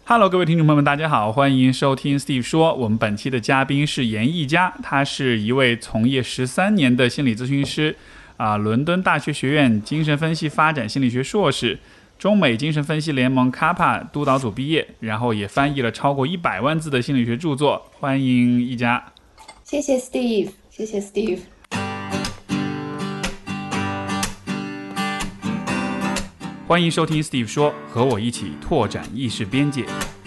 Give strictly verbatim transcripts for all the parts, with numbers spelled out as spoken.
Hello，各位听众朋友们，大家好，欢迎收听 Steve 说。我们本期的嘉宾是严艺佳，他是一位从业十三年的心理咨询师，啊，伦敦大学学院精神分析发展心理学硕士，中美精神分析联盟 C A P A 督导组毕业，然后也翻译了超过一百万字的心理学著作。欢迎艺佳。 谢谢 Steve， 谢谢 Steve。 欢迎收听 Steve 说，和我一起拓展意识边界。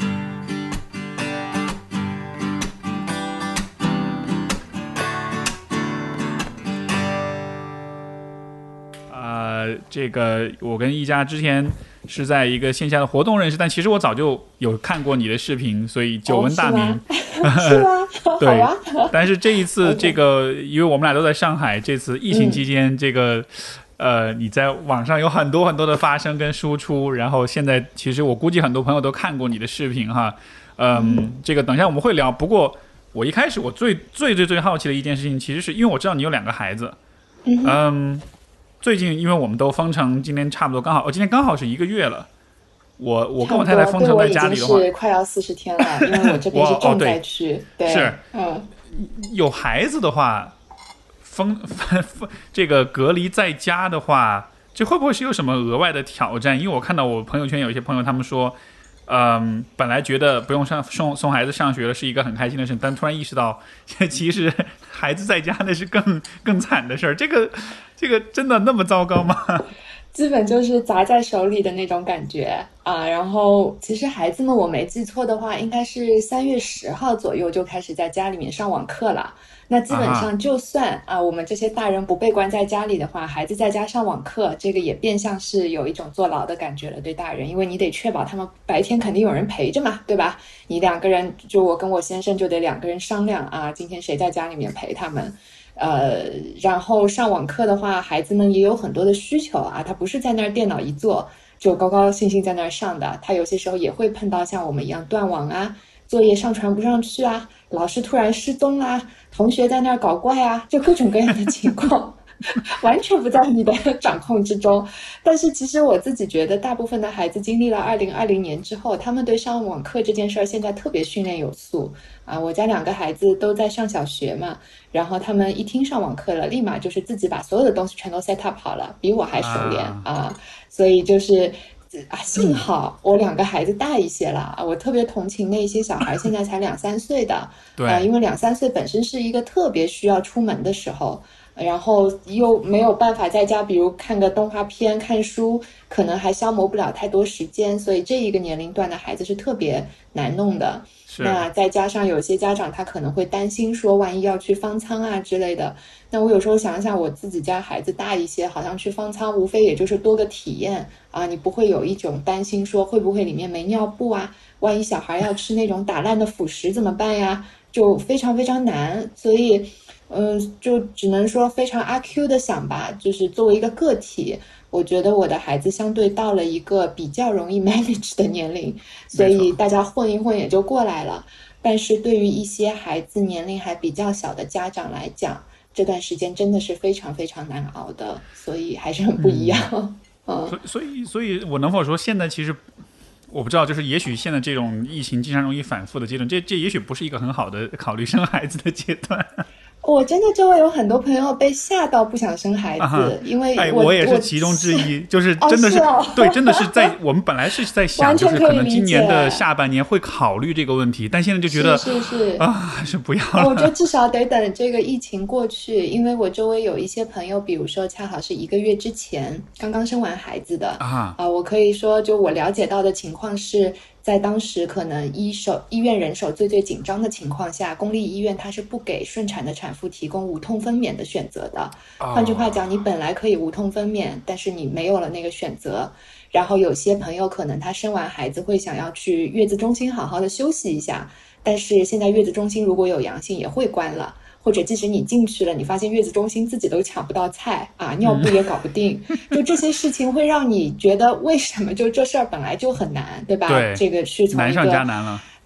呃，这个我跟艺佳之前是在一个线下的活动认识，但其实我早就有看过你的视频，所以久闻大名。 哦、是吗？是吗？ 对， 好啊。 但是这一次这个，因为我们俩都在上海，这次疫情期间，嗯、这个。呃，你在网上有很多很多的发声跟输出，然后现在其实我估计很多朋友都看过你的视频哈，嗯，嗯这个等一下我们会聊。不过我一开始我最最最最好奇的一件事情，其实是因为我知道你有两个孩子，嗯，嗯最近因为我们都封城，今天差不多刚好，我、哦、今天刚好是一个月了。我我跟我太太封城在家里的话， 我已经是快要四十天了，因为我这边是重灾区， 哦、 对， 是， 嗯， 有孩子的话。封封这个隔离在家的话，这会不会是有什么额外的挑战？因为我看到我朋友圈有一些朋友他们说，嗯，本来觉得不用上送送孩子上学了是一个很开心的事，但突然意识到，其实孩子在家那是更更惨的事儿。这个这个真的那么糟糕吗？ 基本就是砸在手里的那种感觉啊。然后其实孩子们，我没记错的话，应该是三月十号左右就开始在家里面上网课了。那基本上就算 啊, 啊，我们这些大人不被关在家里的话，孩子在家上网课，这个也变相是有一种坐牢的感觉了，对大人，因为你得确保他们白天肯定有人陪着嘛，对吧？你两个人，就我跟我先生就得两个人商量啊，今天谁在家里面陪他们。呃，然后上网课的话，孩子们也有很多的需求啊，他不是在那儿电脑一坐就高高兴兴在那儿上的，他有些时候也会碰到像我们一样断网啊，作业上传不上去啊，老师突然失踪啊，同学在那儿搞怪啊，就各种各样的情况完全不在你的掌控之中。但是其实我自己觉得大部分的孩子经历了二零二零年之后，他们对上网课这件事儿现在特别训练有素啊。我家两个孩子都在上小学嘛，然后他们一听上网课了，立马就是自己把所有的东西全都 set up 好了，比我还熟练 啊, 啊所以就是啊，幸好我两个孩子大一些了啊，我特别同情那些小孩现在才两三岁的， 对啊，因为两三岁本身是一个特别需要出门的时候，然后又没有办法在家，比如看个动画片、看书，可能还消磨不了太多时间，所以这一个年龄段的孩子是特别难弄的。那再加上有些家长他可能会担心说，万一要去方舱啊之类的。那我有时候想想，我自己家孩子大一些，好像去方舱无非也就是多个体验啊，你不会有一种担心说会不会里面没尿布啊，万一小孩要吃那种打烂的辅食怎么办呀，就非常非常难。所以嗯、呃，就只能说非常阿 Q 的想吧，就是作为一个个体，我觉得我的孩子相对到了一个比较容易 manage 的年龄，所以大家混一混也就过来了。但是对于一些孩子年龄还比较小的家长来讲，这段时间真的是非常非常难熬的，所以还是很不一样。 嗯，嗯所以所以我能否说现在其实我不知道，就是也许现在这种疫情经常容易反复的阶段，这这也许不是一个很好的考虑生孩子的阶段。 我真的周围有很多朋友被吓到不想生孩子，啊、因为我、 哎、我也是其中之一，就是真的是、 哦是哦、 对，真的是在我们本来是在想，就是可能今年的下半年会考虑这个问题，但现在就觉得是是是啊，还是不要了。 我觉得至少得等这个疫情过去，因为我周围有一些朋友，比如说恰好是一个月之前刚刚生完孩子的啊、呃，我可以说，就我了解到的情况是。在当时可能医手医院人手最最紧张的情况下，公立医院它是不给顺产的产妇提供无痛分娩的选择的。换句话讲，你本来可以无痛分娩，但是你没有了那个选择。然后有些朋友可能他生完孩子会想要去月子中心好好的休息一下，但是现在月子中心如果有阳性也会关了。或者即使你进去了，你发现月子中心自己都抢不到菜啊，尿布也搞不定，嗯、就这些事情会让你觉得为什么就这事儿本来就很难，对吧？ 对， 这个是从一个难上加难了。 对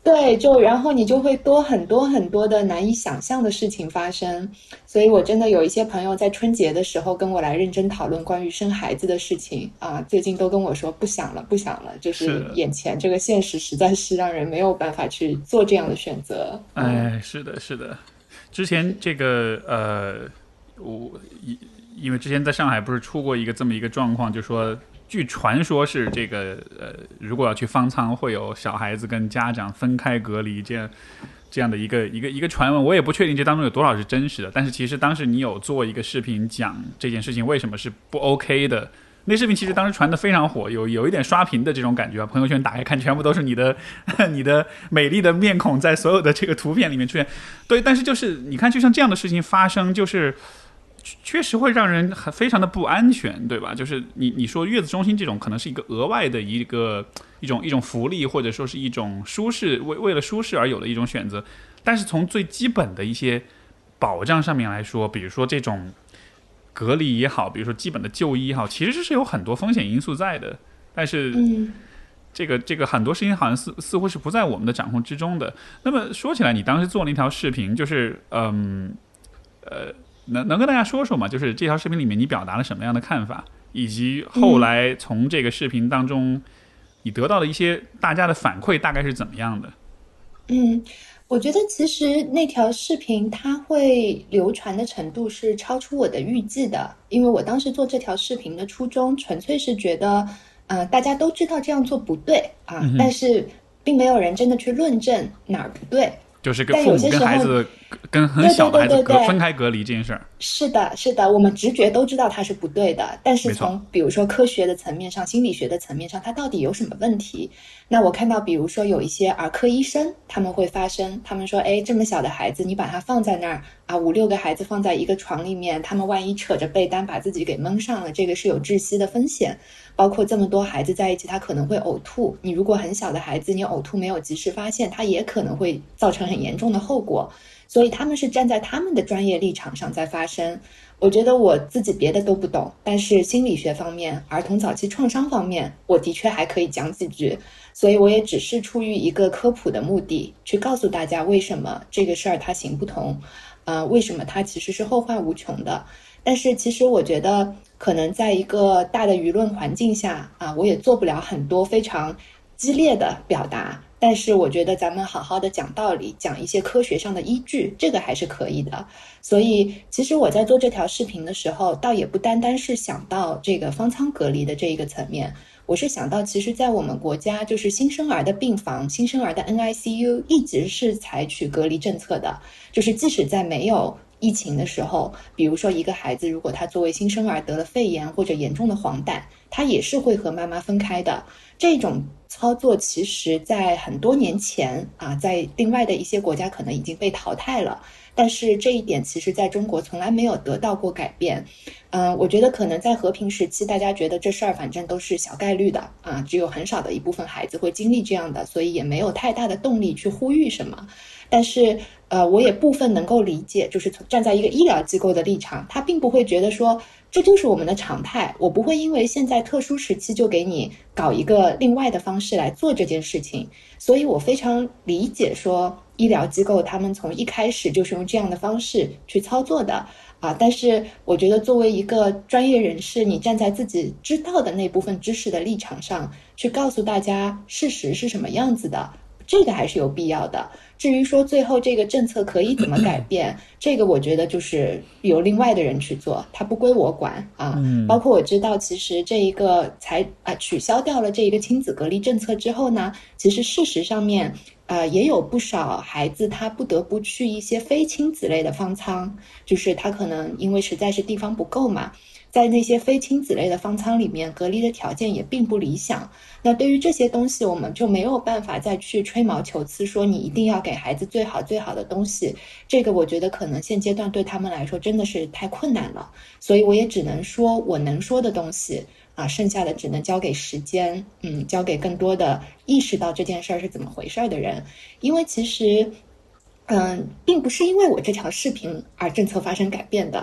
对，就然后你就会多很多很多的难以想象的事情发生，所以我真的有一些朋友在春节的时候跟我来认真讨论关于生孩子的事情啊，最近都跟我说不想了，不想了，就是眼前这个现实实在是让人没有办法去做这样的选择。 哎，是的，是的，之前这个呃，我因为之前在上海不是出过一个这么一个状况，就说。据传说是这个呃，如果要去方舱，会有小孩子跟家长分开隔离，这样这样的一个一个一个传闻，我也不确定这当中有多少是真实的。但是其实当时你有做一个视频讲这件事情为什么是不 OK 的，那视频其实当时传得非常火，有有一点刷屏的这种感觉啊。朋友圈打开看，全部都是你的你的美丽的面孔在所有的这个图片里面出现。对，但是就是你看，就像这样的事情发生，就是。确实会让人很非常的不安全，对吧？就是你你说月子中心这种可能是一个额外的一个一种一种福利，或者说是一种舒适为为了舒适而有的一种选择，但是从最基本的一些保障上面来说，比如说这种隔离也好，比如说基本的就医也好，其实是有很多风险因素在的。但是，这个这个很多事情好像似似乎是不在我们的掌控之中的。那么说起来，你当时做了一条视频，就是嗯呃。能能跟大家说说吗？就是这条视频里面你表达了什么样的看法，以及后来从这个视频当中你得到的一些大家的反馈大概是怎么样的？ 嗯，我觉得其实那条视频它会流传的程度是超出我的预计的，因为我当时做这条视频的初衷纯粹是觉得，呃，大家都知道这样做不对啊，嗯、但是并没有人真的去论证哪儿不对。 就是跟父母跟孩子跟很小的孩子隔分开隔离这件事儿， 是的，是的，我们直觉都知道它是不对的，但是从比如说科学的层面上、心理学的层面上，它到底有什么问题？那我看到，比如说有一些儿科医生，他们会发声，他们说，哎，这么小的孩子，你把他放在那儿啊，五六个孩子放在一个床里面，他们万一扯着被单把自己给蒙上了，这个是有窒息的风险。包括这么多孩子在一起，他可能会呕吐。你如果很小的孩子，你呕吐没有及时发现，他也可能会造成很严重的后果。所以他们是站在他们的专业立场上在发声。我觉得我自己别的都不懂，但是心理学方面、儿童早期创伤方面，我的确还可以讲几句。所以我也只是出于一个科普的目的，去告诉大家为什么这个事儿它行不通，呃，为什么它其实是后患无穷的。但是其实我觉得可能在一个大的舆论环境下啊，我也做不了很多非常激烈的表达，但是我觉得咱们好好的讲道理，讲一些科学上的依据，这个还是可以的。所以其实我在做这条视频的时候，倒也不单单是想到这个方舱隔离的这一个层面，我是想到其实在我们国家，就是新生儿的病房、新生儿的 N I C U 一直是采取隔离政策的，就是即使在没有疫情的时候，比如说一个孩子如果他作为新生儿得了肺炎或者严重的黄疸，他也是会和妈妈分开的。这种操作其实在很多年前啊，在另外的一些国家可能已经被淘汰了，但是这一点其实在中国从来没有得到过改变。嗯、呃，我觉得可能在和平时期，大家觉得这事儿反正都是小概率的啊，只有很少的一部分孩子会经历这样的，所以也没有太大的动力去呼吁什么。但是呃，我也部分能够理解，就是从站在一个医疗机构的立场，他并不会觉得说这就是我们的常态，我不会因为现在特殊时期就给你搞一个另外的方式来做这件事情。所以我非常理解说医疗机构他们从一开始就是用这样的方式去操作的啊，但是我觉得作为一个专业人士，你站在自己知道的那部分知识的立场上去告诉大家事实是什么样子的，这个还是有必要的。至于说最后这个政策可以怎么改变，这个我觉得就是由另外的人去做，它不归我管啊。嗯、包括我知道，其实这一个才啊取消掉了这一个亲子隔离政策之后呢，其实事实上面呃也有不少孩子他不得不去一些非亲子类的方舱，就是他可能因为实在是地方不够嘛。在那些非亲子类的方舱里面，隔离的条件也并不理想。那对于这些东西，我们就没有办法再去吹毛求疵，说你一定要给孩子最好最好的东西。这个我觉得可能现阶段对他们来说真的是太困难了。所以我也只能说我能说的东西啊，剩下的只能交给时间，嗯，交给更多的意识到这件事儿是怎么回事的人。因为其实，嗯，并不是因为我这条视频而政策发生改变的。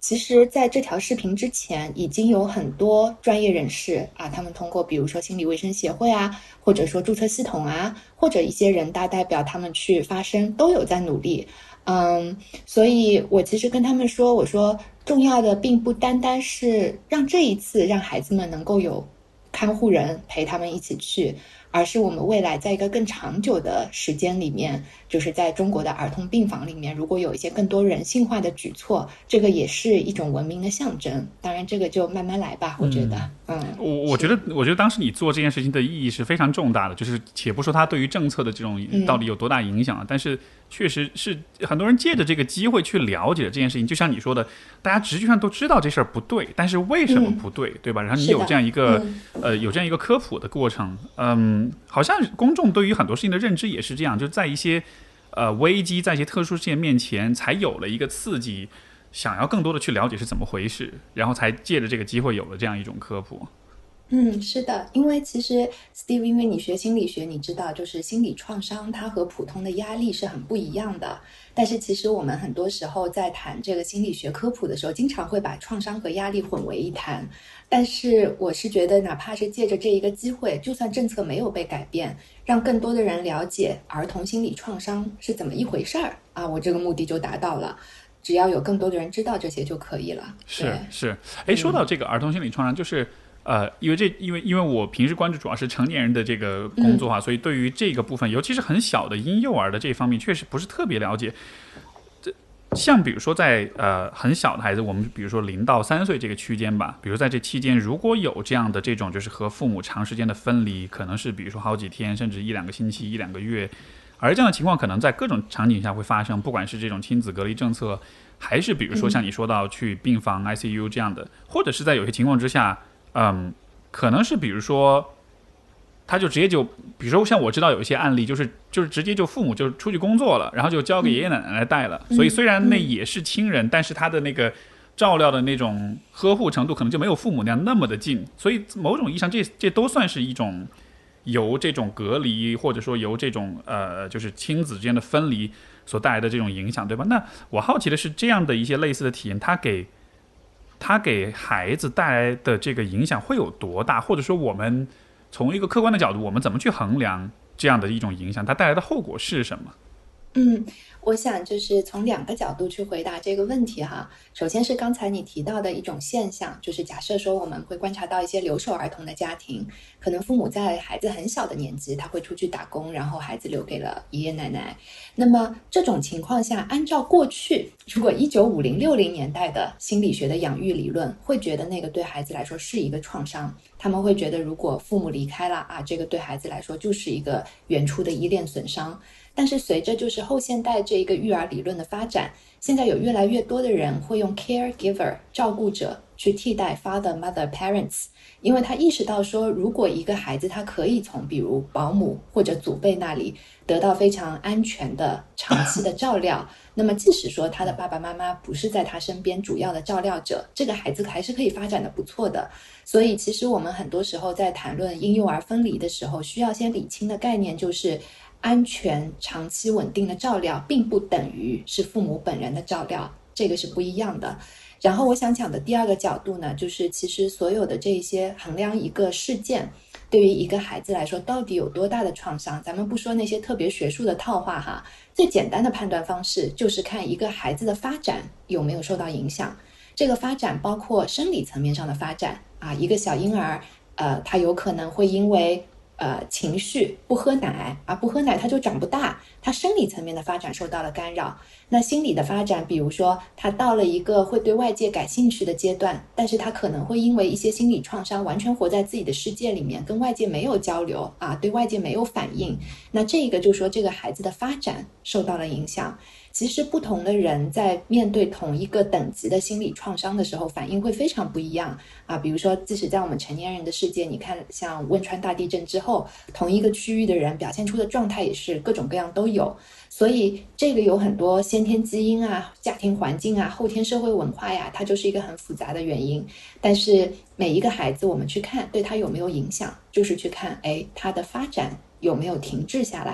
其实在这条视频之前已经有很多专业人士啊，他们通过比如说心理卫生协会啊，或者说注册系统啊，或者一些人大代表他们去发声，都有在努力。嗯，所以我其实跟他们说，我说重要的并不单单是让这一次让孩子们能够有看护人陪他们一起去，而是我们未来在一个更长久的时间里面，就是在中国的儿童病房里面，如果有一些更多人性化的举措，这个也是一种文明的象征。当然这个就慢慢来吧，我觉得。嗯， 嗯我我觉得我觉得当时你做这件事情的意义是非常重大的，就是且不说它对于政策的这种到底有多大影响、啊嗯、但是确实是很多人借着这个机会去了解这件事情，就像你说的，大家直觉上都知道这事儿不对，但是为什么不对、嗯、对吧？然后你有这样一个、嗯、呃有这样一个科普的过程，嗯，好像公众对于很多事情的认知也是这样，就在一些呃危机，在一些特殊事件面前，才有了一个刺激，想要更多的去了解是怎么回事，然后才借着这个机会有了这样一种科普。 嗯，是的，因为其实 Steve， 因为你学心理学，你知道，就是心理创伤它和普通的压力是很不一样的。但是其实我们很多时候在谈这个心理学科普的时候，经常会把创伤和压力混为一谈。但是我是觉得，哪怕是借着这一个机会，就算政策没有被改变，让更多的人了解儿童心理创伤是怎么一回事儿啊，我这个目的就达到了。只要有更多的人知道这些就可以了。 是是，哎，说到这个儿童心理创伤，就是。呃，因为这，因为因为我平时关注主要是成年人的这个工作哈、嗯，所以对于这个部分，尤其是很小的婴幼儿的这方面，确实不是特别了解。这像比如说在呃很小的孩子，我们比如说零到三岁这个区间吧，比如在这期间，如果有这样的这种就是和父母长时间的分离，可能是比如说好几天，甚至一两个星期、一两个月，而这样的情况可能在各种场景下会发生，不管是这种亲子隔离政策，还是比如说像你说到去病房 I C U 这样的，或者是在有些情况之下。嗯，可能是比如说，他就直接就，比如说像我知道有一些案例，就是就是直接就父母就出去工作了，然后就交给爷爷奶奶来带了。嗯、所以虽然那也是亲人、嗯，但是他的那个照料的那种呵护程度，可能就没有父母那样那么的近。所以某种意义上这，这这都算是一种由这种隔离，或者说由这种呃，就是亲子之间的分离所带来的这种影响，对吧？那我好奇的是，这样的一些类似的体验，它给它给孩子带来的这个影响会有多大？或者说，我们从一个客观的角度，我们怎么去衡量这样的一种影响？它带来的后果是什么？ 嗯，我想就是从两个角度去回答这个问题哈。首先是刚才你提到的一种现象，就是假设说我们会观察到一些留守儿童的家庭，可能父母在孩子很小的年纪，他会出去打工，然后孩子留给了爷爷奶奶。那么这种情况下，按照过去如果一九五零六零年代的心理学的养育理论，会觉得那个对孩子来说是一个创伤，他们会觉得如果父母离开了啊，这个对孩子来说就是一个原初的依恋损伤。但是随着就是后现代这一个育儿理论的发展，现在有越来越多的人会用 caregiver 照顾者去替代 father mother parents， 因为他意识到说，如果一个孩子他可以从比如保姆或者祖辈那里得到非常安全的长期的照料，那么即使说他的爸爸妈妈不是在他身边主要的照料者，这个孩子还是可以发展的不错的。所以其实我们很多时候在谈论婴幼儿分离的时候，需要先理清的概念就是安全长期稳定的照料并不等于是父母本人的照料，这个是不一样的。然后我想讲的第二个角度呢，就是其实所有的这些衡量一个事件对于一个孩子来说到底有多大的创伤，咱们不说那些特别学术的套话哈，最简单的判断方式就是看一个孩子的发展有没有受到影响。这个发展包括生理层面上的发展啊，一个小婴儿呃，他有可能会因为呃，情绪不喝奶啊，不喝奶他就长不大，他生理层面的发展受到了干扰。那心理的发展，比如说他到了一个会对外界感兴趣的阶段，但是他可能会因为一些心理创伤，完全活在自己的世界里面，跟外界没有交流啊，对外界没有反应。那这个就说这个孩子的发展受到了影响。其实不同的人在面对同一个等级的心理创伤的时候，反应会非常不一样啊。比如说，即使在我们成年人的世界，你看像汶川大地震之后，同一个区域的人表现出的状态也是各种各样都有。所以这个有很多先天基因啊、家庭环境啊、后天社会文化呀，它就是一个很复杂的原因。但是每一个孩子，我们去看对他有没有影响，就是去看，哎，他的发展有没有停滞下来。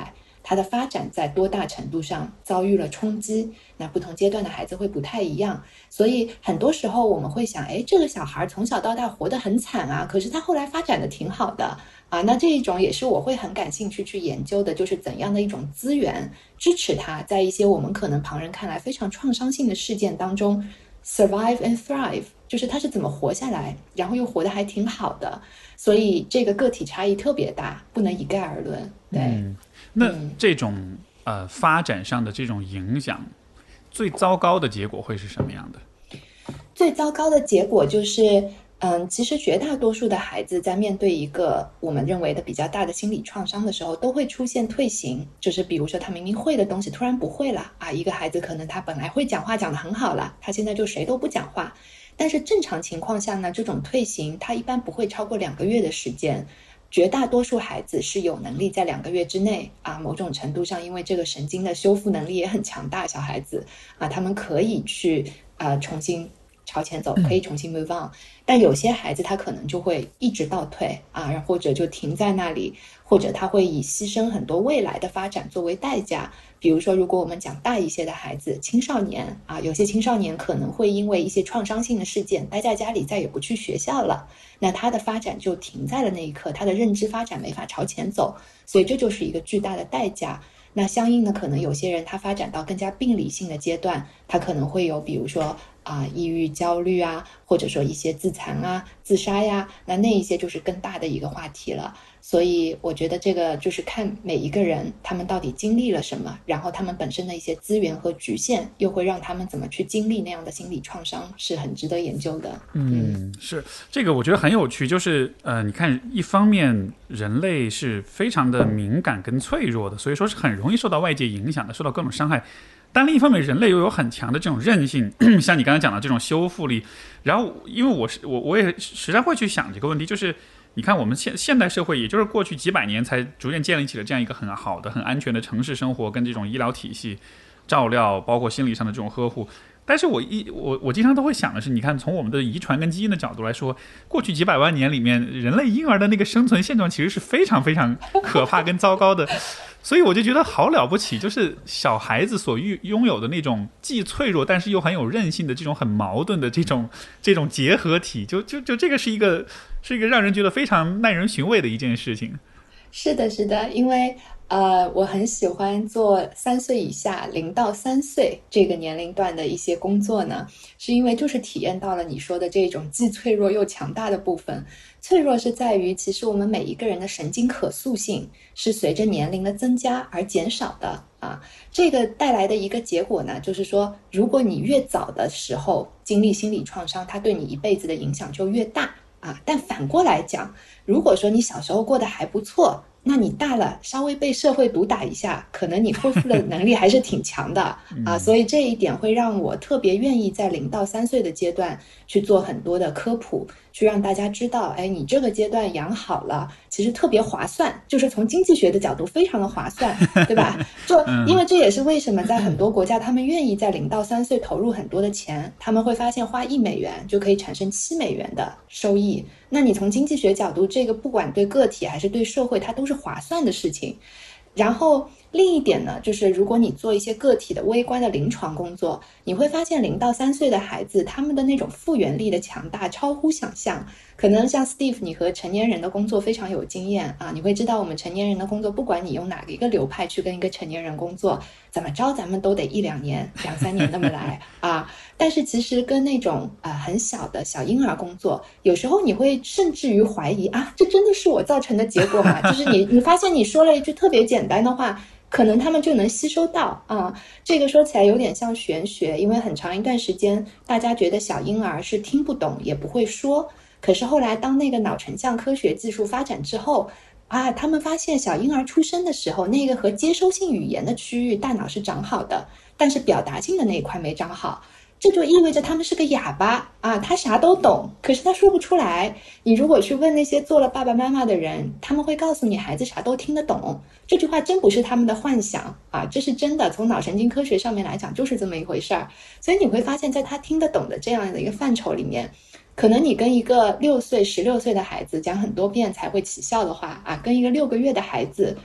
他的发展在多大程度上遭遇了冲击，那不同阶段的孩子会不太一样。所以很多时候我们会想，诶，这个小孩从小到大活得很惨啊，可是他后来发展的挺好的啊，那这一种也是我会很感兴趣去研究的，就是怎样的一种资源支持他在一些我们可能旁人看来非常创伤性的事件当中 survive and thrive， 就是他是怎么活下来，然后又活得还挺好的。所以这个个体差异特别大，不能一概而论。对， 嗯，那这种、嗯、呃发展上的这种影响，最糟糕的结果会是什么样的？ 最糟糕的结果就是，嗯，其实绝大多数的孩子在面对一个我们认为的比较大的心理创伤的时候，都会出现退行，就是比如说他明明会的东西突然不会了啊，一个孩子可能他本来会讲话讲得很好了，他现在就谁都不讲话。但是正常情况下呢，这种退行他一般不会超过两个月的时间。绝大多数孩子是有能力在两个月之内啊，某种程度上因为这个神经的修复能力也很强大，小孩子啊，他们可以去啊重新朝前走，可以重新 move on。但有些孩子他可能就会一直倒退啊，或者就停在那里，或者他会以牺牲很多未来的发展作为代价。比如说如果我们讲大一些的孩子，青少年啊，有些青少年可能会因为一些创伤性的事件待在家里，再也不去学校了，那他的发展就停在了那一刻，他的认知发展没法朝前走，所以这就是一个巨大的代价。那相应的可能有些人他发展到更加病理性的阶段，他可能会有比如说啊、呃、抑郁焦虑啊，或者说一些自残啊自杀呀，那那一些就是更大的一个话题了。所以我觉得这个就是看每一个人他们到底经历了什么，然后他们本身的一些资源和局限又会让他们怎么去经历那样的心理创伤，是很值得研究的。 嗯，是这个我觉得很有趣，就是呃，你看一方面人类是非常的敏感跟脆弱的，所以说是很容易受到外界影响的，受到各种伤害。但另一方面，人类又有很强的这种韧性，像你刚才讲的这种修复力。然后，因为我是我我也时常会去想这个问题，就是你看我们现现代社会，也就是过去几百年才逐渐建立起了这样一个很好的、很安全的城市生活，跟这种医疗体系照料，包括心理上的这种呵护。但是我一我我经常都会想的是，你看从我们的遗传跟基因的角度来说，过去几百万年里面，人类婴儿的那个生存现状其实是非常非常可怕跟糟糕的。所以我就觉得好了不起，就是小孩子所拥有的那种既脆弱但是又很有韧性的这种很矛盾的这种这种结合体，就就就这个是一个是一个让人觉得非常耐人寻味的一件事情。 是的，是的，因为呃，我很喜欢做三岁以下零到三岁这个年龄段的一些工作呢，是因为就是体验到了你说的这种既脆弱又强大的部分。脆弱是在于，其实我们每一个人的神经可塑性是随着年龄的增加而减少的啊。这个带来的一个结果呢，就是说，如果你越早的时候经历心理创伤，它对你一辈子的影响就越大啊。但反过来讲，如果说你小时候过得还不错，那你大了稍微被社会毒打一下，可能你恢复的能力还是挺强的啊。所以这一点会让我特别愿意在零到三岁的阶段去做很多的科普，去让大家知道，哎，你这个阶段养好了，其实特别划算，就是从经济学的角度非常的划算，对吧？就因为这也是为什么在很多国家他们愿意在零到三岁投入很多的钱，他们会发现花一美元就可以产生七美元的收益。那你从经济学角度，这个不管对个体还是对社会，它都是划算的事情。然后另一点呢，就是如果你做一些个体的微观的临床工作，你会发现零到三岁的孩子，他们的那种复原力的强大超乎想象。可能像 Steve 你和成年人的工作非常有经验啊，你会知道我们成年人的工作，不管你用哪一个流派去跟一个成年人工作，怎么着咱们都得一两年两三年那么来啊。但是其实跟那种呃很小的小婴儿工作，有时候你会甚至于怀疑啊，这真的是我造成的结果吗？就是你你发现你说了一句特别简单的话，可能他们就能吸收到啊。这个说起来有点像玄学，因为很长一段时间大家觉得小婴儿是听不懂也不会说，可是后来当那个脑成像科学技术发展之后啊，他们发现小婴儿出生的时候，那个和接收性语言的区域大脑是长好的，但是表达性的那一块没长好。这就意味着他们是个哑巴啊，他啥都懂，可是他说不出来。你如果去问那些做了爸爸妈妈的人，他们会告诉你孩子啥都听得懂。这句话真不是他们的幻想啊，这是真的，从脑神经科学上面来讲就是这么一回事儿。所以你会发现在他听得懂的这样的一个范畴里面，可能你跟一个六岁十六岁的孩子讲很多遍才会起效的话啊，跟一个六个月的孩子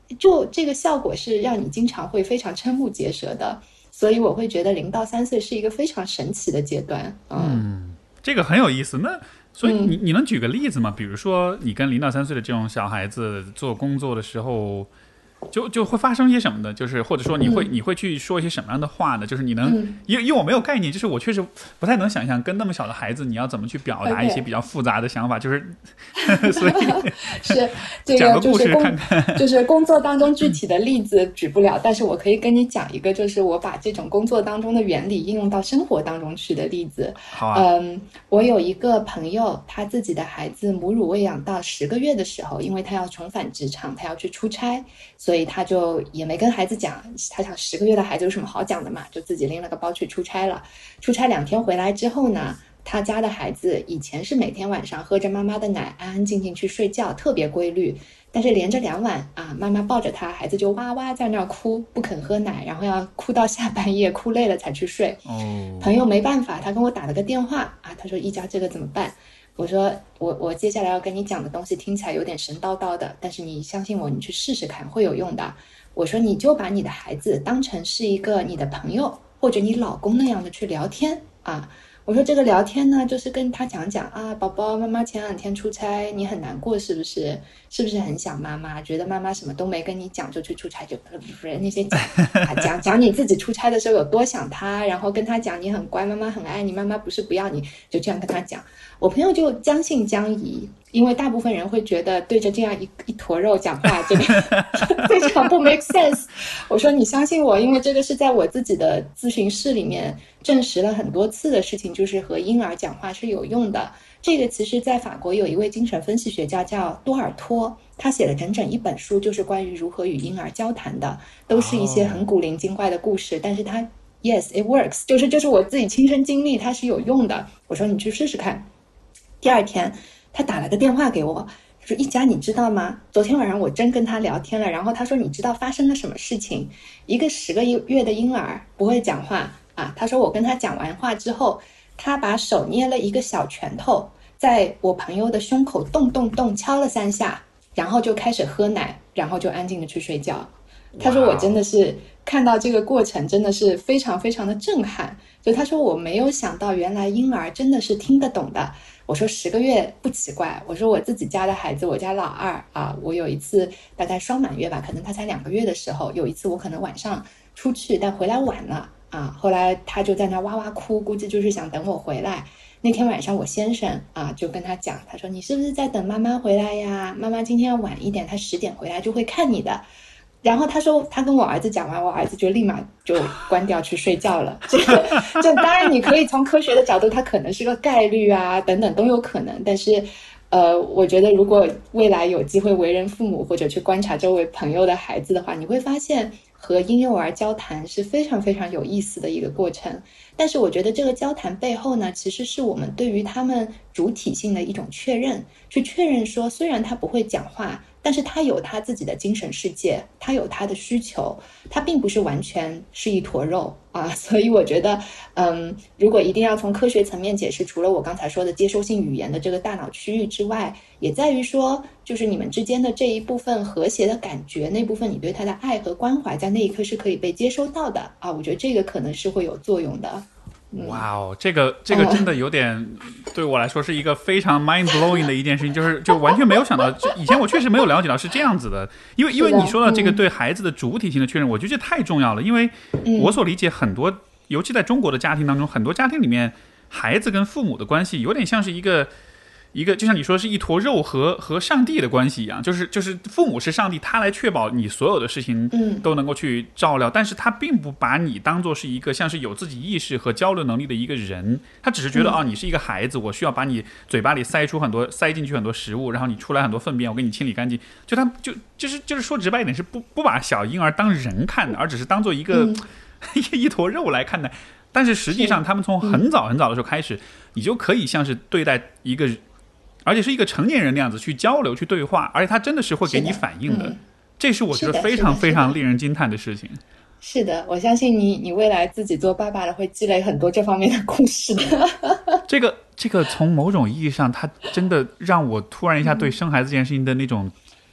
就这个效果是让你经常会非常瞠目结舌的。所以我会觉得零到三岁是一个非常神奇的阶段。嗯， 嗯这个很有意思。那所以你你能举个例子吗？比如说你跟零到三岁的这种小孩子做工作的时候，就就会发生些什么的？就是或者说你会、嗯、你会去说一些什么样的话呢？就是你能，嗯、因为因为我没有概念，就是我确实不太能想象跟那么小的孩子你要怎么去表达一些比较复杂的想法， okay. 就是所以是这个讲个故事看看， 就是工作当中具体的例子举不了，但是我可以跟你讲一个，就是我把这种工作当中的原理应用到生活当中去的例子。 好啊。 嗯，我有一个朋友，他自己的孩子母乳喂养到十个月的时候，因为他要重返职场，他要去出差。所以他就也没跟孩子讲，他想十个月的孩子有什么好讲的嘛，就自己拎了个包去出差了。出差两天回来之后呢，他家的孩子以前是每天晚上喝着妈妈的奶安安静静去睡觉，特别规律，但是连着两晚啊，妈妈抱着他，孩子就哇哇在那儿哭，不肯喝奶，然后要哭到下半夜，哭累了才去睡。 哦， 朋友没办法，他跟我打了个电话啊，他说一家这个怎么办？我说我我接下来要跟你讲的东西听起来有点神叨叨的，但是你相信我，你去试试看会有用的。我说你就把你的孩子当成是一个你的朋友或者你老公那样的去聊天啊。我说这个聊天呢，就是跟他讲讲啊，宝宝，妈妈前两天出差，你很难过是不是？是不是很想妈妈？觉得妈妈什么都没跟你讲就去出差，就那些讲啊讲讲你自己出差的时候有多想他，然后跟他讲你很乖，妈妈很爱你，妈妈不是不要你，就这样跟他讲。我朋友就将信将疑，因为大部分人会觉得对着这样一一坨肉讲话，这个非常不 make sense。我说你相信我，因为这个是在我自己的咨询室里面证实了很多次的事情，就是和婴儿讲话是有用的。这个其实在法国有一位精神分析学家叫多尔托，他写了整整一本书，就是关于如何与婴儿交谈的，都是一些很古灵精怪的故事， oh. 但是他 yes it works， 就是就是我自己亲身经历，它是有用的。我说你去试试看。第二天他打了个电话给我，他说一家你知道吗，昨天晚上我真跟他聊天了，然后他说你知道发生了什么事情，一个十个月的婴儿不会讲话啊，他说我跟他讲完话之后，他把手捏了一个小拳头在我朋友的胸口动动动敲了三下，然后就开始喝奶，然后就安静的去睡觉。他说我真的是看到这个过程真的是非常非常的震撼，就他说我没有想到原来婴儿真的是听得懂的。我说十个月不奇怪，我说我自己家的孩子，我家老二啊，我有一次大概双满月吧，可能他才两个月的时候，有一次我可能晚上出去但回来晚了啊，后来他就在那哇哇哭，估计就是想等我回来。那天晚上我先生啊就跟他讲，他说你是不是在等妈妈回来呀？妈妈今天要晚一点，她十点回来就会看你的。然后他说他跟我儿子讲完，我儿子就立马就关掉去睡觉了。这个这当然你可以从科学的角度，它可能是个概率啊等等都有可能，但是呃，我觉得如果未来有机会为人父母或者去观察周围朋友的孩子的话，你会发现和婴幼儿交谈是非常非常有意思的一个过程。但是我觉得这个交谈背后呢，其实是我们对于他们主体性的一种确认，去确认说虽然他不会讲话，但是他有他自己的精神世界，他有他的需求，他并不是完全是一坨肉啊。所以我觉得嗯，如果一定要从科学层面解释，除了我刚才说的接收性语言的这个大脑区域之外，也在于说就是你们之间的这一部分和谐的感觉，那部分你对他的爱和关怀在那一刻是可以被接收到的啊。我觉得这个可能是会有作用的。 哇哦，这个这个真的有点、嗯、对我来说是一个非常 mind blowing 的一件事情，就是就完全没有想到，就以前我确实没有了解到是这样子的。因为因为你说到这个对孩子的主体性的确认、嗯、我觉得这太重要了。因为我所理解很多、嗯、尤其在中国的家庭当中，很多家庭里面孩子跟父母的关系有点像是一个一个就像你说是一坨肉和和上帝的关系一样，就是就是父母是上帝，他来确保你所有的事情都能够去照料、嗯、但是他并不把你当作是一个像是有自己意识和交流能力的一个人，他只是觉得、嗯、哦，你是一个孩子，我需要把你嘴巴里塞出很多塞进去很多食物，然后你出来很多粪便，我给你清理干净。就他就就是就是说直白一点，是不不把小婴儿当人看的，而只是当做一个、嗯、一坨肉来看待。但是实际上他们从很早很早的时候开始、嗯、你就可以像是对待一个而且是一个成年人那样子去交流去对话，而且他真的是会给你反应 的, 的、嗯、这是我觉得非常非常令人惊叹的事情。 是的，我相信你你未来自己做爸爸了会积累很多这方面的故事的。 这个这个从某种意义上它真的让我突然一下对生孩子这件事情的那种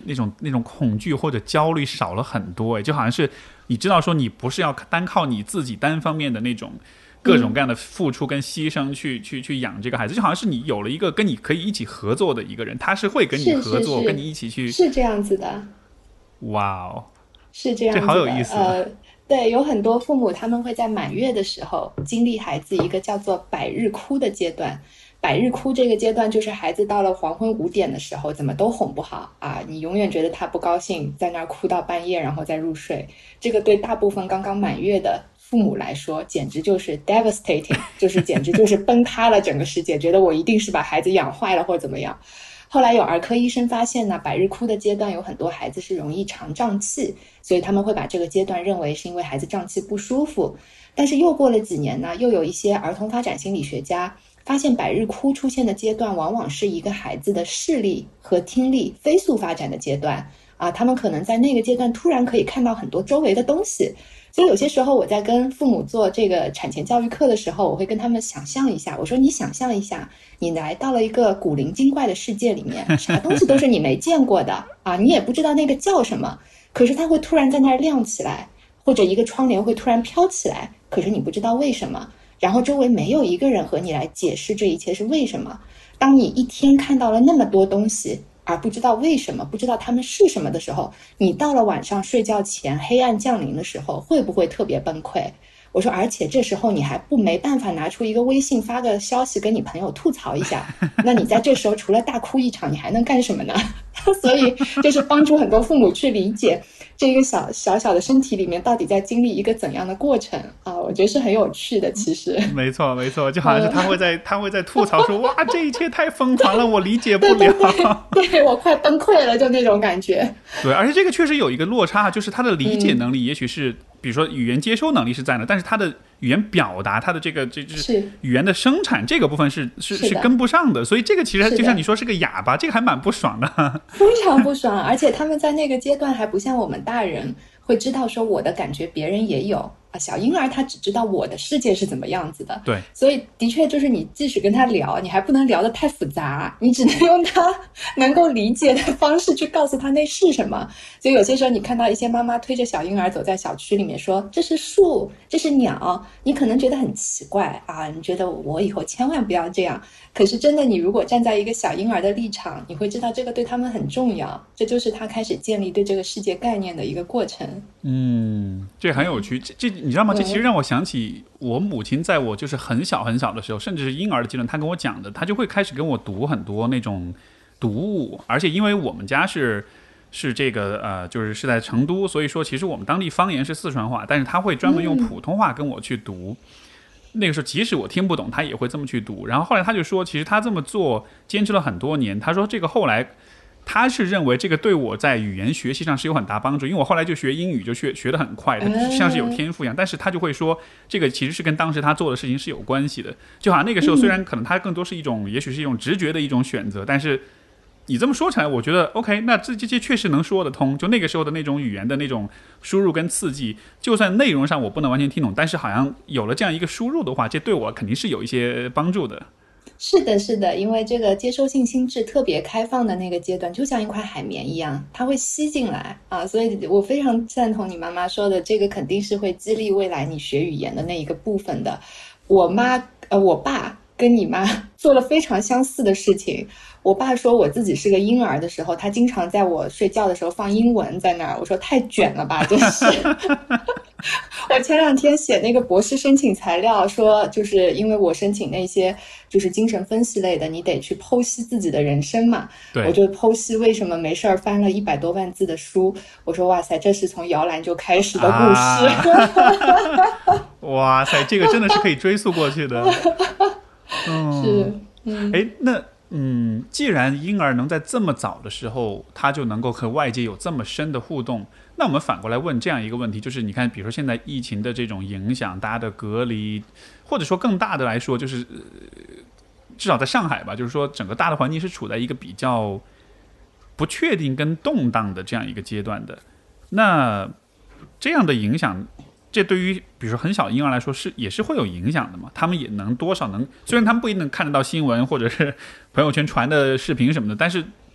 那种那种恐惧或者焦虑少了很多，哎，就好像是你知道说你不是要单靠你自己单方面的那种各种各样的付出跟牺牲去、嗯、去去养这个孩子，就好像是你有了一个跟你可以一起合作的一个人，他是会跟你合作， 是是是跟你一起去， 是这样子的。 哇哦， 是这样子的， 这好有意思。 呃，对，有很多父母他们会在满月的时候经历孩子一个叫做百日哭的阶段。百日哭这个阶段就是孩子到了黄昏五点的时候怎么都哄不好啊，你永远觉得他不高兴，在那儿哭到半夜然后再入睡。这个对大部分刚刚满月的父母来说简直就是 devastating， 就是简直就是崩塌了整个世界，觉得我一定是把孩子养坏了或怎么样。后来有儿科医生发现呢，百日哭的阶段有很多孩子是容易肠胀气，所以他们会把这个阶段认为是因为孩子胀气不舒服。但是又过了几年呢，又有一些儿童发展心理学家发现百日哭出现的阶段往往是一个孩子的视力和听力飞速发展的阶段啊，他们可能在那个阶段突然可以看到很多周围的东西。所以有些时候我在跟父母做这个产前教育课的时候，我会跟他们想象一下，我说你想象一下，你来到了一个古灵精怪的世界里面，啥东西都是你没见过的啊，你也不知道那个叫什么，可是它会突然在那儿亮起来，或者一个窗帘会突然飘起来，可是你不知道为什么，然后周围没有一个人和你来解释这一切是为什么。当你一天看到了那么多东西而不知道为什么，不知道它们是什么的时候，你到了晚上睡觉前黑暗降临的时候，会不会特别崩溃？我说，而且这时候你还不没办法拿出一个微信发个消息跟你朋友吐槽一下，那你在这时候除了大哭一场，你还能干什么呢？所以就是帮助很多父母去理解这个小小小的身体里面到底在经历一个怎样的过程啊，我觉得是很有趣的。其实没错没错，就好像是他会在、嗯、他会在吐槽说，哇，这一切太疯狂了，我理解不了。对, 对, 对, 对，我快崩溃了，就那种感觉。 对，而且这个确实有一个落差，就是他的理解能力也许是、嗯、比如说语言接收能力是在的，但是他的语言表达，他的这个这就是语言的生产这个部分是是 是, 是跟不上的，所以这个其实就像你说是个哑巴，这个还蛮不爽的， 非常不爽。而且他们在那个阶段还不像我们大人会知道说我的感觉别人也有啊，小婴儿他只知道我的世界是怎么样子的。 对， 所以的确就是你即使跟他聊，你还不能聊得太复杂，你只能用他能够理解的方式去告诉他那是什么。所以有些时候你看到一些妈妈推着小婴儿走在小区里面说这是树，这是鸟，你可能觉得很奇怪啊，你觉得我以后千万不要这样。可是真的，你如果站在一个小婴儿的立场，你会知道这个对他们很重要，这就是他开始建立对这个世界概念的一个过程。 嗯，这很有趣。这这你知道吗？这其实让我想起我母亲在我就是很小很小的时候，甚至是婴儿的阶段，她跟我讲的，她就会开始跟我读很多那种读物，而且因为我们家是是这个呃，就是是在成都，所以说其实我们当地方言是四川话，但是她会专门用普通话跟我去读。嗯，那个时候即使我听不懂他也会这么去读，然后后来他就说其实他这么做坚持了很多年，他说这个后来他是认为这个对我在语言学习上是有很大帮助，因为我后来就学英语就学学得很快，像是有天赋一样，但是他就会说这个其实是跟当时他做的事情是有关系的，就好像那个时候虽然可能他更多是一种也许是一种直觉的一种选择，但是你这么说起来我觉得 OK， 那这这这确实能说得通，就那个时候的那种语言的那种输入跟刺激，就算内容上我不能完全听懂，但是好像有了这样一个输入的话，这对我肯定是有一些帮助的。 是的是的，因为这个接收性心智特别开放的那个阶段就像一块海绵一样，它会吸进来啊，所以我非常赞同你妈妈说的，这个肯定是会激励未来你学语言的那一个部分的。我妈呃，我爸跟你妈做了非常相似的事情。我爸说我自己是个婴儿的时候，他经常在我睡觉的时候放英文在那儿，我说太卷了吧，真是。我前两天写那个博士申请材料，说就是因为我申请那些就是精神分析类的，你得去剖析自己的人生嘛。 对， 我就剖析为什么没事儿翻了一百多万字的书。我说哇塞，这是从摇篮就开始的故事。 啊、哇塞，这个真的是可以追溯过去的。 嗯、是，嗯， 哎，那。嗯，既然婴儿能在这么早的时候他就能够和外界有这么深的互动，那我们反过来问这样一个问题，就是你看比如说现在疫情的这种影响，大家的隔离，或者说更大的来说就是、呃、至少在上海吧，就是说整个大的环境是处在一个比较不确定跟动荡的这样一个阶段的，那这样的影响这对于比如说很小婴儿来说是也是会有影响的嘛？他们也能多少能，虽然他们不一定能看得到新闻或者是朋友圈传的视频什么的，但是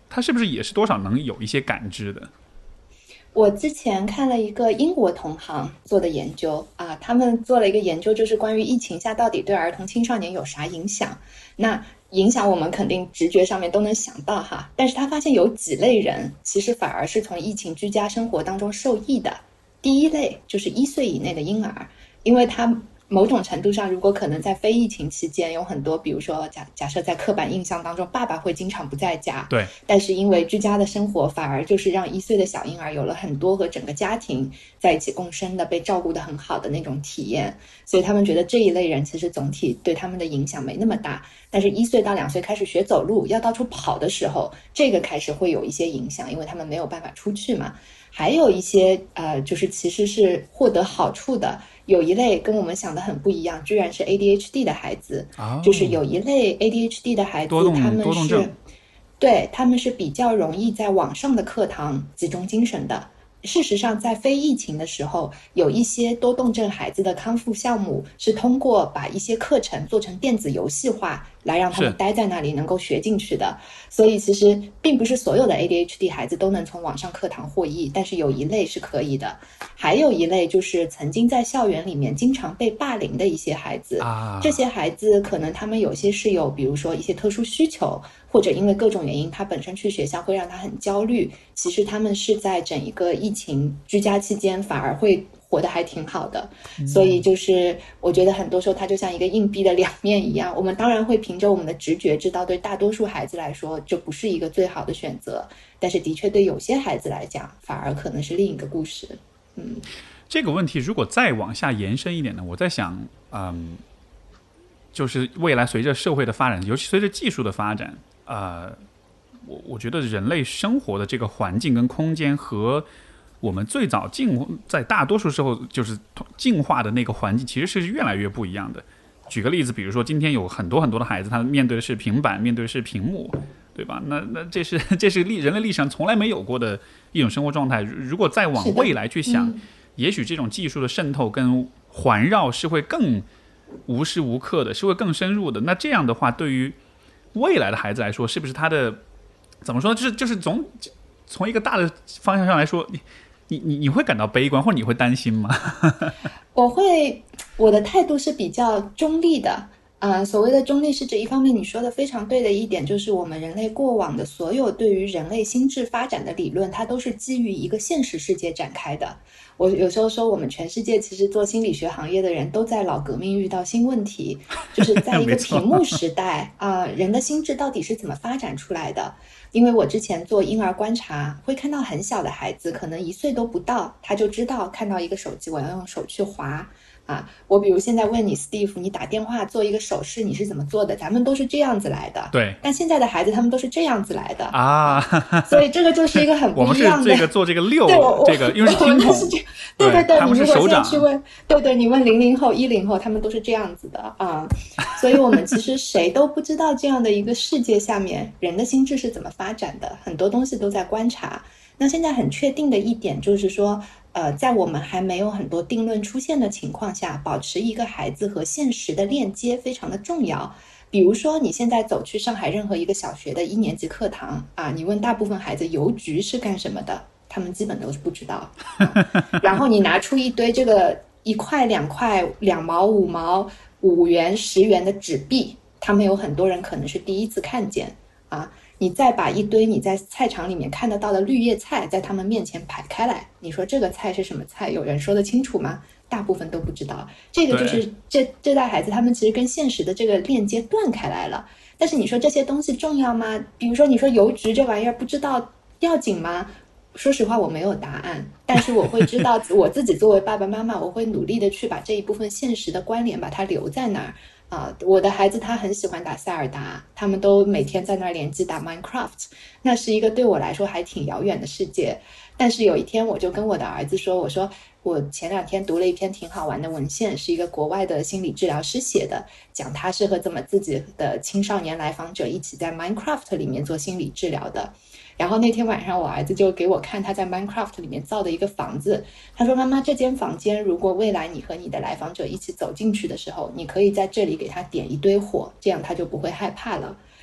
他是不是也是多少能有一些感知的？ 我之前看了一个英国同行做的研究啊，他们做了一个研究，就是关于疫情下到底对儿童青少年有啥影响。那影响我们肯定直觉上面都能想到哈，但是他发现有几类人其实反而是从疫情居家生活当中受益的。第一类就是一岁以内的婴儿，因为他某种程度上，如果可能在非疫情期间有很多，比如说假假设在刻板印象当中，爸爸会经常不在家， 对， 但是因为居家的生活，反而就是让一岁的小婴儿有了很多和整个家庭在一起共生的、被照顾得很好的那种体验，所以他们觉得这一类人其实总体对他们的影响没那么大。但是一岁到两岁开始学走路，要到处跑的时候，这个开始会有一些影响，因为他们没有办法出去嘛。还有一些呃，就是其实是获得好处的。有一类跟我们想的很不一样，居然是 A D H D 的孩子，哦、就是有一类 A D H D 的孩子，他们是，对，他们是比较容易在网上的课堂集中精神的。事实上，在非疫情的时候，有一些多动症孩子的康复项目是通过把一些课程做成电子游戏化，来让他们待在那里能够学进去的。所以其实并不是所有的 A D H D 孩子都能从网上课堂获益，但是有一类是可以的。还有一类就是曾经在校园里面经常被霸凌的一些孩子，啊、这些孩子可能他们有些是有比如说一些特殊需求，或者因为各种原因他本身去学校会让他很焦虑，其实他们是在整一个疫情居家期间反而会活得还挺好的。所以就是我觉得很多时候它就像一个硬币的两面一样，我们当然会凭着我们的直觉知道对大多数孩子来说这不是一个最好的选择，但是的确对有些孩子来讲反而可能是另一个故事。嗯， 这个问题如果再往下延伸一点呢，我在想嗯，就是未来随着社会的发展，尤其随着技术的发展，呃，我我觉得人类生活的这个环境跟空间和我们最早进在大多数时候就是进化的那个环境其实是越来越不一样的。举个例子，比如说今天有很多很多的孩子，他面对的是平板，面对的是屏幕，对吧？那那这是这是历人类历史上从来没有过的一种生活状态。如果再往未来去想，嗯、也许这种技术的渗透跟环绕是会更无时无刻的，是会更深入的。那这样的话，对于未来的孩子来说，是不是他的怎么说？就是就是从从一个大的方向上来说，你你你你会感到悲观，或者你会担心吗？ 我会，我的态度是比较中立的。呃，所谓的中立是指一方面你说的非常对的一点，就是我们人类过往的所有对于人类心智发展的理论，它都是基于一个现实世界展开的。我有时候说我们全世界其实做心理学行业的人都在老革命遇到新问题，就是在一个屏幕时代啊、呃，人的心智到底是怎么发展出来的？因为我之前做婴儿观察，会看到很小的孩子，可能一岁都不到，他就知道看到一个手机，我要用手去滑。啊，我比如现在问你 Steve， 你打电话做一个手势，你是怎么做的？咱们都是这样子来的。 对。 但现在的孩子他们都是这样子来的啊， 所以这个就是一个很不一样的。 我们是这个做这个六，这个因为是听筒。 对对对， 他们是手掌。 你如果现在去问，对对，你问零零后、一零后，他们都是这样子的啊。所以我们其实谁都不知道这样的一个世界下面人的心智是怎么发展的，很多东西都在观察。那现在很确定的一点就是说。呃，在我们还没有很多定论出现的情况下，保持一个孩子和现实的链接非常的重要。比如说，你现在走去上海任何一个小学的一年级课堂啊，你问大部分孩子邮局是干什么的，他们基本都是不知道。啊、然后你拿出一堆这个一块、两块、两毛、五毛、五元、十元的纸币，他们有很多人可能是第一次看见啊。你再把一堆你在菜场里面看得到的绿叶菜在他们面前排开来，你说这个菜是什么菜？有人说得清楚吗？大部分都不知道。这个就是这这代孩子他们其实跟现实的这个链接断开来了。但是你说这些东西重要吗？比如说你说邮局这玩意儿不知道要紧吗？说实话我没有答案，但是我会知道我自己作为爸爸妈妈，我会努力的去把这一部分现实的关联把它留在那儿。啊，我的孩子他很喜欢打塞尔达，他们都每天在那儿联机打 Minecraft， 那是一个对我来说还挺遥远的世界。但是有一天我就跟我的儿子说，我说我前两天读了一篇挺好玩的文献，是一个国外的心理治疗师写的，讲他是和怎么自己的青少年来访者一起在 Minecraft 里面做心理治疗的。然后那天晚上我儿子就给我看他在 Minecraft 里面造的一个房子，他说妈妈，这间房间如果未来你和你的来访者一起走进去的时候，你可以在这里给他点一堆火，这样他就不会害怕了。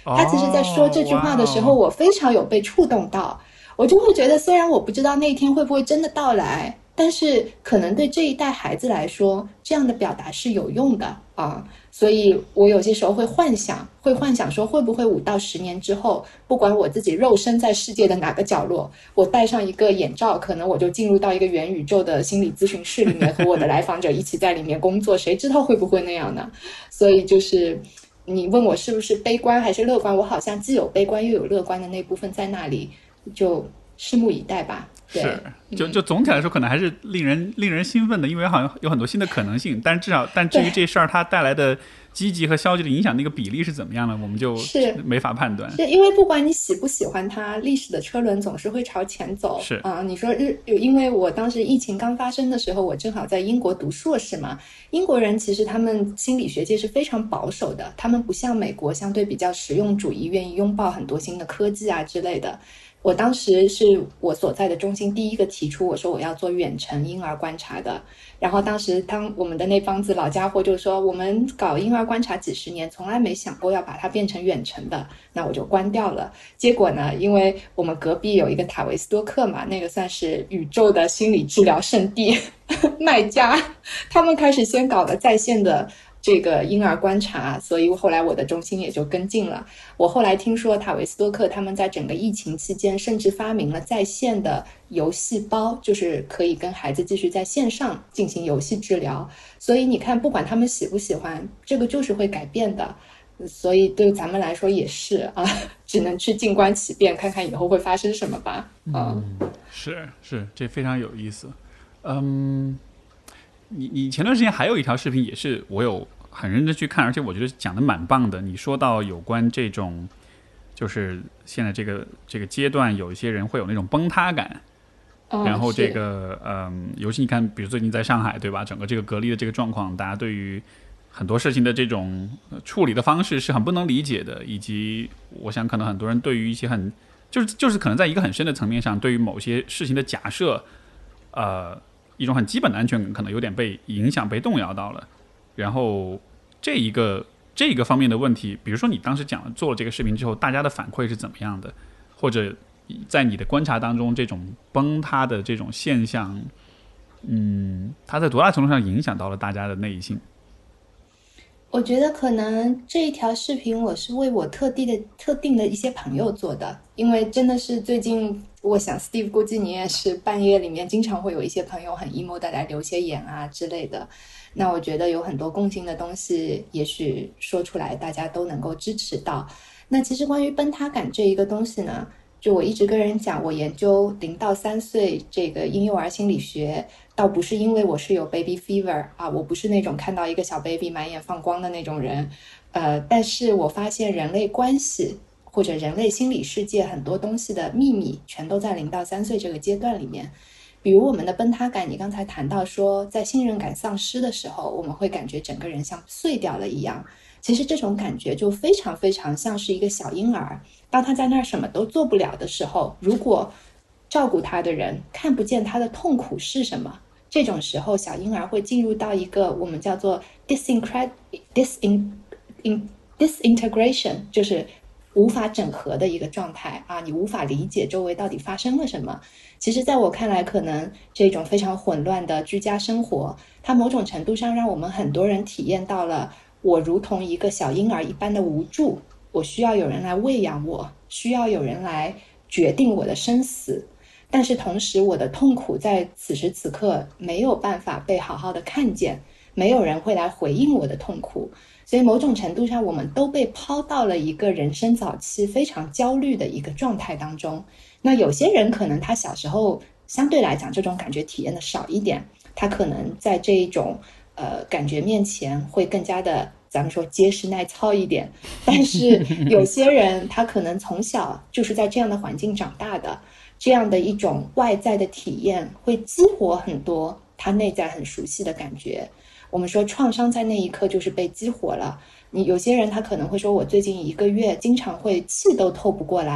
他其实在说这句话的时候， 哦， 我非常有被触动到。我就会觉得，虽然我不知道那一天会不会真的到来，但是可能对这一代孩子来说，这样的表达是有用的啊。所以我有些时候会幻想，会幻想说，会不会五到十年之后，不管我自己肉身在世界的哪个角落，我戴上一个眼罩，可能我就进入到一个元宇宙的心理咨询室里面，和我的来访者一起在里面工作，谁知道会不会那样呢？所以就是你问我是不是悲观还是乐观，我好像既有悲观又有乐观的那部分在那里，就拭目以待吧。 是，就就总体来说，可能还是令人令人兴奋的，因为好像有很多新的可能性。但是至少，但至于这事儿它带来的积极和消极的影响那个比例是怎么样的，我们就是没法判断。 是因为不管你喜不喜欢它，历史的车轮总是会朝前走。 是啊、呃，你说日，因为我当时疫情刚发生的时候，我正好在英国读硕士嘛。英国人其实他们心理学界是非常保守的，他们不像美国相对比较实用主义，愿意拥抱很多新的科技啊之类的。我当时是我所在的中心第一个提出我说我要做远程婴儿观察的，然后当时当我们的那帮子老家伙就说我们搞婴儿观察几十年从来没想过要把它变成远程的，那我就关掉了。结果呢，因为我们隔壁有一个塔维斯多克嘛，那个算是宇宙的心理治疗圣地卖家，他们开始先搞了在线的这个婴儿观察，所以后来我的中心也就跟进了。我后来听说塔维斯多克他们在整个疫情期间甚至发明了在线的游戏包，就是可以跟孩子继续在线上进行游戏治疗。所以你看，不管他们喜不喜欢，这个就是会改变的。所以对咱们来说也是啊，只能去静观其变，看看以后会发生什么吧。嗯， 嗯是是，这非常有意思。嗯，你你前段时间还有一条视频，也是我有很认真去看，而且我觉得讲的蛮棒的。你说到有关这种，就是现在这个这个阶段，有一些人会有那种崩塌感。 哦、 然后这个嗯，尤其你看，比如最近在上海，对吧？整个这个隔离的这个状况，大家对于很多事情的这种处理的方式是很不能理解的，以及我想可能很多人对于一些很就是就是可能在一个很深的层面上，对于某些事情的假设，呃，一种很基本的安全感可能有点被影响、被动摇到了。然后这一个这个方面的问题，比如说你当时讲做了这个视频之后，大家的反馈是怎么样的？或者在你的观察当中，这种崩塌的这种现象，嗯，它在多大程度上影响到了大家的内心？ 我觉得可能这一条视频我是为我特地的特定的一些朋友做的，因为真的是最近，我想 Steve 估计你也是半夜里面经常会有一些朋友很 emo 的来留些言啊之类的，那我觉得有很多共性的东西，也许说出来大家都能够支持到。那其实关于崩塌感这一个东西呢，就我一直跟人讲，我研究零到三岁这个婴幼儿心理学，倒不是因为我是有 baby fever 啊，我不是那种看到一个小 baby 满眼放光的那种人，呃，但是我发现人类关系或者人类心理世界很多东西的秘密，全都在零到三岁这个阶段里面。比如我们的崩塌感，你刚才谈到说，在信任感丧失的时候，我们会感觉整个人像碎掉了一样。其实这种感觉就非常非常像是一个小婴儿，当他在那儿什么都做不了的时候，如果照顾他的人看不见他的痛苦是什么，这种时候小婴儿会进入到一个我们叫做 disincred disin in disintegration， 就是无法整合的一个状态啊，你无法理解周围到底发生了什么。其实在我看来，可能这种非常混乱的居家生活，它某种程度上让我们很多人体验到了我如同一个小婴儿一般的无助，我需要有人来喂养我，需要有人来决定我的生死，但是同时我的痛苦在此时此刻没有办法被好好的看见，没有人会来回应我的痛苦，所以某种程度上我们都被抛到了一个人生早期非常焦虑的一个状态当中。那有些人可能他小时候相对来讲这种感觉体验的少一点，他可能在这一种呃感觉面前会更加的咱们说结实耐操一点，但是有些人他可能从小就是在这样的环境长大的，这样的一种外在的体验会激活很多他内在很熟悉的感觉。我们说创伤在那一刻就是被激活了，你有些人他可能会说我最近一个月经常会气都透不过来，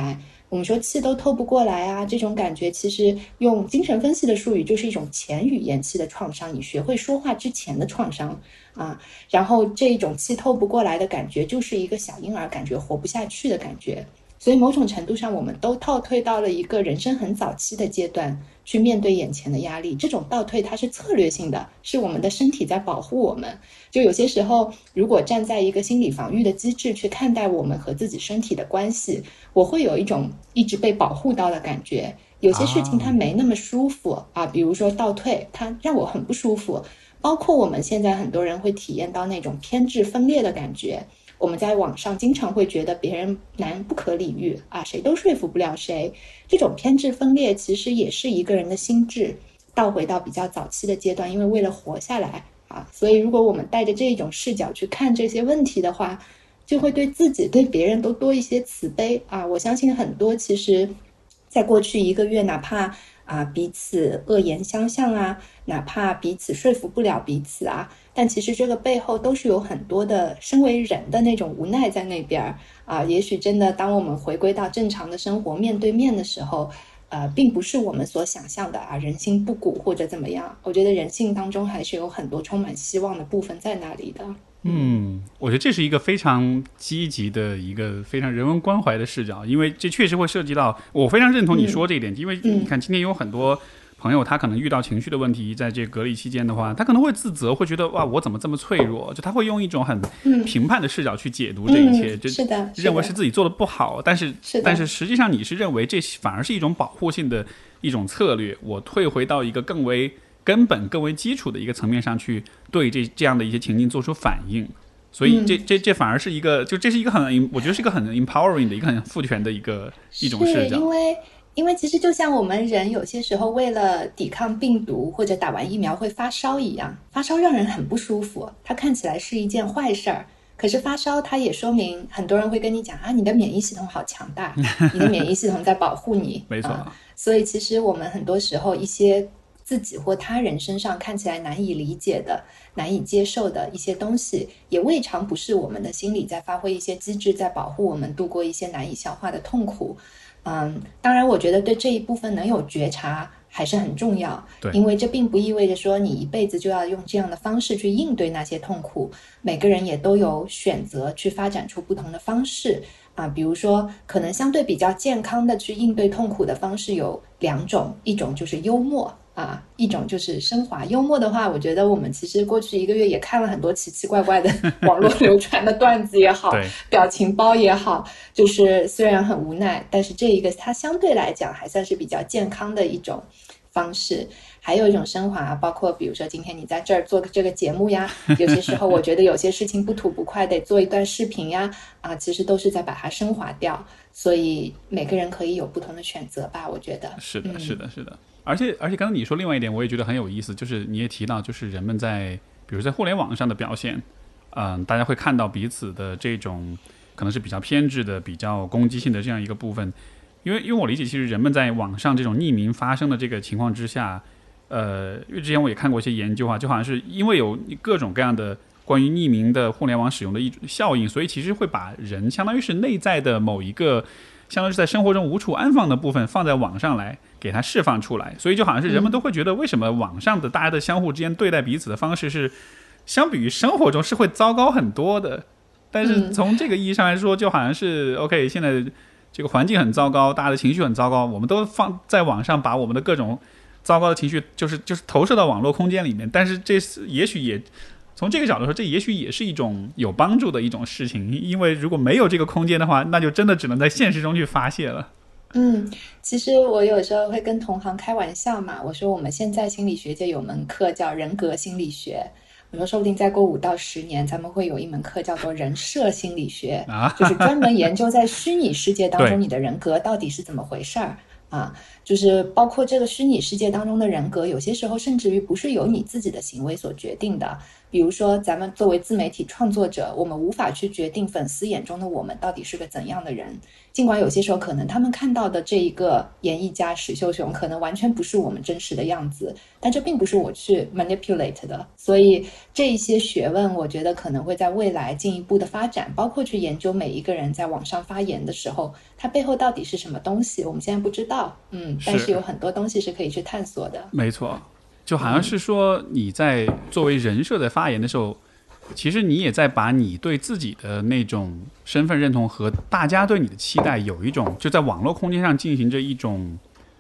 我们说气都透不过来啊，这种感觉其实用精神分析的术语就是一种前语言期的创伤，你学会说话之前的创伤啊。然后这种气透不过来的感觉就是一个小婴儿感觉活不下去的感觉。所以某种程度上我们都倒退到了一个人生很早期的阶段去面对眼前的压力，这种倒退它是策略性的，是我们的身体在保护我们。就有些时候如果站在一个心理防御的机制去看待我们和自己身体的关系，我会有一种一直被保护到的感觉。有些事情它没那么舒服 啊, 啊比如说倒退它让我很不舒服，包括我们现在很多人会体验到那种偏执分裂的感觉。我们在网上经常会觉得别人难不可理喻啊，谁都说服不了谁。这种偏执分裂其实也是一个人的心智倒回到比较早期的阶段，因为为了活下来啊，所以如果我们带着这种视角去看这些问题的话，就会对自己对别人都多一些慈悲啊。我相信很多其实在过去一个月，哪怕啊彼此恶言相向啊，哪怕彼此说服不了彼此啊，但其实这个背后都是有很多的身为人的那种无奈在那边啊。也许真的当我们回归到正常的生活面对面的时候，呃，并不是我们所想象的啊人心不古或者怎么样。我觉得人性当中还是有很多充满希望的部分在那里的。 嗯，我觉得这是一个非常积极的一个非常人文关怀的视角，因为这确实会涉及到，我非常认同你说这一点，嗯、因为你看今天有很多朋友他可能遇到情绪的问题，在这隔离期间的话，他可能会自责，会觉得哇我怎么这么脆弱，就他会用一种很评判的视角去解读这一切， 嗯、就是的， 认为是自己做的不好，但是是但是实际上你是认为这反而是一种保护性的一种策略，我退回到一个更为根本更为基础的一个层面上去对这这样的一些情境做出反应，所以这这这反而是一个，就这是一个很，我觉得是一个很 empowering 的一个很赋权的一个一种视角。 因为因为其实就像我们人有些时候为了抵抗病毒或者打完疫苗会发烧一样，发烧让人很不舒服，它看起来是一件坏事儿，可是发烧它也说明很多人会跟你讲啊，你的免疫系统好强大，你的免疫系统在保护你。 没错、 嗯，所以其实我们很多时候一些自己或他人身上看起来难以理解的、难以接受的一些东西，也未尝不是我们的心理在发挥一些机制，在保护我们度过一些难以消化的痛苦。嗯，当然我觉得对这一部分能有觉察还是很重要，因为这并不意味着说你一辈子就要用这样的方式去应对那些痛苦，每个人也都有选择去发展出不同的方式啊。比如说可能相对比较健康的去应对痛苦的方式有两种，一种就是幽默啊，一种就是升华。幽默的话，我觉得我们其实过去一个月也看了很多奇奇怪怪的网络流传的段子也好，表情包也好，就是虽然很无奈，但是这一个它相对来讲还算是比较健康的一种方式。还有一种升华，包括比如说今天你在这儿做这个节目呀，有些时候我觉得有些事情不吐不快得做一段视频呀，啊，其实都是在把它升华掉。所以每个人可以有不同的选择吧，我觉得。 是的，是的，是的。而且而且刚才你说另外一点我也觉得很有意思，就是你也提到就是人们在比如在互联网上的表现，嗯、呃，大家会看到彼此的这种可能是比较偏执的、比较攻击性的这样一个部分。因为因为我理解，其实人们在网上这种匿名发生的这个情况之下，呃，因为之前我也看过一些研究啊，就好像是因为有各种各样的关于匿名的互联网使用的一种效应，所以其实会把人相当于是内在的某一个相当于是在生活中无处安放的部分放在网上来给它释放出来，所以就好像是人们都会觉得为什么网上的大家的相互之间对待彼此的方式是相比于生活中是会糟糕很多的。但是从这个意义上来说，就好像是 OK 现在这个环境很糟糕，大家的情绪很糟糕，我们都放在网上把我们的各种糟糕的情绪就是就是投射到网络空间里面，但是这也许也从这个角度说，这也许也是一种有帮助的一种事情，因为如果没有这个空间的话，那就真的只能在现实中去发泄了。 嗯，其实我有时候会跟同行开玩笑嘛，我说我们现在心理学界有门课叫人格心理学，我说说不定再过五到十年咱们会有一门课叫做人设心理学、啊、就是专门研究在虚拟世界当中你的人格到底是怎么回事儿啊，就是包括这个虚拟世界当中的人格，有些时候甚至于不是由你自己的行为所决定的。比如说咱们作为自媒体创作者，我们无法去决定粉丝眼中的我们到底是个怎样的人，尽管有些时候可能他们看到的这一个演绎家史秀雄可能完全不是我们真实的样子，但这并不是我去 manipulate 的。所以这一些学问我觉得可能会在未来进一步的发展，包括去研究每一个人在网上发言的时候它背后到底是什么东西，我们现在不知道，嗯，但是有很多东西是可以去探索的。 没错，就好像是说你在作为人设的发言的时候，其实你也在把你对自己的那种身份认同和大家对你的期待有一种，就在网络空间上进行着一种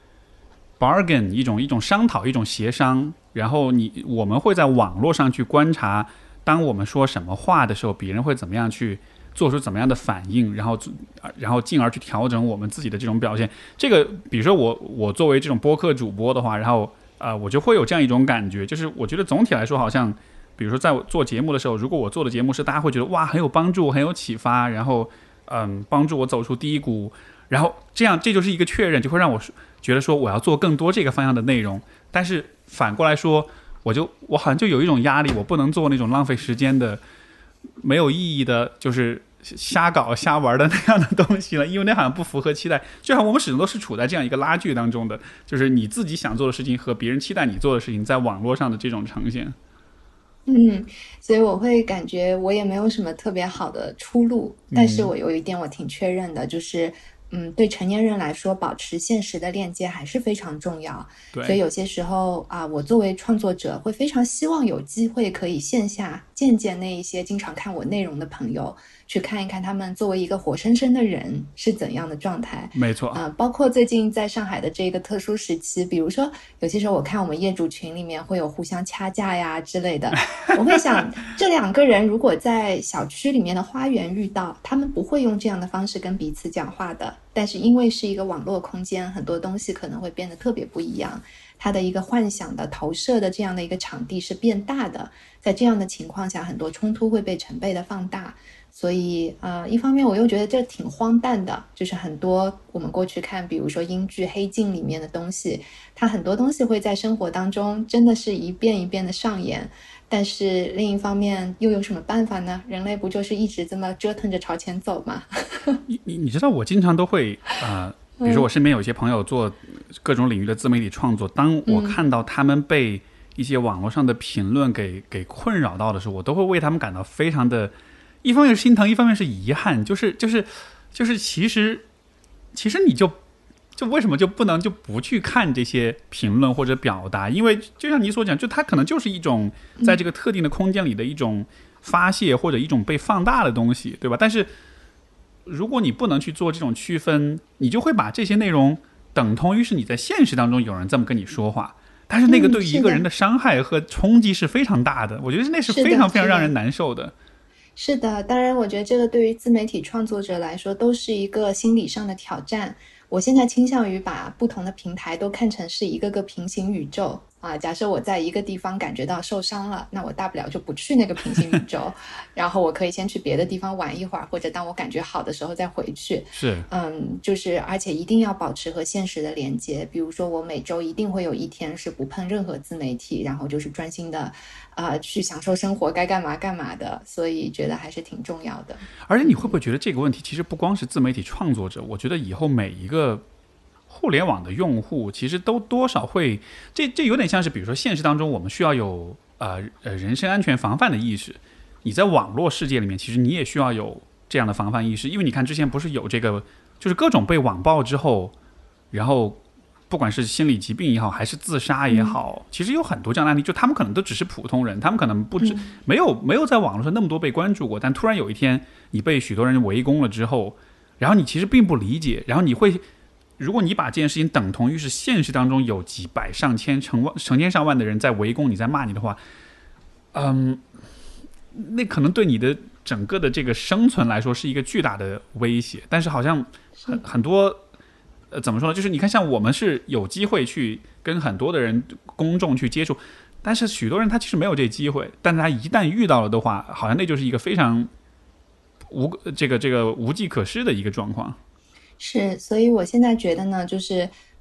bargain， 一种一种商讨，一种协商。然后你我们会在网络上去观察，当我们说什么话的时候，别人会怎么样去做出怎么样的反应，然后然后进而去调整我们自己的这种表现。这个比如说我我作为这种播客主播的话，然后呃我就会有这样一种感觉，就是我觉得总体来说好像比如说在我做节目的时候，如果我做的节目是大家会觉得哇很有帮助很有启发，然后嗯帮助我走出低谷，然后这样这就是一个确认，就会让我觉得说我要做更多这个方向的内容。但是反过来说，我就我好像就有一种压力，我不能做那种浪费时间的没有意义的就是瞎搞瞎玩的那样的东西了，因为那好像不符合期待。就好像我们始终都是处在这样一个拉锯当中的，就是你自己想做的事情和别人期待你做的事情在网络上的这种呈现。 嗯，所以我会感觉我也没有什么特别好的出路，但是我有一点我挺确认的，就是嗯，对成年人来说，保持现实的链接还是非常重要。 对， 所以有些时候啊，我作为创作者会非常希望有机会可以线下见见那一些经常看我内容的朋友，去看一看他们作为一个活生生的人是怎样的状态。 没错啊、呃，包括最近在上海的这个特殊时期，比如说有些时候我看我们业主群里面会有互相掐架呀之类的，我会想这两个人如果在小区里面的花园遇到，他们不会用这样的方式跟彼此讲话的。但是因为是一个网络空间，很多东西可能会变得特别不一样，它的一个幻想的投射的这样的一个场地是变大的，在这样的情况下，很多冲突会被成倍的放大。所以呃，一方面我又觉得这挺荒诞的，就是很多我们过去看比如说英剧《黑镜》里面的东西，它很多东西会在生活当中真的是一遍一遍的上演，但是另一方面又有什么办法呢？人类不就是一直这么折腾着朝前走吗？ 你你知道我经常都会呃，比如说我身边有一些朋友做各种领域的自媒体创作，当我看到他们被一些网络上的评论给给困扰到的时候，我都会为他们感到非常的，一方面是心疼，一方面是遗憾，就是就是就是其实其实你就就为什么就不能就不去看这些评论或者表达？因为就像你所讲，就它可能就是一种在这个特定的空间里的一种发泄或者一种被放大的东西，对吧？但是如果你不能去做这种区分，你就会把这些内容等同于是你在现实当中有人这么跟你说话，但是那个对于一个人的伤害和冲击是非常大的，我觉得那是非常非常让人难受的。 是的，当然我觉得这个对于自媒体创作者来说都是一个心理上的挑战。我现在倾向于把不同的平台都看成是一个个平行宇宙啊。假设我在一个地方感觉到受伤了，那我大不了就不去那个平行宇宙然后我可以先去别的地方玩一会儿，或者当我感觉好的时候再回去。 是， 嗯，就是而且一定要保持和现实的连接。比如说我每周一定会有一天是不碰任何自媒体，然后就是专心的呃，去享受生活，该干嘛干嘛的，所以觉得还是挺重要的。 而且你会不会觉得这个问题其实不光是自媒体创作者，我觉得以后每一个互联网的用户其实都多少会，这这有点像是比如说现实当中我们需要有呃呃人身安全防范的意识，你在网络世界里面其实你也需要有这样的防范意识。因为你看之前不是有这个就是各种被网暴之后，然后不管是心理疾病也好还是自杀也好、嗯、其实有很多这样的案例，就他们可能都只是普通人，他们可能不知、嗯、没有没有在网络上那么多被关注过，但突然有一天你被许多人围攻了之后，然后你其实并不理解，然后你会，如果你把这件事情等同于是现实当中有几百上千成万成千上万的人在围攻你在骂你的话，嗯，那可能对你的整个的这个生存来说是一个巨大的威胁。但是好像很很多呃，怎么说呢？就是你看，像我们是有机会去跟很多的人、公众去接触，但是许多人他其实没有这机会。但是他一旦遇到了的话，好像那就是一个非常无这个这个无计可施的一个状况。 是，所以我现在觉得呢，就是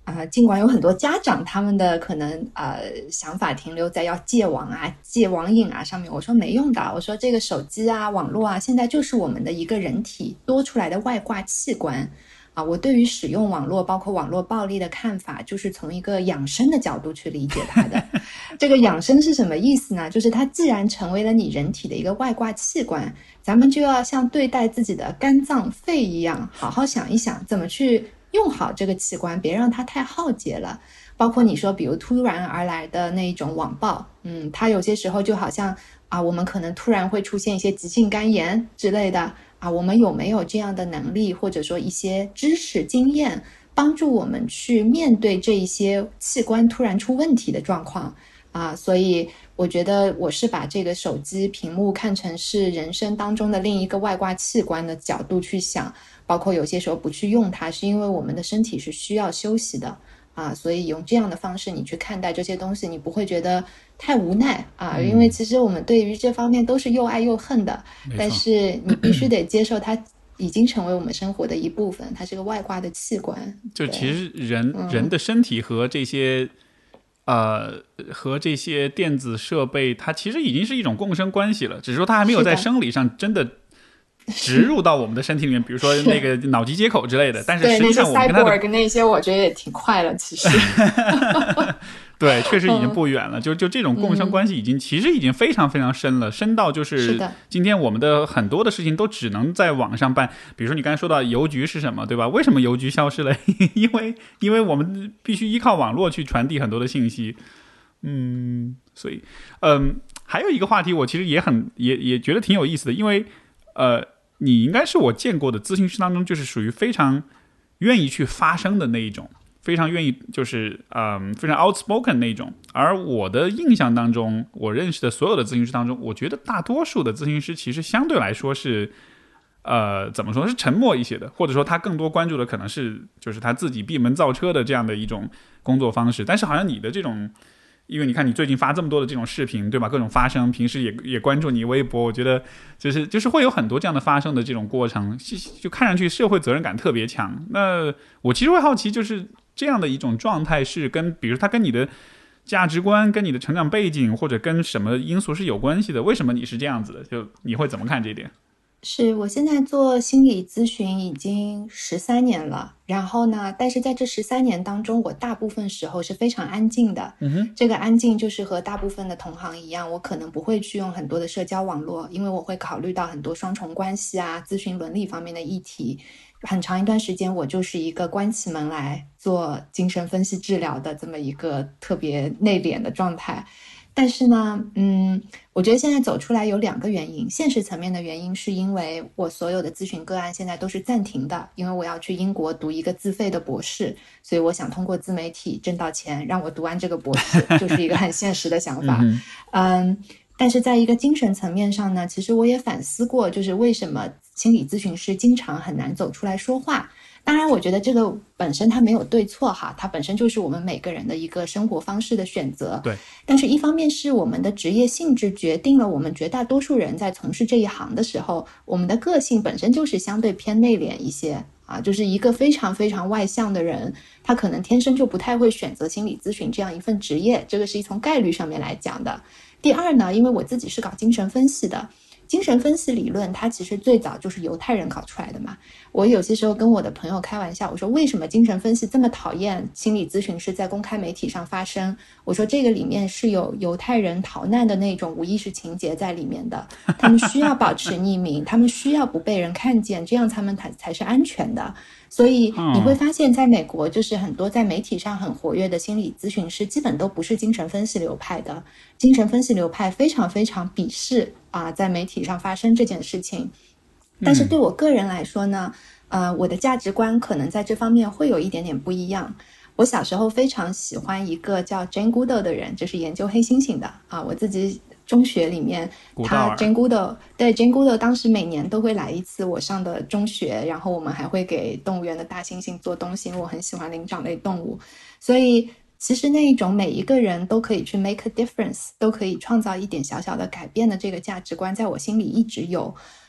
呃，尽管有很多家长他们的可能呃想法停留在要戒网啊、戒网瘾啊上面，我说没用的，我说这个手机啊、网络啊，现在就是我们的一个人体多出来的外挂器官啊。我对于使用网络，包括网络暴力的看法，就是从一个养生的角度去理解它的。这个养生是什么意思呢？就是它既然成为了你人体的一个外挂器官，咱们就要像对待自己的肝脏、肺一样，好好想一想怎么去用好这个器官，别让它太耗竭了。包括你说比如突然而来的那一种网暴，嗯，它有些时候就好像啊，我们可能突然会出现一些急性肝炎之类的啊，我们有没有这样的能力或者说一些知识经验帮助我们去面对这一些器官突然出问题的状况啊？所以我觉得我是把这个手机屏幕看成是人生当中的另一个外挂器官的角度去想，包括有些时候不去用它是因为我们的身体是需要休息的啊，所以用这样的方式你去看待这些东西，你不会觉得太无奈啊，因为其实我们对于这方面都是又爱又恨的，但是你必须得接受它已经成为我们生活的一部分，它是个外挂的器官。 就其实人、 嗯、 人的身体和这些呃和这些电子设备，它其实已经是一种共生关系了，只是说它还没有在生理上真的植入到我们的身体里面，比如说那个脑机接口之类的，但是实际上我们跟它的那些我觉得也挺快了，其实对，确实已经不远了。就就这种共生关系已经、嗯、其实已经非常非常深了，深到就是今天我们的很多的事情都只能在网上办。比如说你刚才说到邮局是什么，对吧？为什么邮局消失了？因为因为我们必须依靠网络去传递很多的信息。嗯，所以嗯，还有一个话题我其实也很也也觉得挺有意思的，因为呃，你应该是我见过的咨询师当中就是属于非常愿意去发声的那一种。非常愿意就是嗯非常 outspoken 那种，而我的印象当中，我认识的所有的咨询师当中，我觉得大多数的咨询师其实相对来说是呃怎么说是沉默一些的，或者说他更多关注的可能是就是他自己闭门造车的这样的一种工作方式。但是好像你的这种，因为你看你最近发这么多的这种视频，对吧？各种发声，平时也也关注你微博，我觉得就是就是会有很多这样的发声的这种过程，就看上去社会责任感特别强。那我其实会好奇，就是这样的一种状态是跟，比如它跟你的价值观、跟你的成长背景或者跟什么因素是有关系的？为什么你是这样子的？就你会怎么看这一点？ 是我现在做心理咨询已经十三年了，然后呢，但是在这十三年当中，我大部分时候是非常安静的。 嗯哼， 这个安静就是和大部分的同行一样，我可能不会去用很多的社交网络，因为我会考虑到很多双重关系啊、咨询伦理方面的议题。很长一段时间，我就是一个关起门来做精神分析治疗的这么一个特别内敛的状态。但是呢，嗯，我觉得现在走出来有两个原因。现实层面的原因是因为我所有的咨询个案现在都是暂停的，因为我要去英国读一个自费的博士，所以我想通过自媒体挣到钱，让我读完这个博士，就是一个很现实的想法。嗯, 嗯，但是在一个精神层面上呢，其实我也反思过，就是为什么心理咨询师经常很难走出来说话。当然我觉得这个本身它没有对错哈，它本身就是我们每个人的一个生活方式的选择。 对。 但是一方面是我们的职业性质决定了我们绝大多数人在从事这一行的时候，我们的个性本身就是相对偏内敛一些啊，就是一个非常非常外向的人，他可能天生就不太会选择心理咨询这样一份职业，这个是从概率上面来讲的。第二呢，因为我自己是搞精神分析的，精神分析理论它其实最早就是犹太人搞出来的嘛。我有些时候跟我的朋友开玩笑，我说为什么精神分析这么讨厌心理咨询师在公开媒体上发声，我说这个里面是有犹太人逃难的那种无意识情节在里面的，他们需要保持匿名，他们需要不被人看见，这样他们才才是安全的。所以你会发现在美国就是很多在媒体上很活跃的心理咨询师基本都不是精神分析流派的，精神分析流派非常非常鄙视啊在媒体上发生这件事情。但是对我个人来说呢，呃，我的价值观可能在这方面会有一点点不一样。我小时候非常喜欢一个叫 Jane Goodall 的人，就是研究黑猩猩的啊。我自己中学里面，他 Jane Goodall 对 Jane Goodall 当时每年都会来一次我上的中学，然后我们还会给动物园的大猩猩做东西，因为我很喜欢灵长类动物，所以其实那一种每一个人都可以去 make a difference， 都可以创造一点小小的改变的这个价值观，在我心里一直有。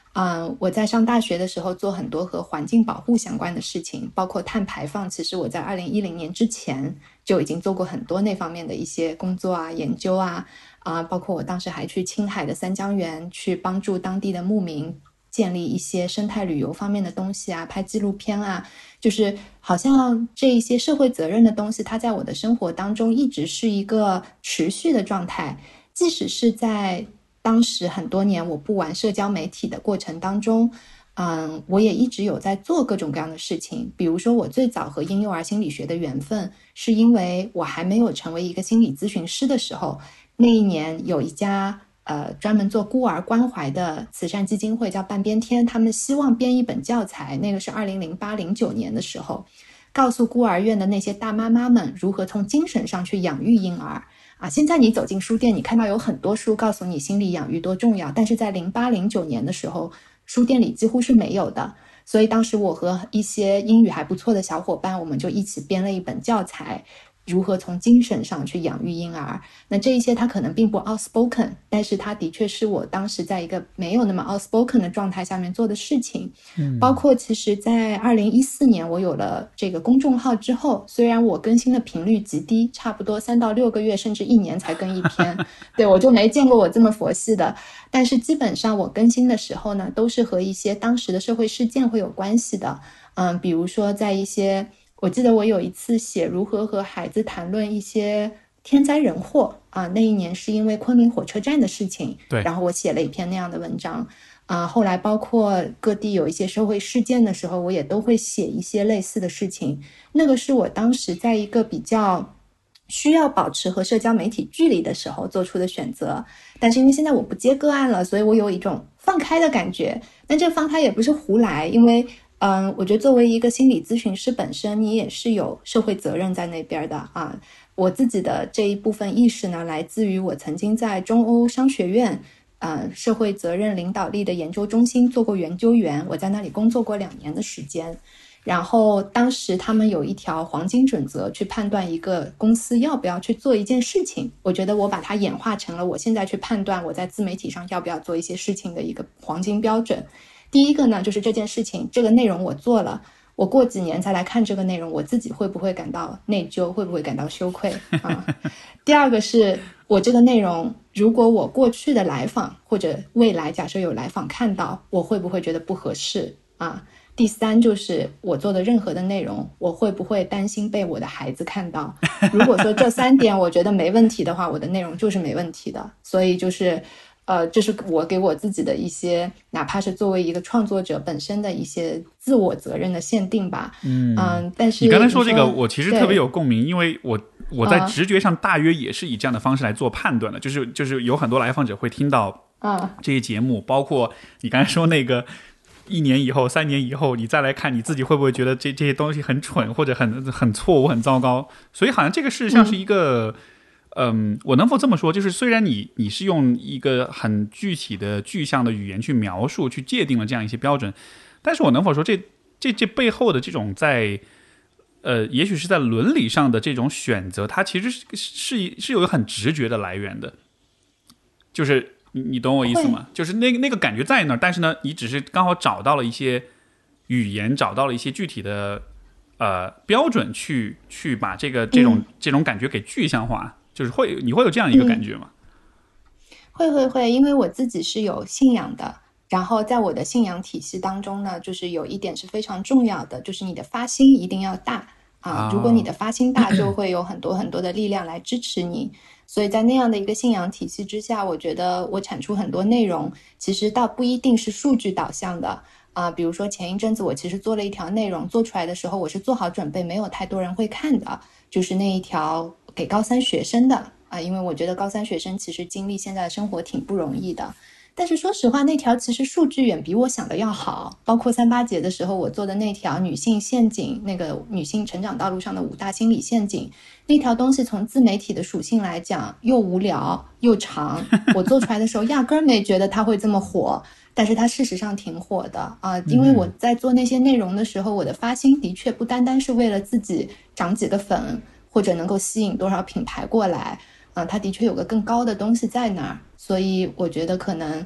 嗯，我在上大学的时候做很多和环境保护相关的事情，包括碳排放。其实我在二零一零年之前就已经做过很多那方面的一些工作啊、研究啊，啊，包括我当时还去青海的三江源去帮助当地的牧民建立一些生态旅游方面的东西啊，拍纪录片啊，就是好像这一些社会责任的东西，它在我的生活当中一直是一个持续的状态，即使是在当时很多年我不玩社交媒体的过程当中，嗯，我也一直有在做各种各样的事情。比如说我最早和婴幼儿心理学的缘分是因为我还没有成为一个心理咨询师的时候，那一年有一家呃专门做孤儿关怀的慈善基金会叫半边天，他们希望编一本教材，那个是二零零八零九年的时候，告诉孤儿院的那些大妈妈们如何从精神上去养育婴儿啊，现在你走进书店，你看到有很多书告诉你心理养育多重要，但是在零八零九年的时候，书店里几乎是没有的。所以当时我和一些英语还不错的小伙伴，我们就一起编了一本教材，如何从精神上去养育婴儿。那这一些它可能并不 outspoken， 但是它的确是我当时在一个没有那么 outspoken 的状态下面做的事情。嗯，包括其实在二零一四年我有了这个公众号之后，虽然我更新的频率极低，差不多三到六个月甚至一年才更一篇对，我就没见过我这么佛系的，但是基本上我更新的时候呢，都是和一些当时的社会事件会有关系的。嗯，比如说在一些，我记得我有一次写如何和孩子谈论一些天灾人祸啊，那一年是因为昆明火车站的事情， 对， 然后我写了一篇那样的文章啊。后来包括各地有一些社会事件的时候，我也都会写一些类似的事情。那个是我当时在一个比较需要保持和社交媒体距离的时候做出的选择，但是因为现在我不接个案了，所以我有一种放开的感觉。但这个放开也不是胡来，因为嗯，我觉得作为一个心理咨询师本身，你也是有社会责任在那边的啊。我自己的这一部分意识呢，来自于我曾经在中欧商学院呃社会责任领导力的研究中心做过研究员，我在那里工作过两年的时间。然后当时他们有一条黄金准则去判断一个公司要不要去做一件事情，我觉得我把它演化成了我现在去判断我在自媒体上要不要做一些事情的一个黄金标准。第一个呢，就是这件事情这个内容我做了，我过几年再来看这个内容，我自己会不会感到内疚，会不会感到羞愧啊？第二个是我这个内容，如果我过去的来访或者未来假设有来访看到，我会不会觉得不合适啊？第三就是我做的任何的内容，我会不会担心被我的孩子看到？如果说这三点我觉得没问题的话，我的内容就是没问题的。所以就是呃，这是我给我自己的一些，哪怕是作为一个创作者本身的一些自我责任的限定吧。嗯嗯，但是你刚才说这个，我其实特别有共鸣，因为我我在直觉上大约也是以这样的方式来做判断的，就是就是有很多来访者会听到啊这些节目，包括你刚才说那个。一年以后三年以后你再来看，你自己会不会觉得这这些东西很蠢或者很很错误很糟糕？所以好像这个事实上是一个嗯, 嗯，我能否这么说，就是虽然你你是用一个很具体的具象的语言去描述去界定了这样一些标准，但是我能否说这这这背后的这种在呃，也许是在伦理上的这种选择，它其实是是是有很直觉的来源的，就是你你懂我意思吗？就是那个那个感觉在那儿，但是呢，你只是刚好找到了一些语言，找到了一些具体的呃标准去，去去把这个这种、嗯、这种感觉给具象化，就是会你会有这样一个感觉吗？ 嗯、会会会，因为我自己是有信仰的，然后在我的信仰体系当中呢，就是有一点是非常重要的，就是你的发心一定要大啊，如果你的发心大，就会有很多很多的力量来支持你。所以在那样的一个信仰体系之下，我觉得我产出很多内容其实倒不一定是数据导向的啊、呃。比如说前一阵子我其实做了一条内容，做出来的时候我是做好准备没有太多人会看的，就是那一条给高三学生的啊、呃，因为我觉得高三学生其实经历现在的生活挺不容易的。但是说实话，那条其实数据远比我想的要好，包括三八节的时候我做的那条女性陷阱，那个女性成长道路上的五大心理陷阱，那条东西从自媒体的属性来讲又无聊又长，我做出来的时候压根儿没觉得它会这么火，但是它事实上挺火的啊、呃，因为我在做那些内容的时候，我的发心的确不单单是为了自己涨几个粉或者能够吸引多少品牌过来啊、呃，它的确有个更高的东西在那儿，所以我觉得可能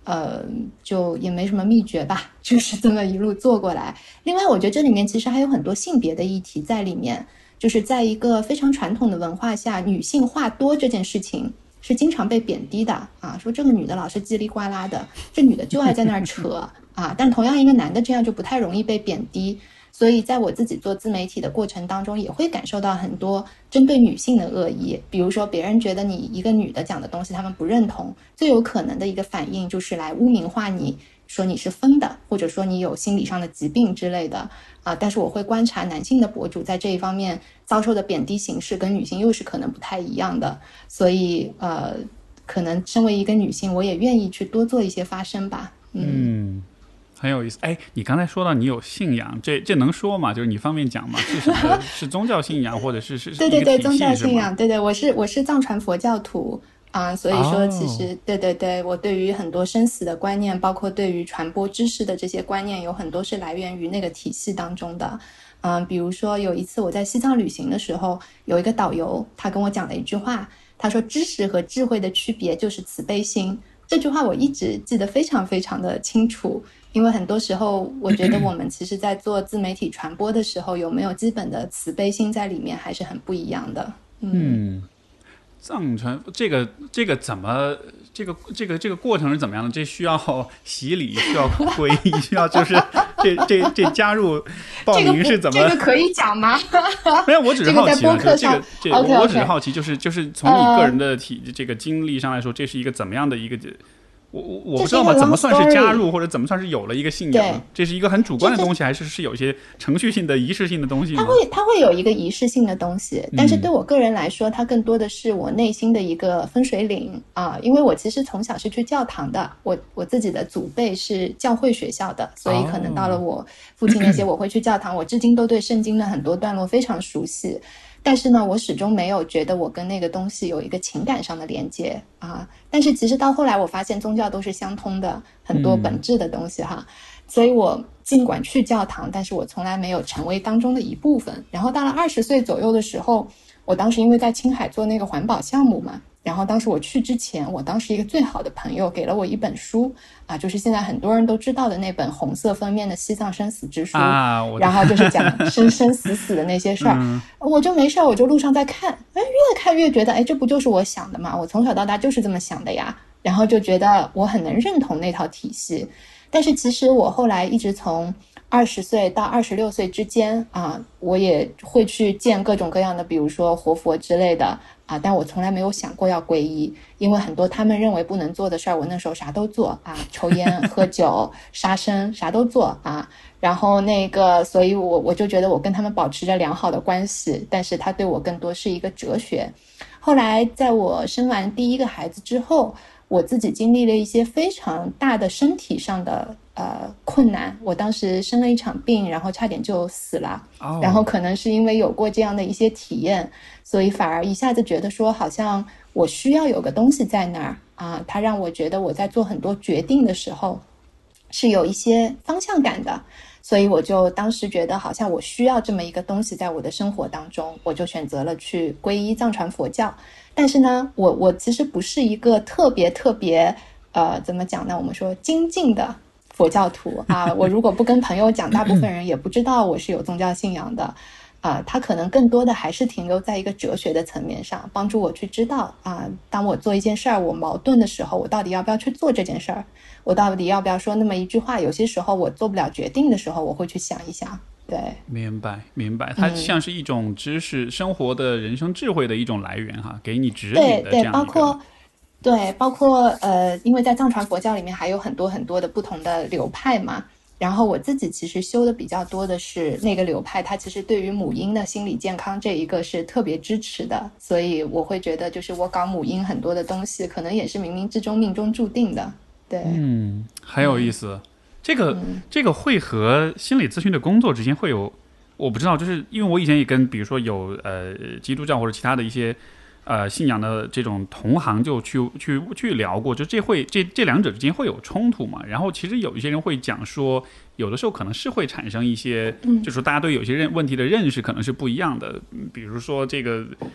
呃，就也没什么秘诀吧，就是这么一路做过来。另外，我觉得这里面其实还有很多性别的议题在里面，就是在一个非常传统的文化下，女性话多这件事情是经常被贬低的啊，说这个女的老是叽里呱啦的，这女的就爱在那儿扯啊。但同样一个男的这样就不太容易被贬低。所以在我自己做自媒体的过程当中，也会感受到很多针对女性的恶意。比如说别人觉得你一个女的讲的东西他们不认同，最有可能的一个反应就是来污名化你，说你是疯的，或者说你有心理上的疾病之类的啊。但是我会观察男性的博主在这一方面遭受的贬低形式跟女性又是可能不太一样的，所以呃，可能身为一个女性，我也愿意去多做一些发声吧。嗯。 嗯，很有意思。哎，你刚才说到你有信仰，这这能说吗？就是你方便讲吗？是什么？是宗教信仰，或者是是对对对，宗教信仰，对对，我是我是藏传佛教徒啊、呃，所以说其实、哦、对对对，我对于很多生死的观念，包括对于传播知识的这些观念，有很多是来源于那个体系当中的。嗯、呃，比如说有一次我在西藏旅行的时候，有一个导游他跟我讲了一句话，他说知识和智慧的区别就是慈悲心。这句话我一直记得非常非常的清楚，因为很多时候我觉得我们其实在做自媒体传播的时候，有没有基本的慈悲心在里面还是很不一样的。 嗯, 嗯，藏传这个这个怎么这个这个这个过程是怎么样的？这需要洗礼，需要皈依，需要就是这这这加入报名是怎么？ 这个可以讲吗？ 没有，我只是好奇、啊。 这个在播客上， 这个这 okay, okay. 我只是好奇，就是就是从你个人的体、呃、这个经历上来说，这是一个怎么样的一个？我我我不知道嘛，怎么算是加入，或者怎么算是有了一个信仰？这是一个很主观的东西，还是是有一些程序性的、仪式性的东西吗？ 它会它会有一个仪式性的东西，但是对我个人来说，它更多的是我内心的一个分水岭啊。因为我其实从小是去教堂的，我我自己的祖辈是教会学校的，所以可能到了我父亲那些，我会去教堂，我至今都对圣经的很多段落非常熟悉。但是呢，我始终没有觉得我跟那个东西有一个情感上的连接啊。但是其实到后来我发现宗教都是相通的，很多本质的东西哈、嗯、所以我尽管去教堂，但是我从来没有成为当中的一部分。然后到了二十岁左右的时候，我当时因为在青海做那个环保项目嘛，然后当时我去之前，我当时一个最好的朋友给了我一本书啊，就是现在很多人都知道的那本红色封面的西藏生死之书啊， 然后就是讲生生死死的那些事儿、嗯、我就没事我就路上在看，哎，越看越觉得哎，这不就是我想的吗？我从小到大就是这么想的呀，然后就觉得我很能认同那套体系。但是其实我后来一直从二十岁到二十六岁之间啊，我也会去见各种各样的，比如说活佛之类的啊，但我从来没有想过要皈依，因为很多他们认为不能做的事儿，我那时候啥都做啊，抽烟、喝酒、杀生，啥都做啊。然后那个，所以我我就觉得我跟他们保持着良好的关系，但是他对我更多是一个哲学。后来在我生完第一个孩子之后，我自己经历了一些非常大的身体上的呃困难，我当时生了一场病，然后差点就死了、oh. 然后可能是因为有过这样的一些体验，所以反而一下子觉得说好像我需要有个东西在那儿啊，它让我觉得我在做很多决定的时候是有一些方向感的，所以我就当时觉得好像我需要这么一个东西在我的生活当中，我就选择了去皈依藏传佛教。但是呢，我我其实不是一个特别特别呃怎么讲呢？我们说精进的佛教徒啊，我如果不跟朋友讲，大部分人也不知道我是有宗教信仰的啊。他可能更多的还是停留在一个哲学的层面上，帮助我去知道啊，当我做一件事儿我矛盾的时候，我到底要不要去做这件事儿？我到底要不要说那么一句话？有些时候我做不了决定的时候，我会去想一想。对， 明白明白，它像是一种知识、嗯、生活的人生智慧的一种来源哈，给你指引的这样一个。 对对，包括对，包括呃，因为在藏传佛教里面还有很多很多的不同的流派嘛。然后我自己其实修的比较多的是那个流派，它其实对于母婴的心理健康这一个是特别支持的，所以我会觉得就是我搞母婴很多的东西，可能也是冥冥之中命中注定的。对， 嗯，很有意思。嗯这个、嗯、这个会和心理咨询的工作之间会有，我不知道，就是因为我以前也跟比如说有呃基督教或者其他的一些呃信仰的这种同行就去去去聊过，就这会这这两者之间会有冲突嘛？然后其实有一些人会讲说，有的时候可能是会产生一些，嗯、就是说大家对有些认问题的认识可能是不一样的，比如说这个。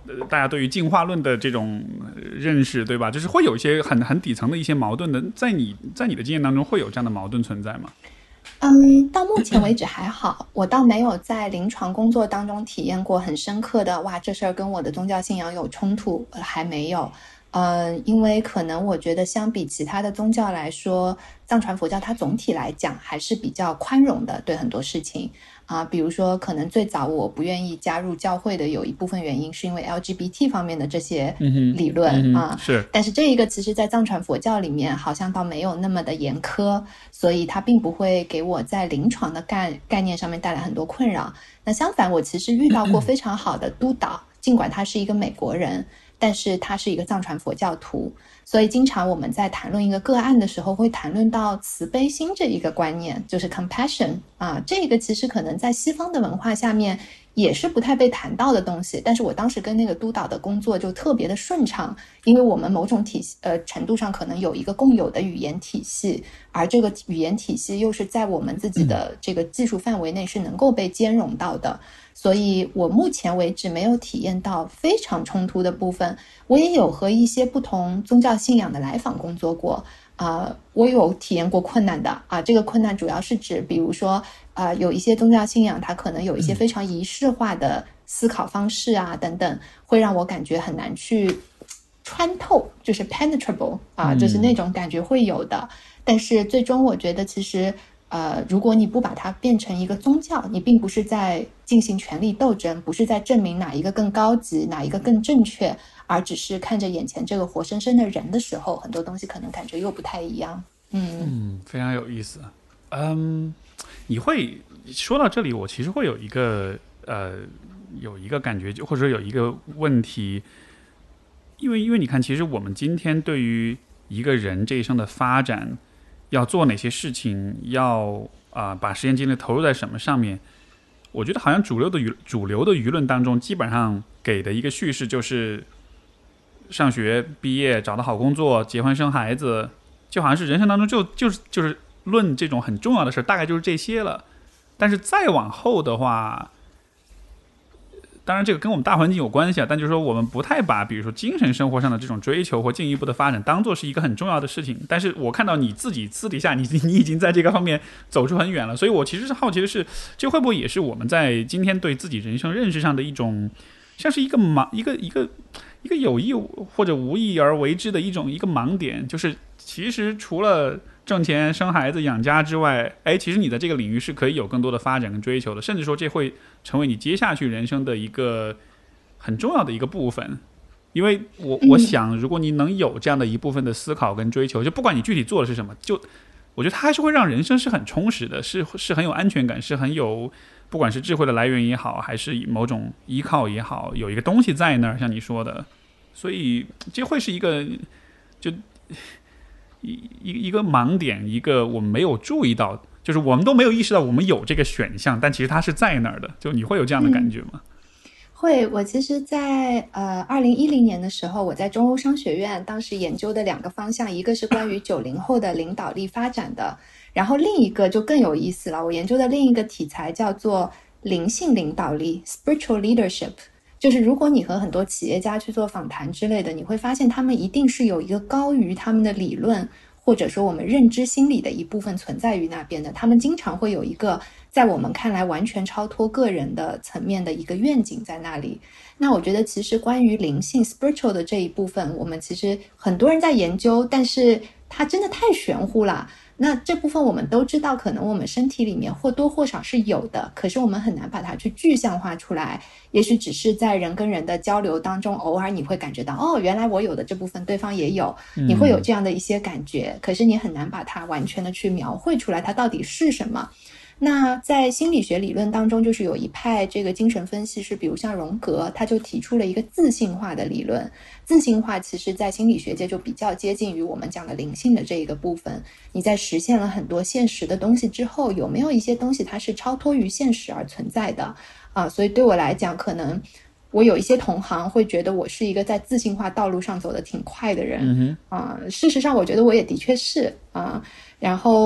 大家对于进化论的这种认识，对吧？就是会有一些很很底层的一些矛盾的，在你在你的经验当中会有这样的矛盾存在吗？ 嗯，到目前为止还好，我倒没有在临床工作当中体验过很深刻的，哇，这事儿跟我的宗教信仰有冲突，呃、还没有。呃，因为可能我觉得相比其他的宗教来说，藏传佛教它总体来讲还是比较宽容的，对很多事情啊、呃，比如说可能最早我不愿意加入教会的有一部分原因是因为 L G B T 方面的这些理论、 嗯嗯、 啊， 是。 但是这一个其实在藏传佛教里面好像倒没有那么的严苛，所以它并不会给我在临床的概概念上面带来很多困扰。那相反，我其实遇到过非常好的督导，尽管他是一个美国人。但是他是一个藏传佛教徒，所以经常我们在谈论一个个案的时候会谈论到慈悲心这一个观念，就是 compassion 啊，这个其实可能在西方的文化下面也是不太被谈到的东西，但是我当时跟那个督导的工作就特别的顺畅，因为我们某种体系呃程度上可能有一个共有的语言体系，而这个语言体系又是在我们自己的这个技术范围内是能够被兼容到的，所以我目前为止没有体验到非常冲突的部分。我也有和一些不同宗教信仰的来访工作过，啊、呃，我有体验过困难的啊、呃，这个困难主要是指，比如说，呃，有一些宗教信仰它可能有一些非常仪式化的思考方式啊，等等，会让我感觉很难去穿透，就是 penetrable 啊、呃，就是那种感觉会有的。但是最终我觉得其实。呃，如果你不把它变成一个宗教，你并不是在进行权力斗争，不是在证明哪一个更高级，哪一个更正确，而只是看着眼前这个活生生的人的时候，很多东西可能感觉又不太一样。嗯嗯，非常有意思。嗯，你会说到这里，我其实会有一个呃，有一个感觉，或者有一个问题，因为因为你看，其实我们今天对于一个人这一生的发展。要做哪些事情，要啊、呃、把时间精力投入在什么上面？我觉得好像主流的舆主流的舆论当中，基本上给的一个叙事就是上学、毕业、找到好工作、结婚、生孩子，就好像是人生当中就就是就是论这种很重要的事，大概就是这些了。但是再往后的话，当然这个跟我们大环境有关系啊，但就是说我们不太把比如说精神生活上的这种追求或进一步的发展当做是一个很重要的事情。但是我看到你自己私底下你你已经在这个方面走出很远了，所以我其实是好奇的是，这会不会也是我们在今天对自己人生认识上的一种，像是一个盲一个一个一个有意或者无意而为之的一种一个盲点，就是其实除了挣钱、生孩子、养家之外，哎，其实你在这个领域是可以有更多的发展跟追求的，甚至说这会成为你接下去人生的一个很重要的一个部分。因为我我想，如果你能有这样的一部分的思考跟追求，就不管你具体做的是什么，就我觉得它还是会让人生是很充实的，是是很有安全感，是很有不管是智慧的来源也好，还是某种依靠也好，有一个东西在那儿，像你说的，所以这会是一个就。一一个盲点，一个我们没有注意到，就是我们都没有意识到我们有这个选项，但其实它是在那儿的。就你会有这样的感觉吗？ 嗯、会，我其实在呃二零一零年的时候，我在中欧商学院当时研究的两个方向，一个是关于九零后的领导力发展的，然后另一个就更有意思了，我研究的另一个题材叫做灵性领导力 （spiritual leadership）。就是如果你和很多企业家去做访谈之类的，你会发现他们一定是有一个高于他们的理论，或者说我们认知心理的一部分存在于那边的。他们经常会有一个在我们看来完全超脱个人的层面的一个愿景在那里。那我觉得其实关于灵性 spiritual 的这一部分，我们其实很多人在研究，但是它真的太玄乎了。那这部分我们都知道，可能我们身体里面或多或少是有的，可是我们很难把它去具象化出来。也许只是在人跟人的交流当中，偶尔你会感觉到，哦，原来我有的这部分对方也有，你会有这样的一些感觉，嗯、可是你很难把它完全的去描绘出来，它到底是什么。那在心理学理论当中，就是有一派这个精神分析是，比如像荣格，他就提出了一个自性化的理论。自性化其实在心理学界就比较接近于我们讲的灵性的这一个部分。你在实现了很多现实的东西之后，有没有一些东西它是超脱于现实而存在的啊？所以对我来讲，可能我有一些同行会觉得我是一个在自性化道路上走得挺快的人、 嗯、 啊。事实上，我觉得我也的确是啊。然后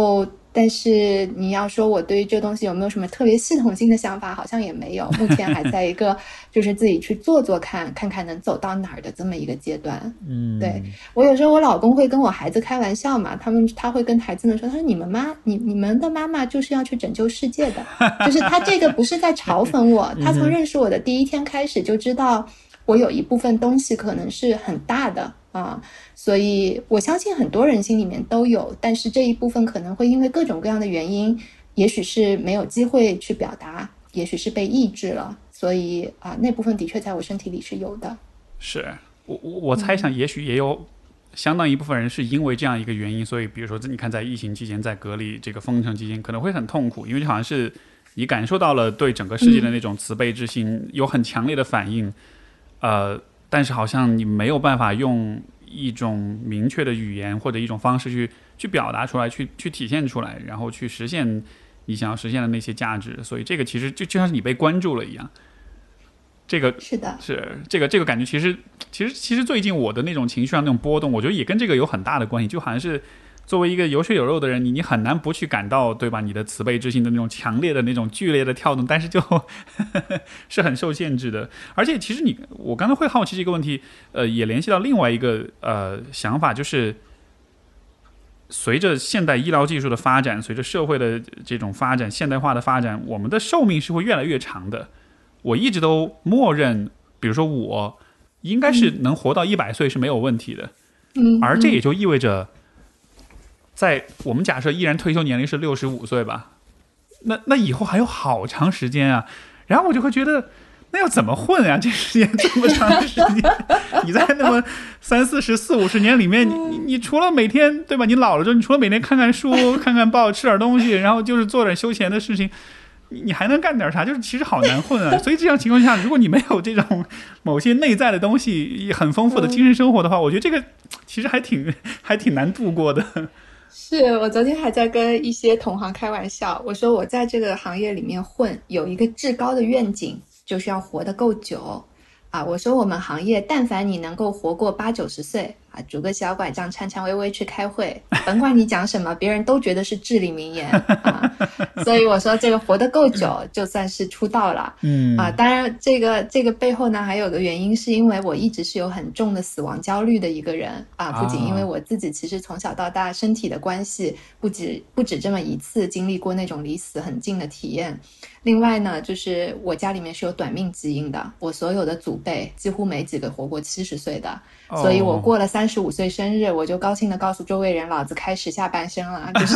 但是你要说我对于这东西有没有什么特别系统性的想法，好像也没有，目前还在一个就是自己去做做看看看能走到哪儿的这么一个阶段。 嗯， 对，我有时候我老公会跟我孩子开玩笑嘛，他们他会跟孩子们说，他说你们妈你你们的妈妈就是要去拯救世界的，就是他这个不是在嘲讽我，他从认识我的第一天开始就知道我有一部分东西可能是很大的啊，所以我相信很多人心里面都有，但是这一部分可能会因为各种各样的原因，也许是没有机会去表达，也许是被抑制了，所以啊，那部分的确在我身体里是有的。 是我我我猜想，也许也有相当一部分人是因为这样一个原因，所以比如说你看，在疫情期间，在隔离这个封城期间，可能会很痛苦，因为好像是你感受到了对整个世界的那种慈悲之心、嗯、有很强烈的反应，呃。但是好像你没有办法用一种明确的语言或者一种方式去去表达出来，去去体现出来，然后去实现你想要实现的那些价值。所以这个其实就就像是你被关注了一样。这个是的， 是这个这个感觉，其实其实其实最近我的那种情绪上那种波动，我觉得也跟这个有很大的关系。就好像是作为一个有血有肉的人，你你很难不去感到，对吧？你的慈悲之心的那种强烈的那种剧烈的跳动，但是就呵呵是很受限制的。而且其实你，我刚才会好奇这个问题，呃，也联系到另外一个呃想法，就是随着现代医疗技术的发展，随着社会的这种发展，现代化的发展，我们的寿命是会越来越长的。我一直都默认，比如说我应该是能活到一百岁是没有问题的， 嗯， 而这也就意味着。在我们假设依然退休年龄是六十五岁吧，那那以后还有好长时间啊。然后我就会觉得，那要怎么混啊？这时间这么长的时间，你在那么三四十四五十年里面，你你除了每天对吧？你老了之后，你除了每天看看书、看看报、吃点东西，然后就是做点休闲的事情，你你还能干点啥？就是其实好难混啊。所以这样情况下，如果你没有这种某些内在的东西，很丰富的精神生活的话，我觉得这个其实还挺还挺难度过的。 是我昨天还在跟一些同行开玩笑，我说我在这个行业里面混，有一个至高的愿景，就是要活得够久啊！我说我们行业，但凡你能够活过八九十岁啊，拄个小拐杖，颤颤巍巍去开会，甭管你讲什么，别人都觉得是至理名言啊。所以我说这个活得够久，就算是出道了。嗯啊，当然这个这个背后呢，还有个原因，是因为我一直是有很重的死亡焦虑的一个人啊。不仅因为我自己其实从小到大身体的关系，不止不止这么一次经历过那种离死很近的体验。另外呢，就是我家里面是有短命基因的，我所有的祖辈几乎没几个活过七十岁的，所以我过了三十五岁生日，我就高兴的告诉周围人，老子开始下半生了，就是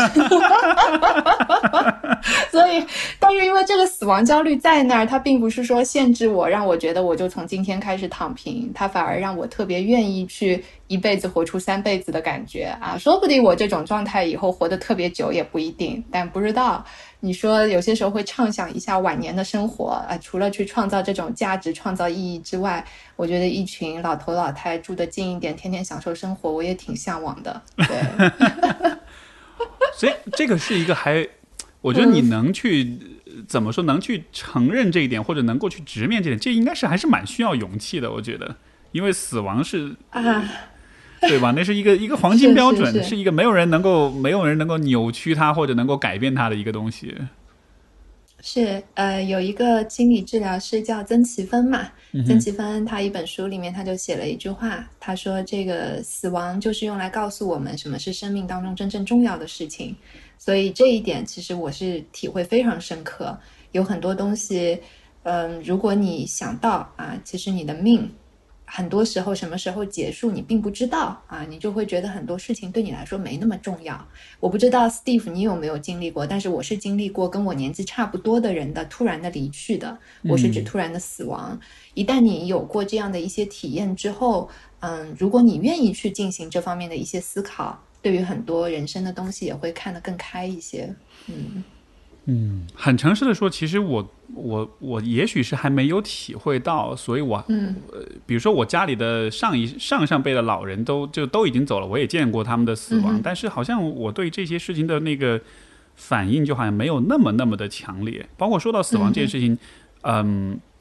所以，但是因为这个死亡焦虑在那儿，它并不是说限制我，让我觉得我就从今天开始躺平，它反而让我特别愿意去一辈子活出三辈子的感觉啊！说不定我这种状态以后活得特别久也不一定，但不知道。你说有些时候会畅想一下晚年的生活啊，除了去创造这种价值、创造意义之外，我觉得一群老头老太住得近一点，天天享受生活，我也挺向往的。对， 所以这个是一个还，我觉得你能去、嗯、怎么说，能去承认这一点，或者能够去直面这点，这应该是还是蛮需要勇气的。我觉得，因为死亡是啊。对吧？那是一个一个黄金标准， 是, 是, 是, 是一个没有人能够没有人能够扭曲它或者能够改变它的一个东西。 是呃，有一个心理治疗师叫曾奇芬嘛，嗯、曾奇芬他一本书里面他就写了一句话，他说这个死亡就是用来告诉我们什么是生命当中真正重要的事情。所以这一点其实我是体会非常深刻。有很多东西，嗯、呃，如果你想到啊，其实你的命。很多时候什么时候结束你并不知道啊，你就会觉得很多事情对你来说没那么重要。我不知道 Steve 你有没有经历过，但是我是经历过跟我年纪差不多的人的突然的离去的，我是指突然的死亡、嗯、一旦你有过这样的一些体验之后，嗯，如果你愿意去进行这方面的一些思考，对于很多人生的东西也会看得更开一些。嗯嗯，很诚实的说，其实我我我也许是还没有体会到，所以我嗯、呃，比如说我家里的上一上上辈的老人都就都已经走了，我也见过他们的死亡、嗯、但是好像我对这些事情的那个反应就好像没有那么那么的强烈。包括说到死亡这件事情，嗯，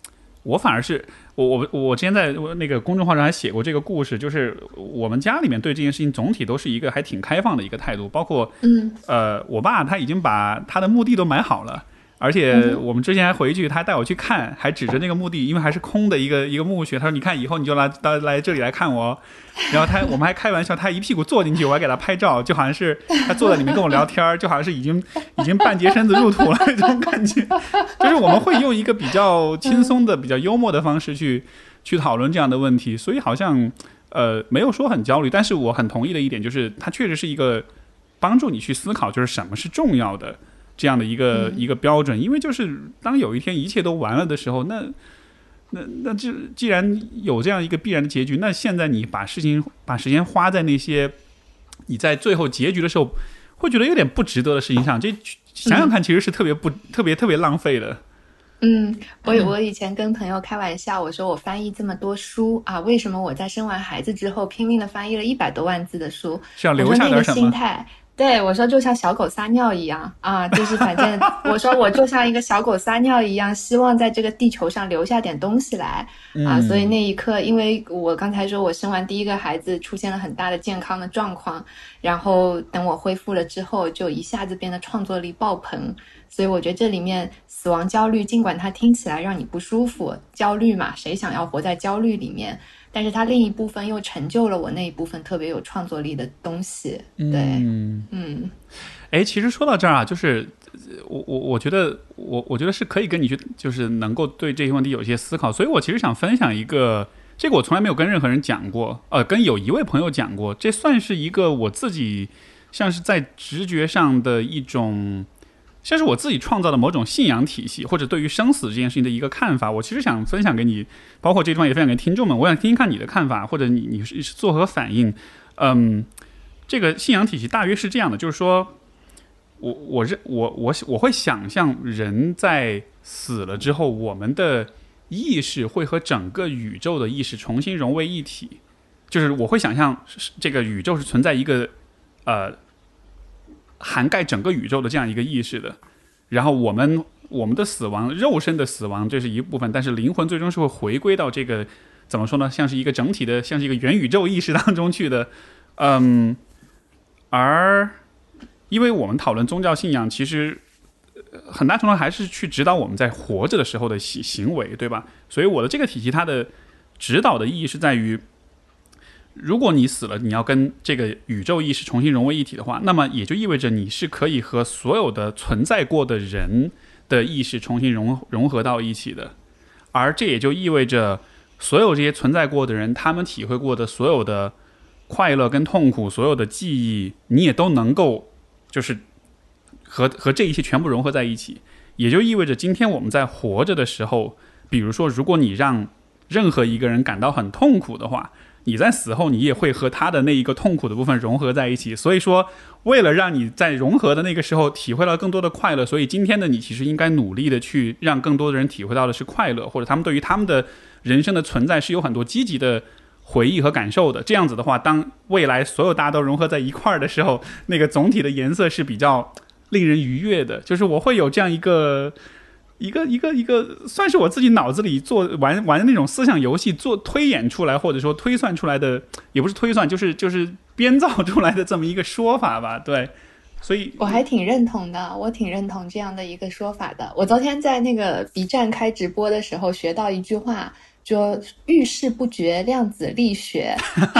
我反而是我我我之前在那个公众号上还写过这个故事，就是我们家里面对这件事情总体都是一个还挺开放的一个态度，包括嗯呃，我爸他已经把他的墓地都买好了。而且我们之前还回去，他带我去看，还指着那个墓地，因为还是空的一个一个墓穴，他说：“你看，以后你就来来来这里来看我。”然后他我们还开玩笑，他一屁股坐进去，我还给他拍照，就好像是他坐在里面跟我聊天，就好像是已经已经半截身子入土了这种感觉。就是我们会用一个比较轻松的、比较幽默的方式去去讨论这样的问题，所以好像呃没有说很焦虑，但是我很同意的一点就是，它确实是一个帮助你去思考，就是什么是重要的。这样的一个、嗯、一个标准，因为就是当有一天一切都完了的时候，那那那就既然有这样一个必然的结局，那现在你把事情把时间花在那些你在最后结局的时候会觉得有点不值得的事情上，这想想看其实是特别不、嗯、特别特别浪费的。 嗯，我我以前跟朋友开玩笑，我说我翻译这么多书啊，为什么我在生完孩子之后拼命的翻译了一百多万字的书？ 是要留下点什么？ 我说那个心态。对，我说就像小狗撒尿一样啊，就是反正我说我就像一个小狗撒尿一样，希望在这个地球上留下点东西来啊。所以那一刻，因为我刚才说我生完第一个孩子出现了很大的健康的状况，然后等我恢复了之后，就一下子变得创作力爆棚。所以我觉得这里面死亡焦虑，尽管它听起来让你不舒服，焦虑嘛，谁想要活在焦虑里面？但是它另一部分又成就了我那一部分特别有创作力的东西。对，嗯嗯， 哎，其实说到这儿啊，就是我我我觉得我我觉得是可以跟你去，就是能够对这些问题有一些思考。所以我其实想分享一个，这个我从来没有跟任何人讲过，呃，跟有一位朋友讲过，这算是一个我自己像是在直觉上的一种。像是我自己创造的某种信仰体系，或者对于生死这件事情的一个看法，我其实想分享给你，包括这段也分享给听众们。我想听听看你的看法，或者你你是作何反应。嗯，这个信仰体系大约是这样的，就是说，我我我我我会想象人在死了之后，我们的意识会和整个宇宙的意识重新融为一体，就是我会想象这个宇宙是存在一个呃。涵盖整个宇宙的这样一个意识的，然后我们我们的死亡，肉身的死亡这是一部分，但是灵魂最终是会回归到这个怎么说呢，像是一个整体的，像是一个元宇宙意识当中去的。嗯，而因为我们讨论宗教信仰，其实很大程度还是去指导我们在活着的时候的行为，对吧？所以我的这个体系它的指导的意义是在于，如果你死了，你要跟这个宇宙意识重新融为一体的话，那么也就意味着你是可以和所有的存在过的人的意识重新 融, 融合到一起的。而这也就意味着所有这些存在过的人，他们体会过的所有的快乐跟痛苦，所有的记忆，你也都能够就是和和这一切全部融合在一起。也就意味着今天我们在活着的时候，比如说如果你让任何一个人感到很痛苦的话，你在死后你也会和他的那一个痛苦的部分融合在一起。所以说为了让你在融合的那个时候体会到更多的快乐，所以今天的你其实应该努力的去让更多的人体会到的是快乐，或者他们对于他们的人生的存在是有很多积极的回忆和感受的。这样子的话，当未来所有大家都融合在一块儿的时候，那个总体的颜色是比较令人愉悦的。就是我会有这样一个一个一个一个算是我自己脑子里做玩玩的那种思想游戏，做推演出来或者说推算出来的，也不是推算，就是就是编造出来的这么一个说法吧。对，所以我还挺认同的，我挺认同这样的一个说法的。我昨天在那个 B 站开直播的时候学到一句话，说遇事不决，量子力学。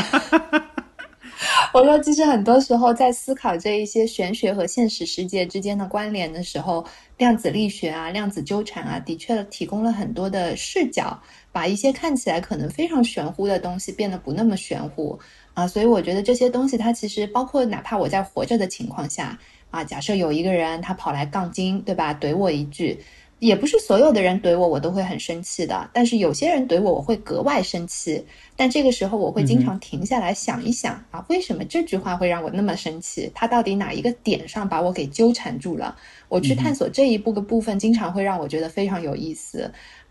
我说其实很多时候在思考这一些玄学和现实世界之间的关联的时候，量子力学啊，量子纠缠啊，的确提供了很多的视角，把一些看起来可能非常玄乎的东西变得不那么玄乎啊。所以我觉得这些东西它其实包括哪怕我在活着的情况下啊，假设有一个人他跑来杠精，对吧，怼我一句，也不是所有的人怼我我都会很生气的，但是有些人怼我我会格外生气。但这个时候我会经常停下来想一想、嗯、啊，为什么这句话会让我那么生气，他到底哪一个点上把我给纠缠住了，我去探索这一步的部分经常会让我觉得非常有意思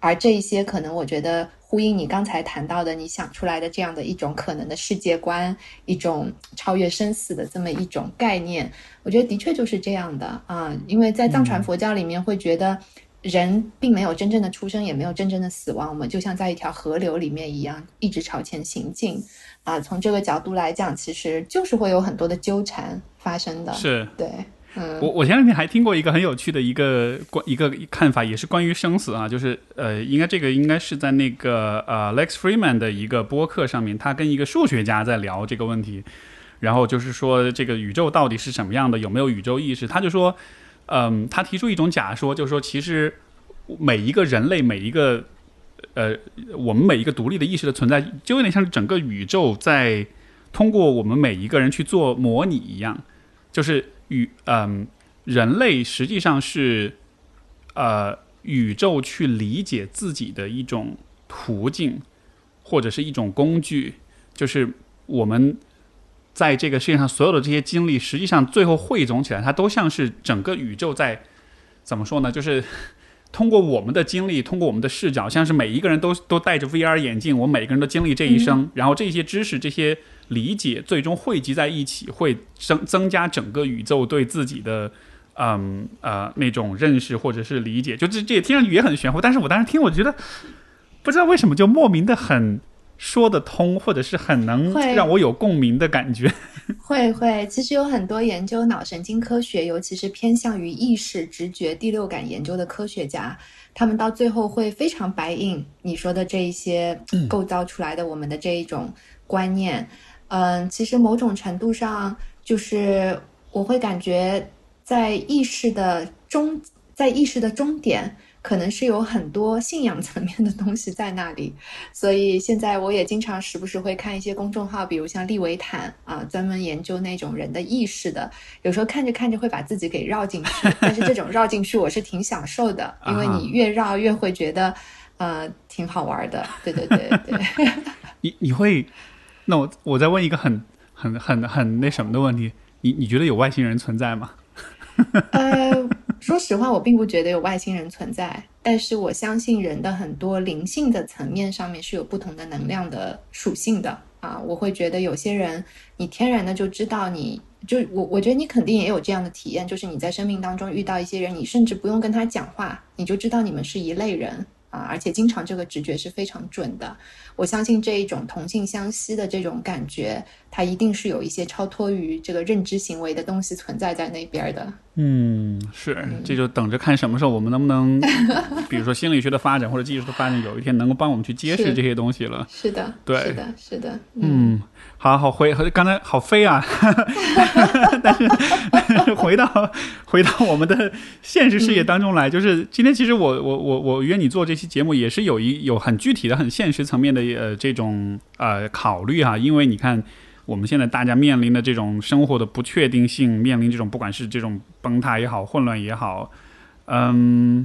而这一些可能我觉得呼应你刚才谈到的你想出来的这样的一种可能的世界观，一种超越生死的这么一种概念，我觉得的确就是这样的啊。因为在藏传佛教里面会觉得人并没有真正的出生，也没有真正的死亡，我们就像在一条河流里面一样一直朝前行进啊。从这个角度来讲，其实就是会有很多的纠缠发生的。 是， 对。嗯， 我我前两天还听过一个很有趣的一个一个看法，也是关于生死啊，就是呃，应该这个应该是在那个呃 Lex Fridman 的一个播客上面，他跟一个数学家在聊这个问题，然后就是说这个宇宙到底是什么样的，有没有宇宙意识？他就说，嗯、呃，他提出一种假说，就是说其实每一个人类，每一个呃，我们每一个独立的意识的存在，就有点像是整个宇宙在通过我们每一个人去做模拟一样，就是宇嗯，人类实际上是呃宇宙去理解自己的一种途径，或者是一种工具，就是我们在这个世界上所有的这些经历，实际上最后汇总起来，它都像是整个宇宙在怎么说呢？就是通过我们的经历，通过我们的视角，像是每一个人都都戴着 V R 眼镜，我们每个人都经历这一生，嗯、然后这些知识、这些理解，最终汇集在一起，会增增加整个宇宙对自己的嗯呃那种认识或者是理解。就这这也听上去也很玄乎，但是我当时听，我觉得不知道为什么就莫名的很说得通，或者是很能让我有共鸣的感觉。 会会，其实有很多研究脑神经科学，尤其是偏向于意识、直觉、第六感研究的科学家，他们到最后会非常白印你说的这一些构造出来的我们的这一种观念。嗯，其实某种程度上，就是我会感觉在意识的终，在意识的终点，可能是有很多信仰层面的东西在那里，所以现在我也经常时不时会看一些公众号，比如像利维坦啊，专门研究那种人的意识的，有时候看着看着会把自己给绕进去，但是这种绕进去我是挺享受的，因为你越绕越会觉得呃挺好玩的。对对对对。 你你会，那我我再问一个很很很很那什么的问题，你你觉得有外星人存在吗？ 呃，说实话，我并不觉得有外星人存在，但是我相信人的很多灵性的层面上面是有不同的能量的属性的啊。我会觉得有些人，你天然的就知道你，就我我觉得你肯定也有这样的体验，就是你在生命当中遇到一些人，你甚至不用跟他讲话，你就知道你们是一类人啊，而且经常这个直觉是非常准的。我相信这一种同性相吸的这种感觉，它一定是有一些超脱于这个认知行为的东西存在在那边的。 嗯，是，这就等着看什么时候我们能不能，比如说心理学的发展或者技术的发展，有一天能够帮我们去揭示这些东西了。 是的， 对， 是的，是的。 嗯，嗯好好回，刚才好飞啊，但是回到回到我们的现实世界当中来，嗯、就是今天其实我我我我约你做这期节目，也是有一有很具体的、很现实层面的呃这种呃考虑哈，因为你看。我们现在大家面临的这种生活的不确定性，面临这种不管是这种崩塌也好，混乱也好，嗯，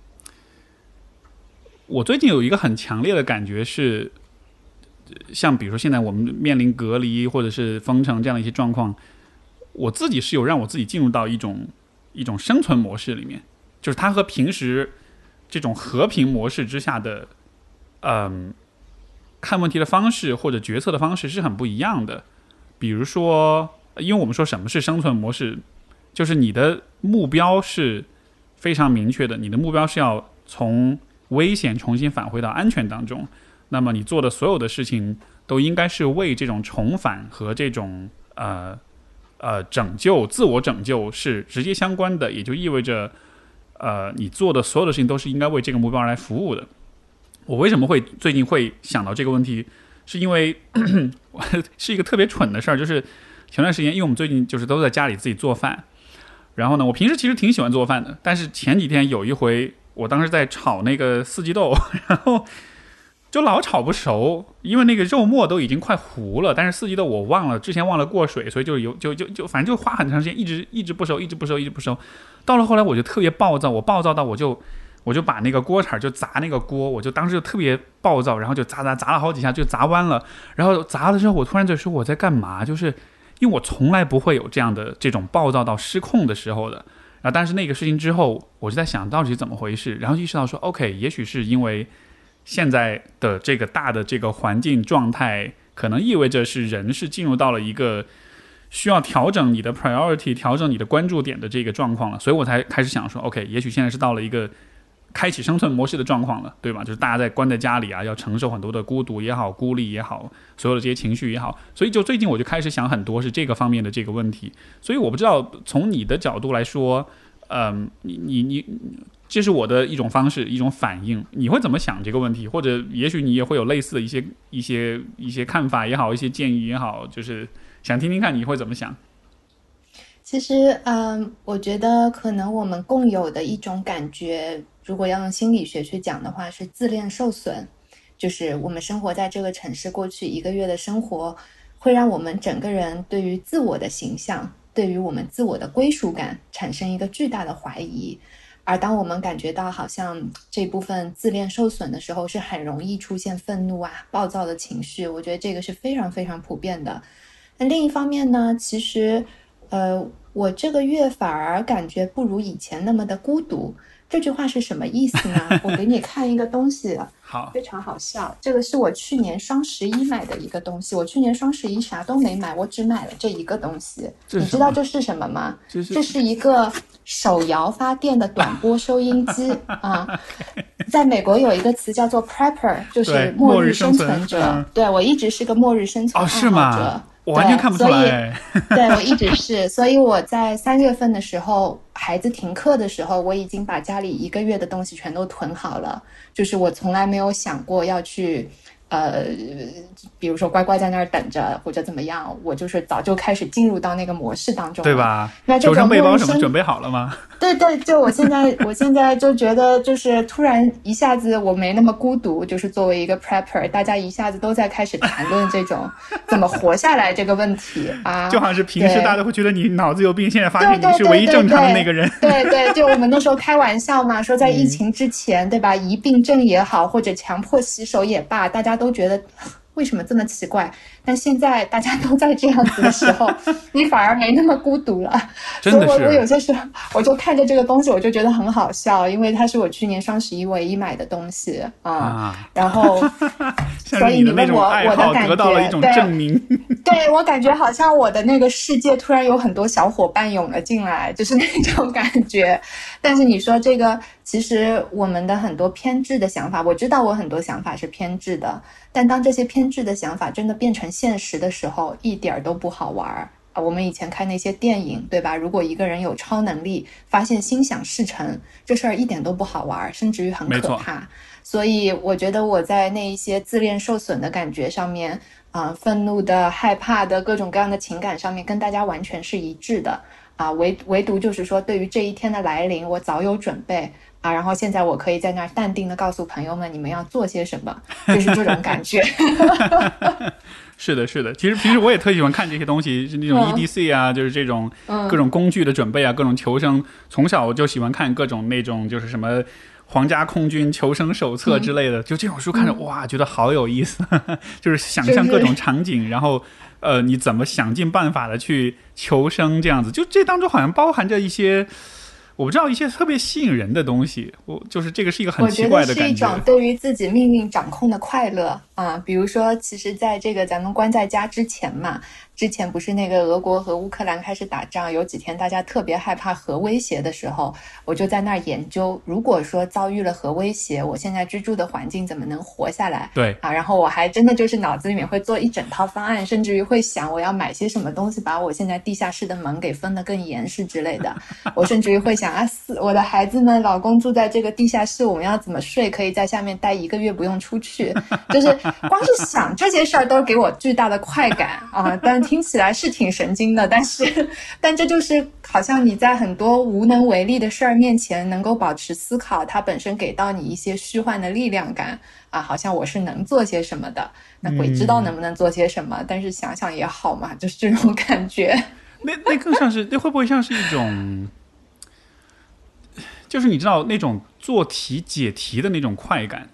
我最近有一个很强烈的感觉是，像比如说现在我们面临隔离或者是封城这样的一些状况，我自己是有让我自己进入到一种一种生存模式里面，就是它和平时这种和平模式之下的，嗯。看问题的方式或者决策的方式是很不一样的。比如说，因为我们说什么是生存模式，就是你的目标是非常明确的，你的目标是要从危险重新返回到安全当中，那么你做的所有的事情都应该是为这种重返和这种呃呃拯救、自我拯救是直接相关的，也就意味着呃你做的所有的事情都是应该为这个目标来服务的。我为什么会最近会想到这个问题，是因为是一个特别蠢的事儿，就是前段时间因为我们最近就是都在家里自己做饭，然后呢我平时其实挺喜欢做饭的，但是前几天有一回我当时在炒那个四季豆，然后就老炒不熟，因为那个肉末都已经快糊了，但是四季豆我忘了之前忘了过水，所以就有就就就反正就花很长时间一直一直不熟一直不熟一直不熟，到了后来我就特别暴躁，我暴躁到我就我就把那个锅铲就砸那个锅，我就当时就特别暴躁，然后就砸砸砸了好几下就砸弯了，然后砸了之后我突然就说我在干嘛，就是因为我从来不会有这样的这种暴躁到失控的时候的， 然后但是那个事情之后，我就在想到底是怎么回事，然后意识到说 OK， 也许是因为现在的这个大的这个环境状态可能意味着是人是进入到了一个需要调整你的 priority 调整你的关注点的这个状况了，所以我才开始想说 OK， 也许现在是到了一个开启生存模式的状况了，对吧？就是大家在关在家里啊，要承受很多的孤独也好，孤立也好，所有的这些情绪也好，所以就最近我就开始想很多是这个方面的这个问题。所以我不知道从你的角度来说，嗯，你你你，这是我的一种方式，一种反应，你会怎么想这个问题？或者也许你也会有类似的一些一些一些看法也好，一些建议也好，就是想听听看你会怎么想。 其实，嗯，我觉得可能我们共有的一种感觉，如果要用心理学去讲的话，是自恋受损。就是我们生活在这个城市，过去一个月的生活，会让我们整个人对于自我的形象，对于我们自我的归属感产生一个巨大的怀疑。而当我们感觉到好像这部分自恋受损的时候，是很容易出现愤怒啊、暴躁的情绪。我觉得这个是非常非常普遍的。那另一方面呢，其实呃，我这个月反而感觉不如以前那么的孤独。这句话是什么意思呢？我给你看一个东西， 好， 非常好笑。这个是我去年双十一买的一个东西。我去年双十一啥都没买，我只买了这一个东西。你知道这是什么吗？ 这是这是一个手摇发电的短波收音机啊。在美国有一个词叫做 prepper， 就是末日生存者。 嗯、 对，我一直是个末日生存爱好者。 哦，是吗？我完全看不出来。 对，我一直是，所以我在三月份的时候，孩子停课的时候，我已经把家里一个月的东西全都囤好了。就是我从来没有想过要去，呃，比如说乖乖在那儿等着或者怎么样，我就是早就开始进入到那个模式当中了， 对吧？ 那求生背包什么准备好了吗？ 对对，就我现在，我现在就觉得，就是突然一下子我没那么孤独，就是作为一个 prepper， 大家一下子都在开始谈论这种怎么活下来这个问题啊， 就好像是平时大家都会觉得你脑子有病，现在发现你是唯一正常的那个人。 对 对, 对, 对, 对，就我们那时候开玩笑嘛，说在疫情之前，嗯、对吧？疑病症也好，或者强迫洗手也罢，大家都觉得为什么这么奇怪？但现在大家都在这样子的时候，你反而没那么孤独了。 真的是， 所以我我有些时候我就看着这个东西，我就觉得很好笑，因为它是我去年双十一唯一买的东西啊。啊然后，所以你问我我的感觉， 得到了一种证明。 对, 对我感觉好像我的那个世界突然有很多小伙伴涌了进来，就是那种感觉。但是你说这个，其实我们的很多偏执的想法，我知道我很多想法是偏执的，但当这些偏执的想法真的变成现实的时候，一点都不好玩啊！我们以前看那些电影，对吧？如果一个人有超能力，发现心想事成，这事儿一点都不好玩，甚至于很可怕。所以我觉得我在那一些自恋受损的感觉上面，啊、呃，愤怒的、害怕的各种各样的情感上面，跟大家完全是一致的啊。唯唯独就是说，对于这一天的来临，我早有准备。啊，然后现在我可以在那儿淡定的告诉朋友们，你们要做些什么，就是这种感觉。 是的，是的。其实平时我也特喜欢看这些东西，是那种 E D C 啊，嗯、就是这种各种工具的准备啊，各种求生。从小我就喜欢看各种那种就是什么皇家空军求生手册之类的，嗯、就这种书看着、嗯、哇，觉得好有意思，就是想象各种场景，是然后呃，你怎么想尽办法的去求生这样子。就这当中好像包含着一些。我不知道一些特别吸引人的东西，我就是这个是一个很奇怪的感觉。 我觉得是一种对于自己命运掌控的快乐啊，比如说，其实在这个咱们关在家之前嘛，之前不是那个俄国和乌克兰开始打仗，有几天大家特别害怕核威胁的时候，我就在那儿研究，如果说遭遇了核威胁，我现在居住的环境怎么能活下来？ 对啊，然后我还真的就是脑子里面会做一整套方案，甚至于会想我要买些什么东西，把我现在地下室的门给封得更严实之类的。我甚至于会想啊，我的孩子们，老公住在这个地下室，我们要怎么睡？可以在下面待一个月不用出去，就是光是想这些事儿都给我巨大的快感啊！但听起来是挺神经的，但是，但这就是好像你在很多无能为力的事儿面前，能够保持思考，它本身给到你一些虚幻的力量感啊，好像我是能做些什么的。那鬼知道能不能做些什么，嗯、但是想想也好嘛，就是这种感觉。 那那更像是，那会不会像是一种？就是你知道那种做题解题的那种快感，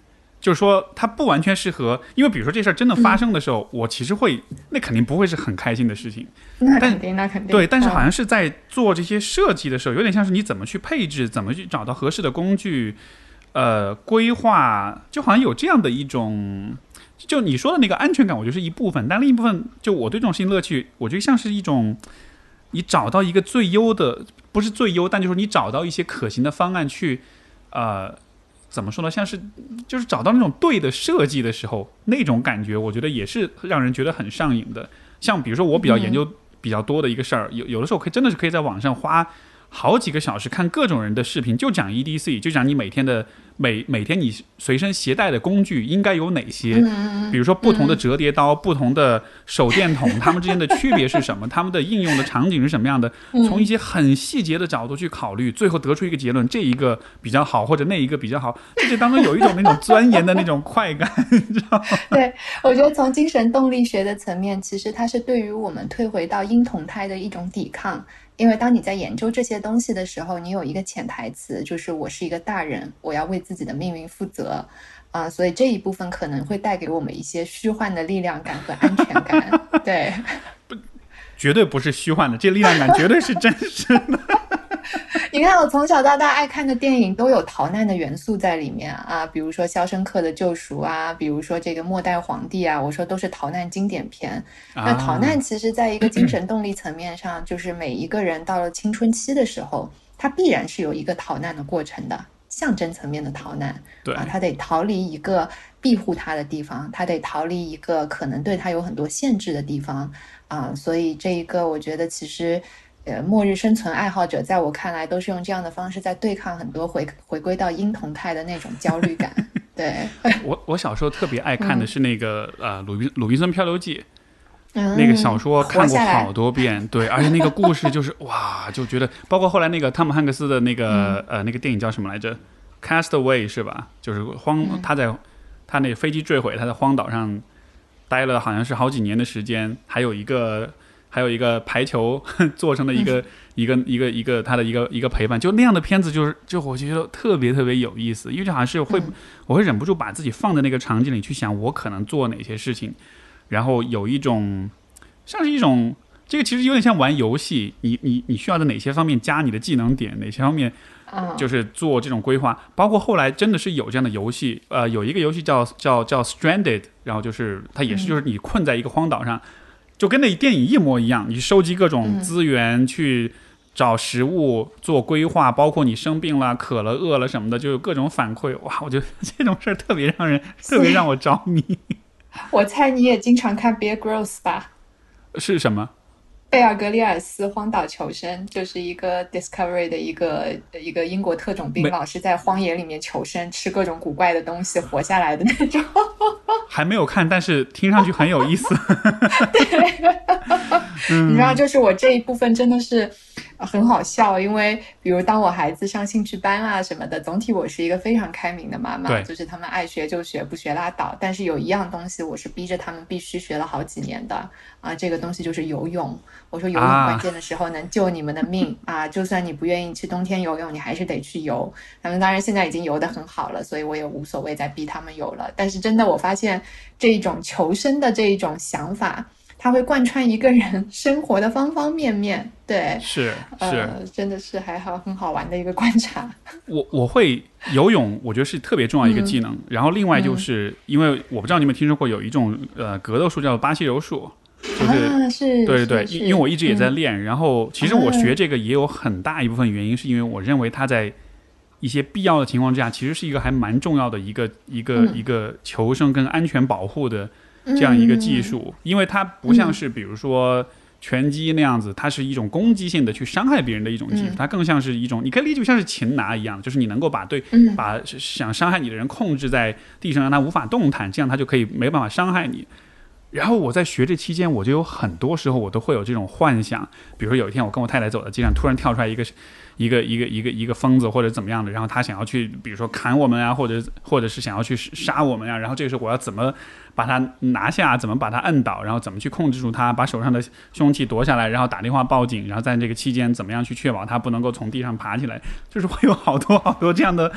就是说它不完全适合，因为比如说这事儿真的发生的时候，嗯、我其实会，那肯定不会是很开心的事情。 那肯定，那肯定。 对，但是好像是在做这些设计的时候，有点像是你怎么去配置，怎么去找到合适的工具，呃，规划，就好像有这样的一种。就你说的那个安全感，我觉得是一部分，但另一部分，就我对这种事情乐趣，我觉得像是一种，你找到一个最优的，不是最优，但就是你找到一些可行的方案去，呃。怎么说呢？像是就是找到那种对的设计的时候，那种感觉，我觉得也是让人觉得很上瘾的。像比如说我比较研究比较多的一个事儿，有有的时候可以真的是可以在网上花好几个小时看各种人的视频，就讲 E D C， 就讲你每天的每每天你随身携带的工具应该有哪些，比如说不同的折叠刀、不同的手电筒，它们之间的区别是什么，它们的应用的场景是什么样的，从一些很细节的角度去考虑，最后得出一个结论，这一个比较好，或者那一个比较好，这就当中有一种那种钻研的那种快感，你知道吗？ 对，我觉得从精神动力学的层面，其实它是对于我们退回到婴童态的一种抵抗。因为当你在研究这些东西的时候，你有一个潜台词，就是我是一个大人，我要为自己的命运负责啊、呃，所以这一部分可能会带给我们一些虚幻的力量感和安全感。对， 不，绝对不是虚幻的，这力量感绝对是真实的。 你看我从小到大爱看的电影都有逃难的元素在里面啊，比如说《肖申克的救赎》啊，比如说这个《末代皇帝》啊，我说都是逃难经典片。啊、那逃难其实在一个精神动力层面上，就是每一个人到了青春期的时候，他必然是有一个逃难的过程的，象征层面的逃难。 对啊，他得逃离一个庇护他的地方，他得逃离一个可能对他有很多限制的地方啊，所以这一个我觉得其实。呃，末日生存爱好者在我看来都是用这样的方式在对抗很多回回归到婴童态的那种焦虑感。对， 我我小时候特别爱看的是那个、嗯、呃《鲁滨鲁滨孙漂流记》， 嗯， 那个小说看过好多遍，对，而且那个故事就是哇，就觉得包括后来那个汤姆汉克斯的那个、嗯、呃那个电影叫什么来着 ？Castaway 是吧？就是荒、嗯、他在他那个飞机坠毁，他在荒岛上待了好像是好几年的时间，还有一个。还有一个排球做成了一个、嗯、一个一个一个他的一个一个陪伴，就那样的片子就是就我觉得特别特别有意思，因为就好像是会、嗯、我会忍不住把自己放在那个场景里去想我可能做哪些事情，然后有一种像是一种这个其实有点像玩游戏，你你你需要在哪些方面加你的技能点，哪些方面就是做这种规划，包括后来真的是有这样的游戏，呃，有一个游戏叫叫叫 Stranded， 然后就是它也是就是你困在一个荒岛上。嗯，就跟那电影一模一样，你收集各种资源、嗯、去找食物做规划，包括你生病了渴了饿了什么的就有各种反馈。哇，我觉得这种事儿特别让人特别让我着迷。 我猜你也经常看 Bear Grylls 吧？ 是什么？ 贝尔格里尔斯荒岛求生，就是一个 Discovery 的一个一个英国特种兵，老是在荒野里面求生，吃各种古怪的东西活下来的那种。 还没有看，但是听上去很有意思。 对，嗯、你知道，就是我这一部分真的是很好笑，因为比如当我孩子上兴趣班啊什么的，总体我是一个非常开明的妈妈，就是他们爱学就学，不学拉倒。但是有一样东西我是逼着他们必须学了好几年的啊，这个东西就是游泳。我说游泳关键的时候能救你们的命 啊, 啊！就算你不愿意去冬天游泳，你还是得去游。他们当然现在已经游得很好了，所以我也无所谓再逼他们游了。但是真的，我发现这一种求生的这一种想法，它会贯穿一个人生活的方方面面。对， 是是、 呃，真的是还好，很好玩的一个观察。 我我会游泳，我觉得是特别重要一个技能。嗯、然后另外就是、嗯，因为我不知道你们听说过有一种呃格斗术叫巴西柔术。就是、 啊、是对对对，因为我一直也在练、嗯、然后其实我学这个也有很大一部分原因是因为我认为它在一些必要的情况之下其实是一个还蛮重要的一个一个、嗯、一个求生跟安全保护的这样一个技术、嗯、因为它不像是比如说拳击那样子，它是一种攻击性的去伤害别人的一种技术、嗯、它更像是一种你可以理解像是擒拿一样，就是你能够把对、嗯、把想伤害你的人控制在地上让他无法动弹，这样他就可以没办法伤害你。然后我在学这期间，我就有很多时候我都会有这种幻想，比如说有一天我跟我太太走在街上，突然跳出来一个一个一个一个一个疯子或者怎么样的，然后他想要去比如说砍我们啊，或者或者是想要去杀我们啊，然后这个时候我要怎么把他拿下，怎么把他摁倒，然后怎么去控制住他，把手上的凶器夺下来，然后打电话报警，然后在这个期间怎么样去确保他不能够从地上爬起来，就是会有好多好多这样的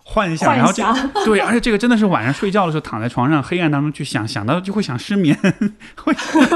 幻想，然后这对，而且这个真的是晚上睡觉的时候躺在床上黑暗当中去想，想到就会想失眠，会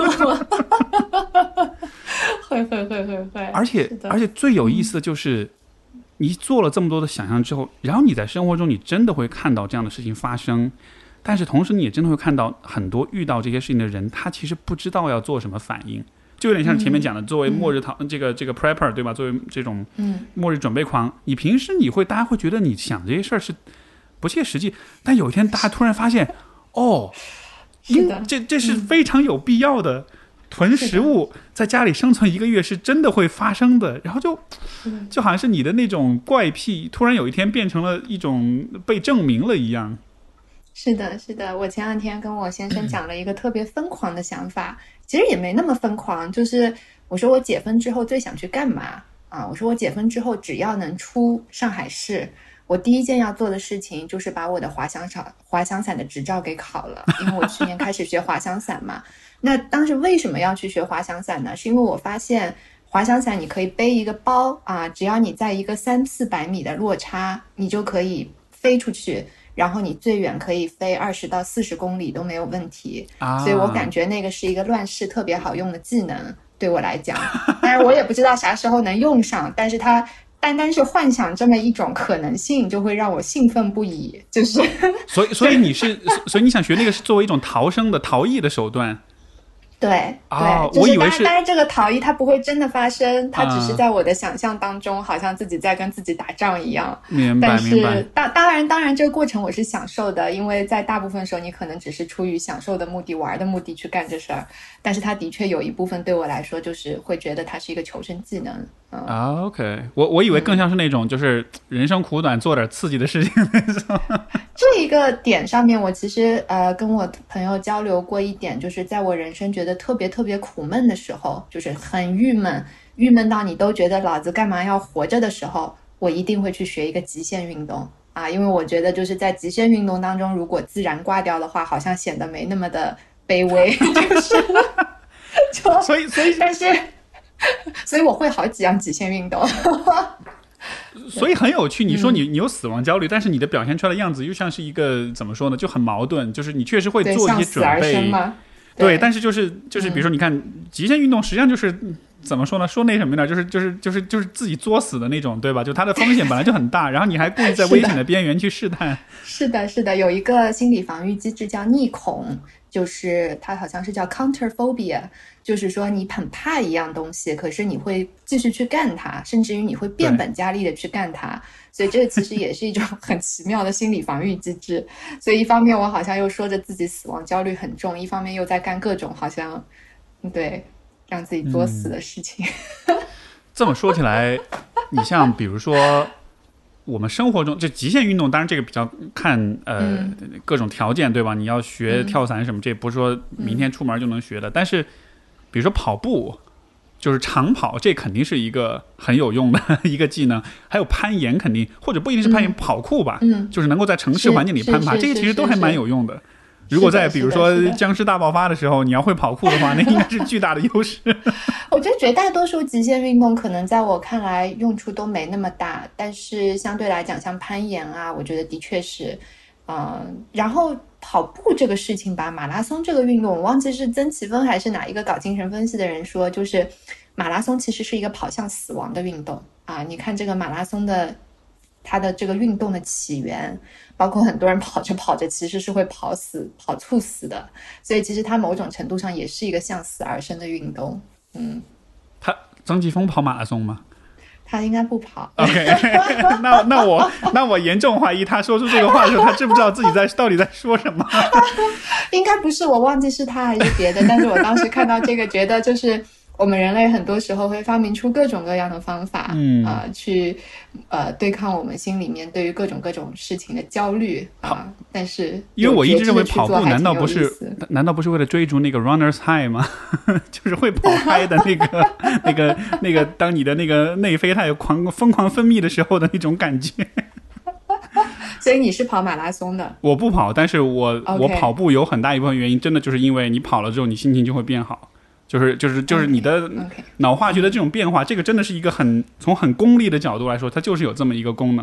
会会会会会， 而且而且最有意思的就是。你做了这么多的想象之后，然后你在生活中你真的会看到这样的事情发生，但是同时你也真的会看到很多遇到这些事情的人，他其实不知道要做什么反应，就有点像前面讲的，作为末日逃、嗯、这个这个 prepper 对吧？作为这种末日准备狂，你平时你会大家会觉得你想这些事儿是不切实际，但有一天大家突然发现，哦， 是的， 这这是非常有必要的。嗯，囤食物在家里生存一个月是真的会发生的，然后就就好像是你的那种怪癖突然有一天变成了一种被证明了一样。 是的是的，我前两天跟我先生讲了一个特别疯狂的想法，其实也没那么疯狂，就是我说我解封之后最想去干嘛啊？我说我解封之后只要能出上海市，我第一件要做的事情就是把我的滑翔伞滑翔伞的执照给考了，因为我去年开始学滑翔伞嘛。那当时为什么要去学滑翔伞呢？是因为我发现滑翔伞你可以背一个包啊，只要你在一个三四百米的落差，你就可以飞出去，然后你最远可以飞二十到四十公里都没有问题、啊、所以我感觉那个是一个乱世特别好用的技能，对我来讲。当然我也不知道啥时候能用上，但是它单单是幻想这么一种可能性就会让我兴奋不已，就是所以所以你是所以你想学那个是作为一种逃生的逃逸的手段。 对对、 哦、 就是、 我以为是， 当然这个逃逸它不会真的发生，它只是在我的想象当中、啊、好像自己在跟自己打仗一样。 明白明白。 当当然当然这个过程我是享受的，因为在大部分时候你可能只是出于享受的目的玩的目的去干这事儿，但是它的确有一部分对我来说就是会觉得它是一个求生技能、嗯、 啊 OK， 我我以为更像是那种就是人生苦短做点刺激的事情那种。 这一个点上面我其实呃跟我朋友交流过一点，就是在我人生觉得特别特别苦闷的时候，就是很郁闷郁闷到你都觉得老子干嘛要活着的时候，我一定会去学一个极限运动啊，因为我觉得就是在极限运动当中如果自然挂掉的话好像显得没那么的卑微就是就所以所以但是所以我会好几样极限运动所以很有趣，你说你你有死亡焦虑、嗯、但是你的表现出来的样子又像是一个怎么说呢，就很矛盾，就是你确实会做一些准备，对, 对，但是就是就是比如说你看、嗯、极限运动实际上就是怎么说呢，说那什么呢，就是就是就是就是自己作死的那种，对吧？就它的风险本来就很大然后你还故意在危险的边缘去试探。 是的是的，有一个心理防御机制叫逆恐，就是它好像是叫 counterphobia， 就是说你很怕一样东西，可是你会继续去干它，甚至于你会变本加厉的去干它，所以这个其实也是一种很奇妙的心理防御机制。所以一方面我好像又说着自己死亡焦虑很重，一方面又在干各种好像对让自己作死的事情、嗯、 这么说起来你像比如说我们生活中这极限运动，当然这个比较看呃、嗯、各种条件对吧，你要学跳伞什么、嗯、这不是说明天出门就能学的、嗯、但是比如说跑步就是长跑，这肯定是一个很有用的一个技能，还有攀岩肯定，或者不一定是攀岩、嗯、跑酷吧、嗯、就是能够在城市环境里攀爬，这些其实都还蛮有用的。如果在比如说僵尸大爆发的时候你要会跑酷的话，那应该是巨大的优势。 我觉得绝大多数极限运动可能在我看来用处都没那么大，但是相对来讲像攀岩啊我觉得的确是嗯，然后跑步这个事情吧，马拉松这个运动我忘记是曾奇峰还是哪一个搞精神分析的人说，就是马拉松其实是一个跑向死亡的运动啊！你看这个马拉松的它的这个运动的起源，包括很多人跑着跑着其实是会跑死跑猝死的，所以其实它某种程度上也是一个向死而生的运动。嗯， 他曾奇峰跑马拉松吗？ 他应该不跑。 OK， 那那我那我严重怀疑他说出这个话的时候，他知不知道自己在到底在说什么？ 应该不是，我忘记是他还是别的。但是我当时看到这个，觉得就是我们人类很多时候会发明出各种各样的方法，嗯啊、呃，去呃对抗我们心里面对于各种各种事情的焦虑啊。但是因为我一直认为跑步难道不是难道不是为了追逐那个 runners high 吗？就是会跑嗨的那个那个那个，当你的那个内啡肽狂疯狂分泌的时候的那种感觉。 所以你是跑马拉松的？ 我不跑，但是我、okay. 我跑步有很大一部分原因，真的就是因为你跑了之后，你心情就会变好。就是就是就是你的脑化学的这种变化， okay, okay. 这个真的是一个很从很功利的角度来说，它就是有这么一个功能。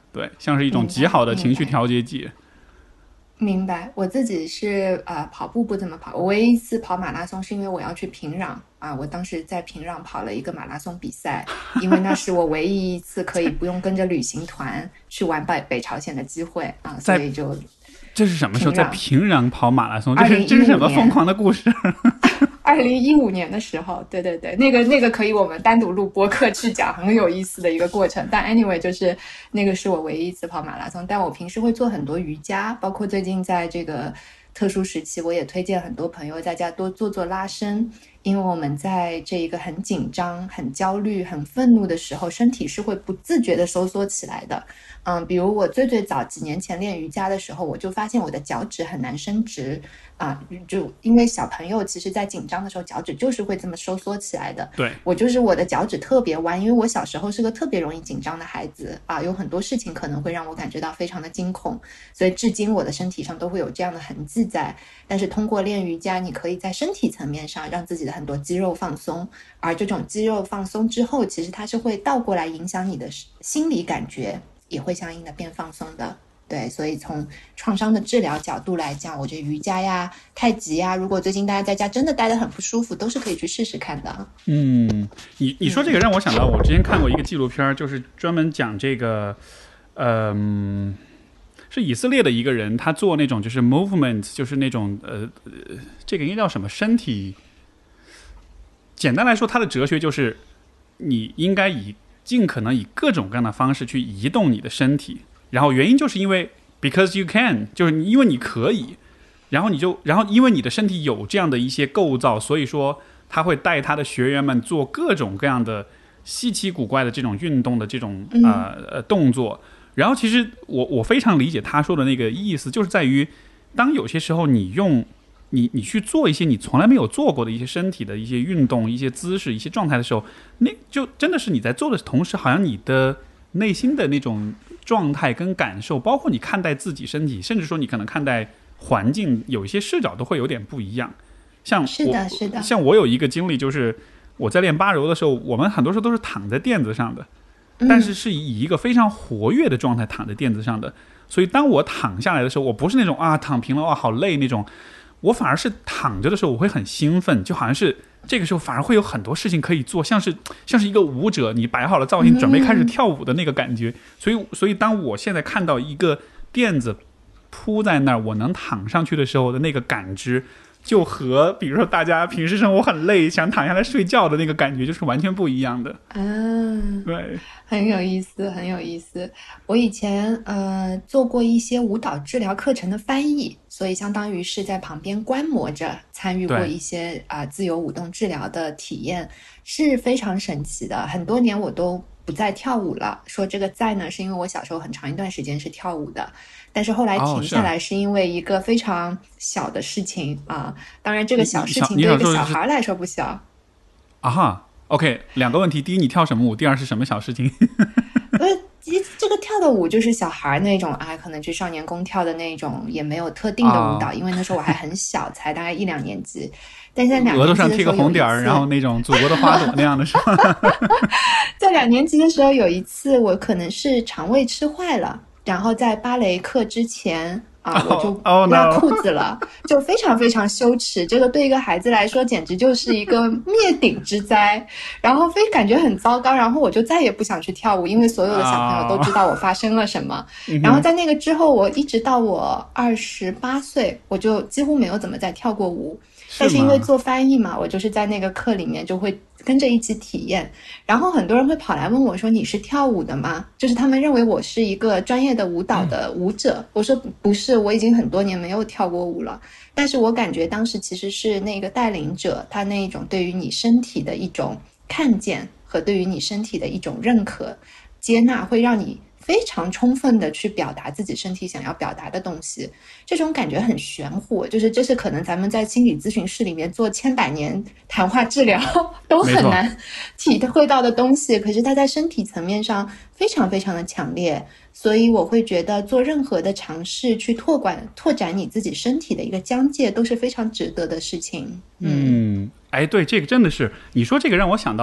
对，像是一种极好的情绪调节剂。 明白，我自己是呃跑步不怎么跑，我唯一一次跑马拉松是因为我要去平壤啊，我当时在平壤跑了一个马拉松比赛，因为那是我唯一一次可以不用跟着旅行团去玩北北朝鲜的机会啊，所以就这是什么时候在平壤跑马拉松？这是这是什么疯狂的故事？ 二零一五年的时候，对对对，那个那个可以我们单独录播客去讲，很有意思的一个过程。但 anyway 就是那个是我唯一一次跑马拉松，但我平时会做很多瑜伽，包括最近在这个特殊时期，我也推荐很多朋友在家多做做拉伸，因为我们在这一个很紧张、很焦虑、很愤怒的时候，身体是会不自觉的收缩起来的。嗯，比如我最最早几年前练瑜伽的时候，我就发现我的脚趾很难伸直啊，就因为小朋友其实在紧张的时候脚趾就是会这么收缩起来的。 对， 我就是我的脚趾特别弯，因为我小时候是个特别容易紧张的孩子啊，有很多事情可能会让我感觉到非常的惊恐，所以至今我的身体上都会有这样的痕迹在。但是通过练瑜伽，你可以在身体层面上让自己的很多肌肉放松，而这种肌肉放松之后，其实它是会倒过来影响你的心理感觉，也会相应的变放松的。对，所以从创伤的治疗角度来讲，我觉得瑜伽呀、太极呀，如果最近大家在家真的待得很不舒服，都是可以去试试看的。 嗯，你你说这个让我想到，我之前看过一个纪录片，就是专门讲这个，嗯、呃，是以色列的一个人，他做那种就是 movement， 就是那种呃，这个应该叫什么身体？简单来说，他的哲学就是你应该以尽可能以各种各样的方式去移动你的身体。然后原因就是因为 because you can， 就是因为你可以，然后你就然后因为你的身体有这样的一些构造，所以说他会带他的学员们做各种各样的稀奇古怪的这种运动的这种呃呃动作。然后其实我我非常理解他说的那个意思，就是在于当有些时候你用你你去做一些你从来没有做过的一些身体的一些运动、一些姿势、一些状态的时候，那就真的是你在做的同时，好像你的内心的那种状态跟感受，包括你看待自己身体，甚至说你可能看待环境，有一些视角都会有点不一样。像是的，是的。 像我有一个经历，就是我在练八柔的时候，我们很多时候都是躺在垫子上的，但是是以一个非常活跃的状态躺在垫子上的。所以当我躺下来的时候，我不是那种啊躺平了哇好累那种，我反而是躺着的时候我会很兴奋，就好像是这个时候反而会有很多事情可以做，像是像是一个舞者，你摆好了造型准备开始跳舞的那个感觉。所以所以当我现在看到一个垫子铺在那儿，我能躺上去的时候的那个感知，就和比如说大家平时生活很累想躺下来睡觉的那个感觉就是完全不一样的。 嗯， 对， 很有意思，很有意思。我以前呃做过一些舞蹈治疗课程的翻译，所以相当于是在旁边观摩着参与过一些啊、呃、自由舞动治疗的体验，是非常神奇的。很多年我都不再跳舞了，说这个在呢是因为我小时候很长一段时间是跳舞的，但是后来停下来是因为一个非常小的事情、哦、啊。当然这个小事情对一个小孩来说不小啊哈。OK， 两个问题，第一你跳什么舞，第二是什么小事情？ 呃，这个跳的舞就是小孩那种啊，可能去少年宫跳的那种，也没有特定的舞蹈、哦、因为那时候我还很小，才大概一两年级。但是在两年级的时候，额头上贴个红点儿， 然后那种祖国的花朵那样的是吧？ 在两年级的时候有一次，我可能是肠胃吃坏了，然后在芭蕾课之前啊，我就拉裤子了， oh, oh, no. 就非常非常羞耻。这个对一个孩子来说，简直就是一个灭顶之灾，然后非感觉很糟糕。然后我就再也不想去跳舞，因为所有的小朋友都知道我发生了什么。Oh. 然后在那个之后，我一直到我二十八岁，我就几乎没有怎么再跳过舞。但是因为做翻译嘛，我就是在那个课里面就会跟着一起体验，然后很多人会跑来问我说你是跳舞的吗？就是他们认为我是一个专业的舞蹈的舞者、嗯、我说不是，我已经很多年没有跳过舞了。但是我感觉当时其实是那个带领者，他那一种对于你身体的一种看见和对于你身体的一种认可接纳，会让你非常充分的去表达自己身体想要表达的东西。这种感觉很玄乎，就是这是可能咱们在心理咨询室里面做千百年谈话治疗都很难体会到的东西，可是它在身体层面上非常非常的强烈。所以我会觉得做任何的尝试去拓展拓展你自己身体的一个疆界都是非常值得的事情。 嗯，哎，对，这个真的是你说这个让我想到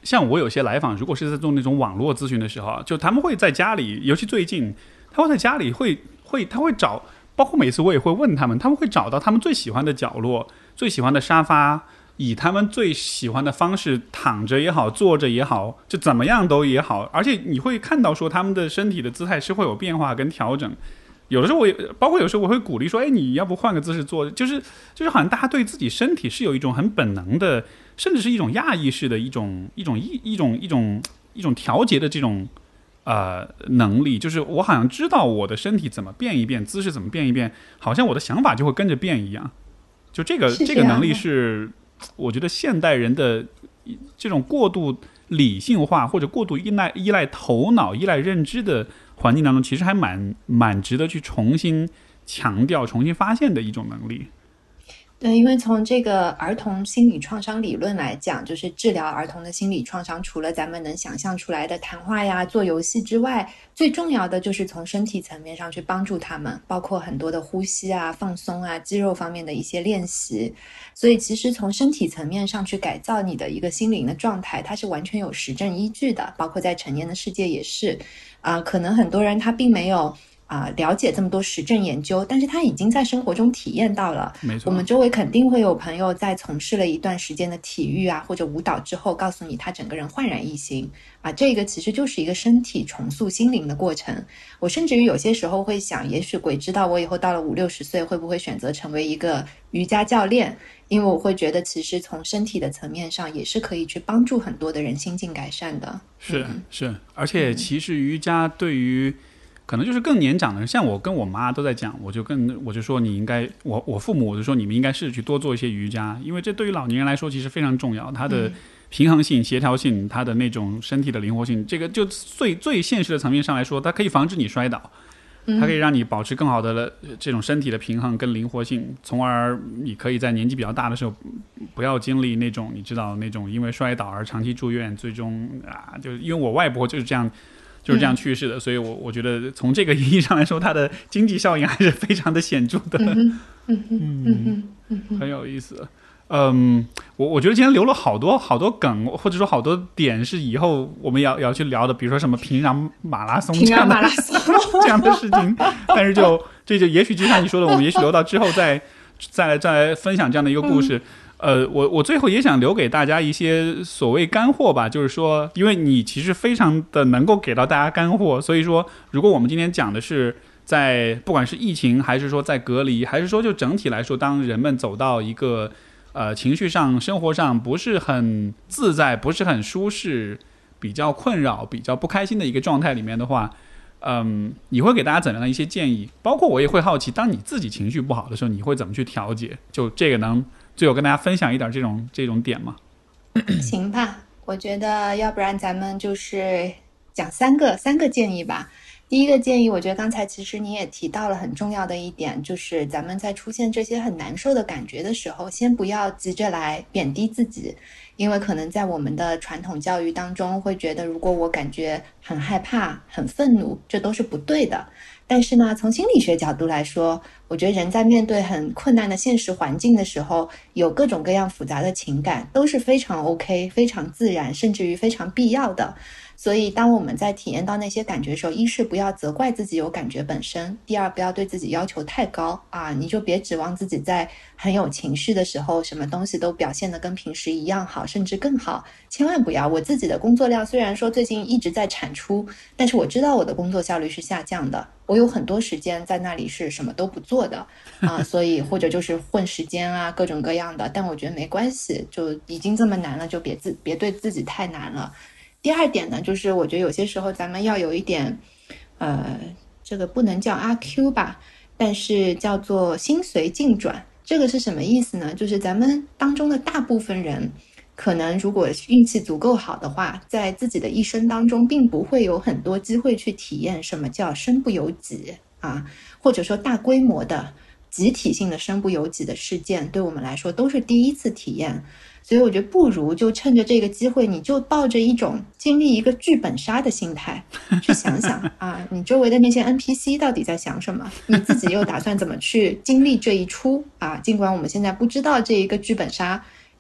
像我有些来访，如果是在做那种网络咨询的时候，就他们会在家里，尤其最近，他会在家里会会他会找，包括每次我也会问他们，他们会找到他们最喜欢的角落、最喜欢的沙发，以他们最喜欢的方式躺着也好，坐着也好，就怎么样都也好，而且你会看到说他们的身体的姿态是会有变化跟调整。有的时候我也包括有时候我会鼓励说，哎，你要不换个姿势坐，就是就是好像大家对自己身体是有一种很本能的，甚至是一种亚意识的一种一种一一种一种一种调节的这种呃能力，就是我好像知道我的身体怎么变一变，姿势怎么变一变，好像我的想法就会跟着变一样。就这个这这个能力是我觉得现代人的这种过度理性化或者过度依赖依赖头脑、依赖认知的环境当中，其实还蛮蛮值得去重新强调、重新发现的一种能力。 对，因为从这个儿童心理创伤理论来讲，就是治疗儿童的心理创伤，除了咱们能想象出来的谈话呀、做游戏之外，最重要的就是从身体层面上去帮助他们，包括很多的呼吸啊、放松啊、肌肉方面的一些练习。所以其实从身体层面上去改造你的一个心灵的状态，它是完全有实证依据的，包括在成年的世界也是。啊、呃，可能很多人他并没有啊、呃，了解这么多实证研究，但是他已经在生活中体验到了。 没错， 我们周围肯定会有朋友在从事了一段时间的体育啊或者舞蹈之后，告诉你他整个人焕然一新啊，这个其实就是一个身体重塑心灵的过程。我甚至于有些时候会想，也许鬼知道我以后到了五六十岁会不会选择成为一个瑜伽教练，因为我会觉得其实从身体的层面上也是可以去帮助很多的人心境改善的。 是是，而且其实瑜伽对于可能就是更年长的人，像我跟我妈都在讲，我就跟我就说你应该，我我父母我就说你们应该试着去多做一些瑜伽，因为这对于老年人来说其实非常重要，它的平衡性、协调性，它的那种身体的灵活性，这个就最最现实的层面上来说，它可以防止你摔倒，它可以让你保持更好的这种身体的平衡跟灵活性，从而你可以在年纪比较大的时候不要经历那种你知道那种因为摔倒而长期住院，最终啊，就因为我外婆就是这样就是这样去世的，所以我我觉得从这个意义上来说，它的经济效应还是非常的显著的。 嗯嗯嗯嗯， 很有意思。嗯，我我觉得今天留了好多好多梗，或者说好多点是以后我们要要去聊的，比如说什么平壤马拉松这样的马拉松这样的事情。但是就这就也许就像你说的，我们也许留到之后再再再来分享这样的一个故事。嗯、呃，我我最后也想留给大家一些所谓干货吧，就是说，因为你其实非常的能够给到大家干货，所以说，如果我们今天讲的是在不管是疫情，还是说在隔离，还是说就整体来说，当人们走到一个呃，情绪上、生活上不是很自在，不是很舒适，比较困扰、比较不开心的一个状态里面的话，嗯，你会给大家怎样的一些建议？包括我也会好奇，当你自己情绪不好的时候，你会怎么去调节？就这个能最后跟大家分享一点这种这种点吗？ 行吧，我觉得要不然咱们就是讲三个三个建议吧。第一个建议，我觉得刚才其实你也提到了很重要的一点，就是咱们在出现这些很难受的感觉的时候，先不要急着来贬低自己，因为可能在我们的传统教育当中会觉得，如果我感觉很害怕、很愤怒，这都是不对的。但是呢，从心理学角度来说，我觉得人在面对很困难的现实环境的时候，有各种各样复杂的情感都是非常 OK、非常自然，甚至于非常必要的。所以当我们在体验到那些感觉的时候，一是不要责怪自己有感觉本身，第二不要对自己要求太高啊，你就别指望自己在很有情绪的时候什么东西都表现得跟平时一样好，甚至更好，千万不要。我自己的工作量虽然说最近一直在产出，但是我知道我的工作效率是下降的，我有很多时间在那里是什么都不做的啊，所以或者就是混时间啊，各种各样的，但我觉得没关系，就已经这么难了，就别自别对自己太难了。第二点呢，就是我觉得有些时候咱们要有一点呃，这个不能叫阿 Q 吧，但是叫做心随境转。这个是什么意思呢？就是咱们当中的大部分人可能如果运气足够好的话，在自己的一生当中并不会有很多机会去体验什么叫身不由己啊，或者说大规模的集体性的身不由己的事件，对我们来说都是第一次体验。所以我觉得不如就趁着这个机会，你就抱着一种经历一个剧本杀的心态去想想啊，你周围的那些 N P C 到底在想什么，你自己又打算怎么去经历这一出啊？尽管我们现在不知道这一个剧本杀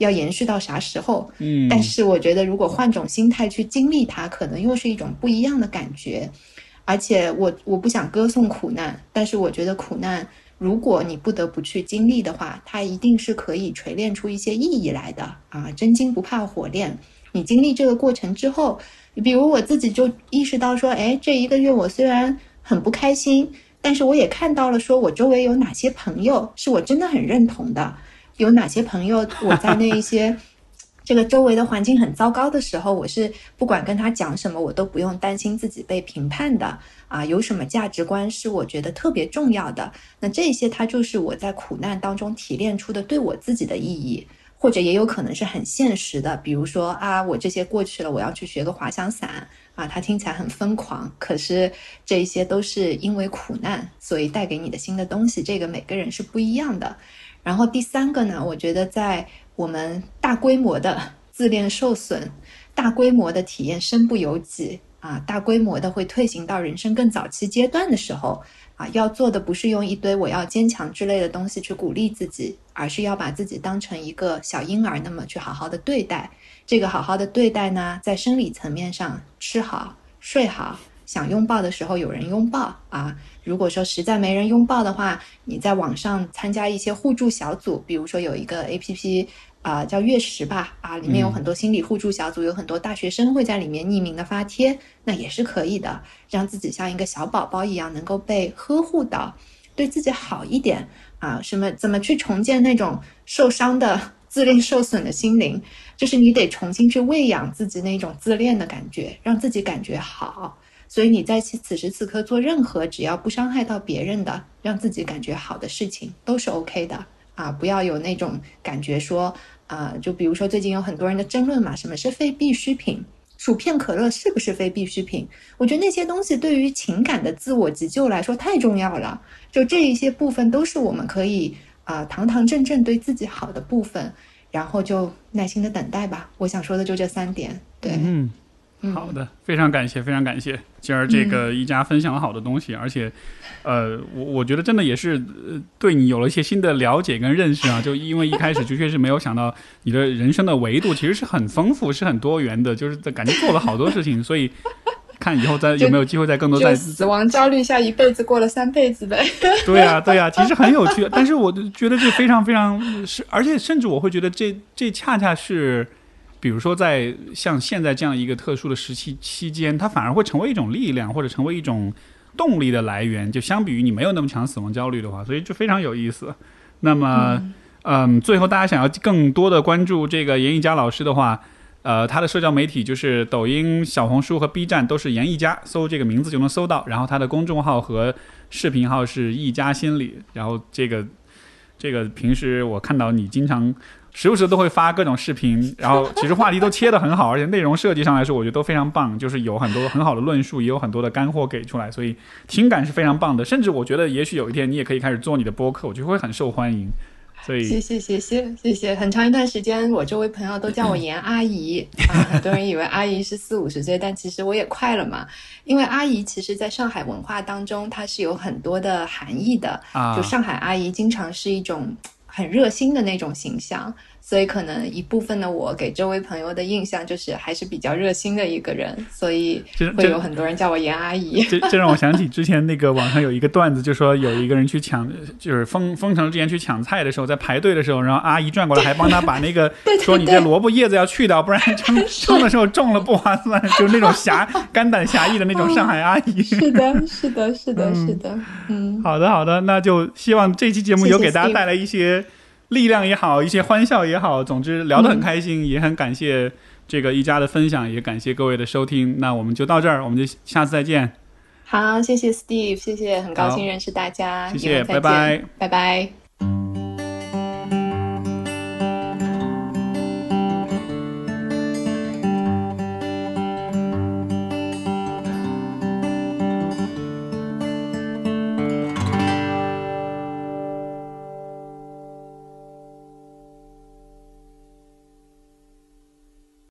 要延续到啥时候。 嗯， 但是我觉得如果换种心态去经历它，可能又是一种不一样的感觉。而且我我不想歌颂苦难，但是我觉得苦难如果你不得不去经历的话，它一定是可以锤炼出一些意义来的啊！真金不怕火炼。你经历这个过程之后，比如我自己就意识到说，哎，这一个月我虽然很不开心，但是我也看到了说我周围有哪些朋友是我真的很认同的，有哪些朋友我在那一些这个周围的环境很糟糕的时候，我是不管跟他讲什么，我都不用担心自己被评判的啊。有什么价值观是我觉得特别重要的，那这些它就是我在苦难当中提炼出的对我自己的意义，或者也有可能是很现实的，比如说啊，我这些过去了，我要去学个滑翔伞啊，它听起来很疯狂，可是这些都是因为苦难所以带给你的新的东西，这个每个人是不一样的。然后第三个呢，我觉得在我们大规模的自恋受损，大规模的体验身不由己啊，大规模的会退行到人生更早期阶段的时候啊，要做的不是用一堆我要坚强之类的东西去鼓励自己，而是要把自己当成一个小婴儿那么去好好的对待。这个好好的对待呢，在生理层面上吃好睡好，想拥抱的时候有人拥抱啊。如果说实在没人拥抱的话，你在网上参加一些互助小组，比如说有一个 A P P 啊、呃，叫月食吧啊，里面有很多心理互助小组，有很多大学生会在里面匿名的发帖，那也是可以的，让自己像一个小宝宝一样能够被呵护到，对自己好一点啊。什么怎么去重建那种受伤的自恋受损的心灵，就是你得重新去喂养自己那种自恋的感觉，让自己感觉好。所以你在此时此刻做任何只要不伤害到别人的，让自己感觉好的事情都是 OK 的啊！不要有那种感觉说啊、呃，就比如说最近有很多人的争论嘛，什么是非必需品？薯片可乐是不是非必需品？我觉得那些东西对于情感的自我急救来说太重要了，就这一些部分都是我们可以啊、呃、堂堂正正对自己好的部分，然后就耐心的等待吧。我想说的就这三点，对。 嗯。好的，非常感谢，非常感谢今儿这个一家分享了好的东西，嗯、而且，呃，我我觉得真的也是、呃、对你有了一些新的了解跟认识啊。就因为一开始就确实没有想到你的人生的维度其实是很丰富，是很多元的，就是感觉做了好多事情，所以看以后再有没有机会再更多在死亡焦虑下一辈子过了三辈子呗。 对呀、啊，对呀、啊，其实很有趣，但是我觉得这非常非常是，而且甚至我会觉得这这恰恰是。比如说在像现在这样一个特殊的时期期间，它反而会成为一种力量，或者成为一种动力的来源，就相比于你没有那么强死亡焦虑的话，所以就非常有意思。那么 嗯, 嗯，最后大家想要更多的关注这个严艺佳老师的话，呃，他的社交媒体就是抖音、小红书和 B 站都是严艺佳，搜这个名字就能搜到。然后他的公众号和视频号是艺佳心理。然后这个这个平时我看到你经常时不时都会发各种视频，然后其实话题都切得很好，而且内容设计上来说我觉得都非常棒，就是有很多很好的论述，也有很多的干货给出来，所以听感是非常棒的。甚至我觉得也许有一天你也可以开始做你的播客，我觉得会很受欢迎。所以谢谢谢谢谢谢。很长一段时间我周围朋友都叫我严阿姨啊，很多人以为阿姨是四五十岁，但其实我也快了嘛。因为阿姨其实在上海文化当中它是有很多的含义的，就上海阿姨经常是一种很热心的那种形象，所以可能一部分的我给周围朋友的印象就是还是比较热心的一个人，所以会有很多人叫我严阿姨。 这这让我想起之前那个网上有一个段子，就说有一个人去抢，就是封封城之前去抢菜的时候，在排队的时候，然后阿姨转过来还帮他把那个对对对说你这萝卜叶子要去掉，不然称称的时候中了不划算，就是那种侠肝胆侠义的那种上海阿姨。 是的是的是的是的。嗯， 好的好的，那就希望这期节目有给大家带来一些力量也好，一些欢笑也好，总之聊得很开心、嗯、也很感谢这个一家的分享，也感谢各位的收听。那我们就到这儿，我们就下次再见。 好，谢谢 Steve， 谢谢，很高兴认识大家， 谢谢，拜拜， 拜拜。